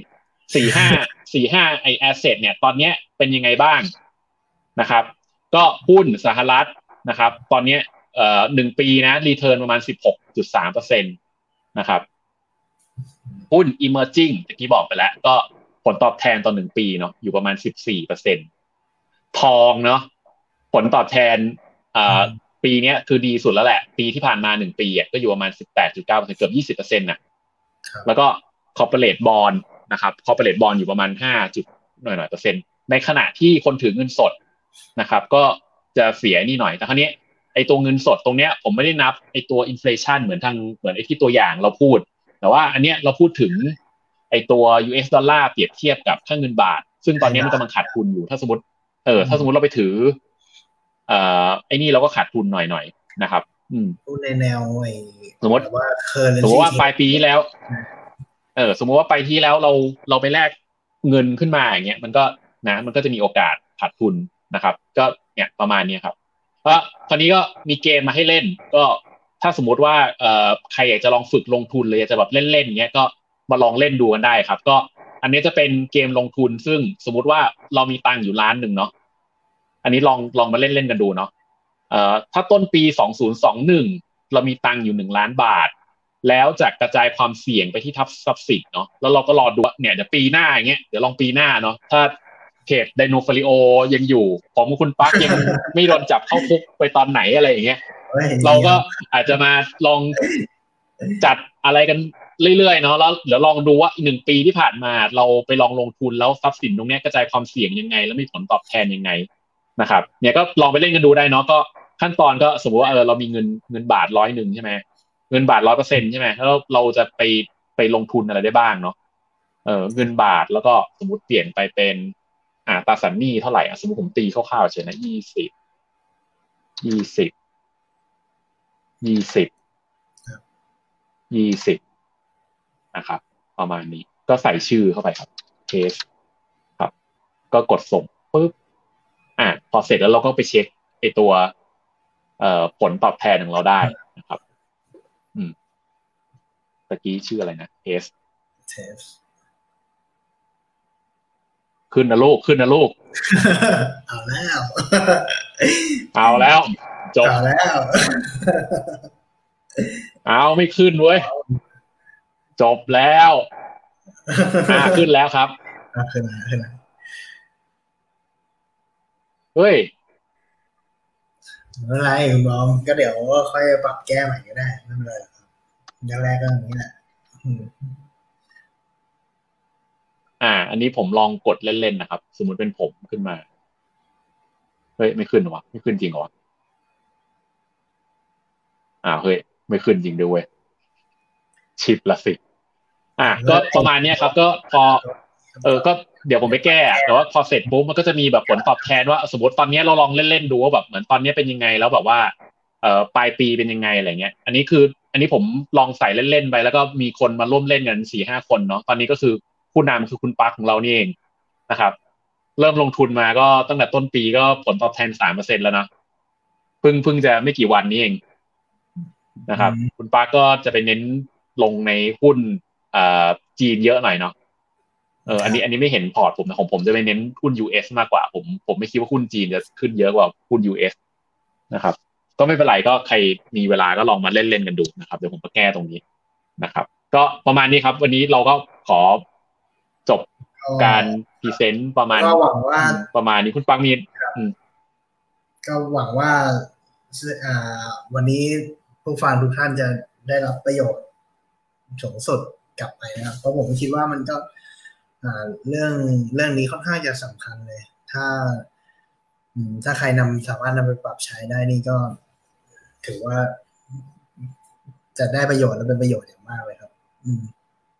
4-5ไอ asset เนี่ยตอนเนี้ยเป็นยังไงบ้างนะครับก็หุ้นสหรัฐนะครับตอนเนี้ย1 ปีนะรีเทิร์นประมาณ 16.3% นะครับหุ้น emerging ตะกี้บอกไปแล้วก็ผลตอบแทนต่อ1 ปีเนาะอยู่ประมาณ 14%ทองเนาะผลตอบแทนปีนี้คือดีสุดแล้วแหละปีที่ผ่านมา1 ปีก็อยู่ประมาณ 18.9% เกือบ 20% น่ะแล้วก็ corporate bond นะครับ corporate bond อยู่ประมาณ5จุดหน่อย%ในขณะที่คนถือเงินสดนะครับก็จะเสียนี่หน่อยแต่คราวนี้ไอ้ตัวเงินสดตรงเนี้ยผมไม่ได้นับไอ้ตัวอินเฟลชันเหมือนไอ้ที่ตัวอย่างเราพูดแต่ว่าอันเนี้ยเราพูดถึงไอ้ตัว US ดอลลาร์เปรียบเทียบกับค่าเงินบาทซึ่งตอนนี้มันกำลังขาดทุนอยู่ถ้าสมมติเราไปถือไอ้นี่เราก็ขาดทุนหน่อยนะครับพูดในแนวสมมติว่าปลายปีที่แล้วสมมติว่าไปที่แล้วเราไปแลกเงินขึ้นมาอย่างเงี้ยมันก็จะมีโอกาสขาดทุนนะครับก็เนี่ยประมาณนี้ครับก็คราวนี้ก็มีเกมมาให้เล่นก็ถ้าสมมติว่าใครอยากจะลองฝึกลงทุนเลยอยากจะแบบเล่นๆอย่างเงี้ยก็มาลองเล่นดูกันได้ครับก็อันนี้จะเป็นเกมลงทุนซึ่งสมมติว่าเรามีตังค์อยู่1,000,000เนาะอันนี้ลองมาเล่นกันดูเนาะถ้าต้นปี2021เรามีตังค์อยู่1,000,000 บาทแล้วจะกระจายความเสี่ยงไปที่ทรัพย์สินเนาะแล้วเราก็รอดูเนี่ยเดี๋ยวปีหน้าอย่างเงี้ยเดี๋ยวลองปีหน้าเนาะถ้าเพจไดโนฟลิโอยังอยู่ของคุณปั๊กยังไม่โดนจับเข้าคุกไปตอนไหนอะไรอย่างเงี้ยเราก็อาจจะมาลองจัดอะไรกันเรื่อยๆเนาะแล้วเดี๋ยวลองดูว่า1 ปีที่ผ่านมาเราไปลองลงทุนแล้วทรัพย์สินตรงนี้กระจายความเสี่ยงยังไงแล้วมีผลตอบแทนยังไงนะครับเนี่ยก็ลองไปเล่นกันดูได้เนาะก็ขั้นตอนก็สมมติว่าเรามีเงินบาท100ใช่ไหมเงินบาท100%ใช่ไหมแล้วเราจะไปลงทุนอะไรได้บ้างเนาะเงินบาทแล้วก็สมมติเปลี่ยนไปเป็นตราสารหนี้เท่าไหร่สมมติผมตีคร่าวๆเฉยนะ20นะครับประมาณนี้ก็ใส่ชื่อเข้าไปครับเคสครับก็กดส่งปุ๊บพอเสร็จแล้วเราก็ไปเช็คไอตัวผลตอบแทนของเราได้นะครับตะกี้ชื่ออะไรนะเทสขึ้นนะลูกเอาแล้วจบเอาไม่ขึ้นเว้ยจบแล้วขึ้นแล้วครับขึ้นแล้วเฮ้ยไม่เป็นไรคุณบอมก็เดี๋ยวค่อยปรับแก้ใหม่ก็ได้ไม่เป็นไรอย่างแรกก็อย่างนี้แหละอันนี้ผมลองกดเล่นๆนะครับสมมุติเป็นผมขึ้นมาเฮ้ยไม่ขึ้นหรอวะไม่ขึ้นจริงหรอวะเฮ้ยไม่ขึ้นจริงด้วยเว้ยชิปละสิก็ประมาณนี้ครับก็พอก็เดี๋ยวผมไปแก้แต่ว่าพอเสร็จปุ๊บมันก็จะมีแบบผลตอบแทนว่าสมมติตอนนี้เราลองเล่นๆดูว่าแบบเหมือนตอนนี้เป็นยังไงแล้วแบบว่าปลายปีเป็นยังไงอะไรเงี้ยอันนี้ผมลองใส่เล่นๆไปแล้วก็มีคนมาร่วมเล่นกัน 4-5 คนเนาะตอนนี้ก็คือผู้นำคือคุณปั๊กของเรานี่เองนะครับเริ่มลงทุนมาก็ตั้งแต่ต้นปีก็ผลตอบแทน 3% แล้วนะเพิ่งจะไม่กี่วันนี้เองนะครับคุณปั๊กก็จะไปเน้นลงในหุ้นจีนเยอะหน่อยเนาะอันนี้ไม่เห็นพอร์ตผมนะของผมจะไปเน้นหุ้น US มากกว่าผมไม่คิดว่าหุ้นจีนจะขึ้นเยอะกว่าหุ้น US นะครับก็ไม่เป็นไรก็ใครมีเวลาก็ลองมาเล่นกันดูนะครับเดี๋ยวผมจะแก้ตรงนี้นะครับก็ประมาณนี้ครับวันนี้เราก็ขอจบการพรีเซนต์ประมาณก็หวังว่าประมาณนี้คุณปังมีก็หวังว่าวันนี้ผู้ฟังทุกท่านจะได้รับประโยชน์สูงสุดกลับไปนะครับเพราะผมคิดว่ามันก็เรื่องนี้ค่อนข้างจะสำคัญเลย ถ้าถ้าใครสามารถนำไปปรับใช้ได้นี่ก็ถือว่าจะได้ประโยชน์และเป็นประโยชน์อย่างมากเลยครับอืม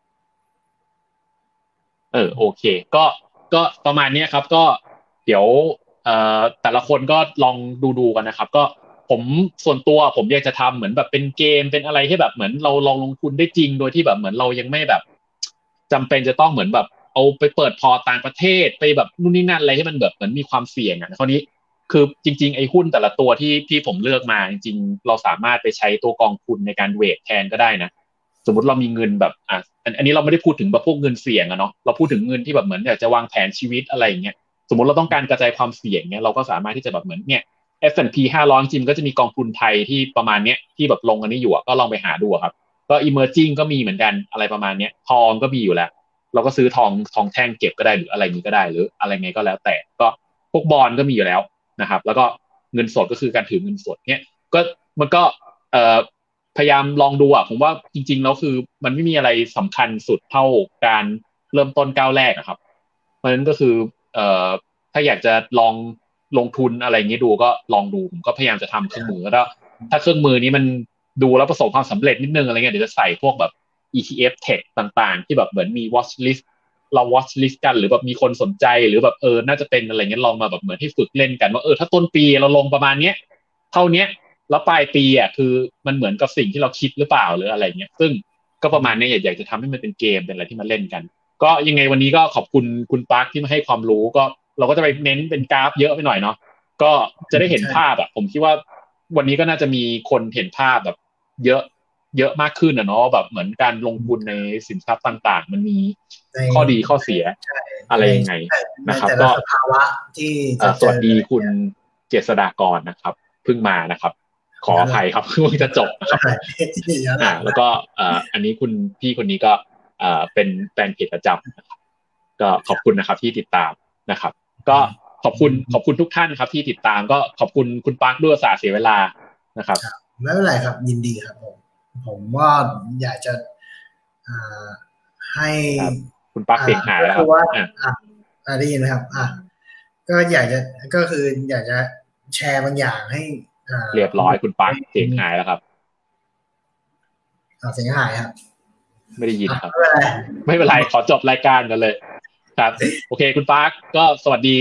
โอเคก็ก็ประมาณเนี้ยครับก็เดี๋ยวแต่ละคนก็ลองดูกันนะครับก็ผมส่วนตัวผมอยากจะทำเหมือนแบบเป็นเกมเป็นอะไรที่แบบเหมือนเราลองลงทุนได้จริงโดยที่แบบเหมือนเรายังไม่แบบจำเป็นจะต้องเหมือนแบบเอาไปเปิดพอร์ตต่างประเทศไปแบบนู่นนี่นั่นอะไรที่มันแบบเหมือนมีความเสี่ยงอ่ะคราวนี้คือจริงๆไอ้หุ้นแต่ละตัวที่ผมเลือกมาจริงๆเราสามารถไปใช้ตัวกองทุนในการเวทแทนก็ได้นะ สมมติเรามีเงินแบบอันนี้เราไม่ได้พูดถึงแบบพวกเงินเสี่ยงอะเนาะเราพูดถึงเงินที่แบบเหมือนอยากจะวางแผนชีวิตอะไรอย่างเงี้ยสมมติเราต้องการกระจายความเสี่ยงเนี่ยเราก็สามารถที่จะแบบเหมือนเนี่ย S&P 500จริงๆก็จะมีกองทุนไทยที่ประมาณเนี้ยที่แบบลงอันนี้อยู่ก็ลองไปหาดูครับก็ emerging ก็มีเหมือนกันอะไรประมาณเนี้ยทองก็มีอยู่แล้วเราก็ซื้อทองแท่งเก็บก็ได้หรืออะไรนี้ก็ได้หรืออะไรไงก็แล้วแต่ก็พวกบอลก็มีอยู่แล้วนะครับแล้วก็เงินสดก็คือการถือเงินสดเนี่ยก็มันก็เอ่อ พยายามลองดูผมว่าจริงๆแล้วคือมันไม่มีอะไรสำคัญสุดเท่าการเริ่มต้นก้าวแรกครับเพราะฉะนั้นก็คือเอ่อถ้าอยากจะลองลงทุนอะไรอย่างนี้ดูก็ลองดูผมก็พยายามจะทำเครื่องมือแล้วถ้าเครื่องมือนี้มันดูแล้วประสบความสำเร็จนิดนึงอะไรเงี้ยเดี๋ยวจะใส่พวกแบบ ETF Tech ต่างๆที่แบบเหมือนมี watch list เรา watch list กันหรือแบบมีคนสนใจหรือแบบน่าจะเป็นอะไรเงี้ยลองมาแบบเหมือนให้ฝึกเล่นกันว่าถ้าต้นปีเราลงประมาณเนี้ยเท่าเนี้ย แล้วปลายปีคือมันเหมือนกับสิ่งที่เราคิดหรือเปล่าหรืออะไรเงี้ยซึ่งก็ประมาณนี้อยากจะทำให้มันเป็นเกมเป็นอะไรที่มาเล่นกันก็ยังไงวันนี้ก็ขอบคุณคุณปาร์คที่มาให้ความรู้ก็เราก็จะไปเน้นเป็นกราฟเยอะไปหน่อยเนาะก็จะได้เห็นใช่ภาพผมคิดว่าวันนี้ก็น่าจะมีคนเห็นภาพแบบเยอะเยอะมากขึ้นเนาะแบบเหมือนการลงทุนในสินทรัพย์ต่างๆมันมีในข้อดีข้อเสียใช่อะไรในยังไงในนะครับก็แต่ละสภาวะที่จะสวัสดีเจออะไรคุณเงี้ยเจษฎากรนะครับเพิ่งมานะครับขอนั่นแหละอภัยครับเพิ่งจะจบนะครับนั่นแหละแล้วก็อันนี้คุณพี่คนนี้ก็เป็นแฟนเพจประจำนะครับก็ขอบคุณนะครับที่ติดตามนะครับก็ขอบคุณทุกท่านครับที่ติดตามก็ขอบคุณคุณปาร์คด้วยสาเสียเวลานะครับไม่เป็นไรครับยินดีครับผมว่าอยากจะอ่าให้ครับคุณปาร์คเสียงหายแล้วครับก็คือว่าอ่าอ่ะได้ยินไหมครับก็อยากจะก็คืออยากจะแชร์บางอย่างให้เรียบร้อยคุณปาร์คเสียงหายให้แล้วครับเสียงหายครับไม่ได้ยินครับไม่เป็นไรไม่เป็นไรขอจบรายการกันเลยครับโอเคคุณปาร์คก็สวัสดี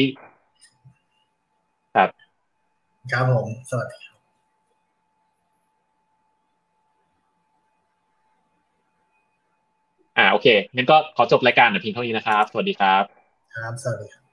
ครับครับผมสวัสดีโอเคงั้นก็ขอจบรายการแต่เพียงเท่านี้นะครับ สวัสดีครับครับสวัสดี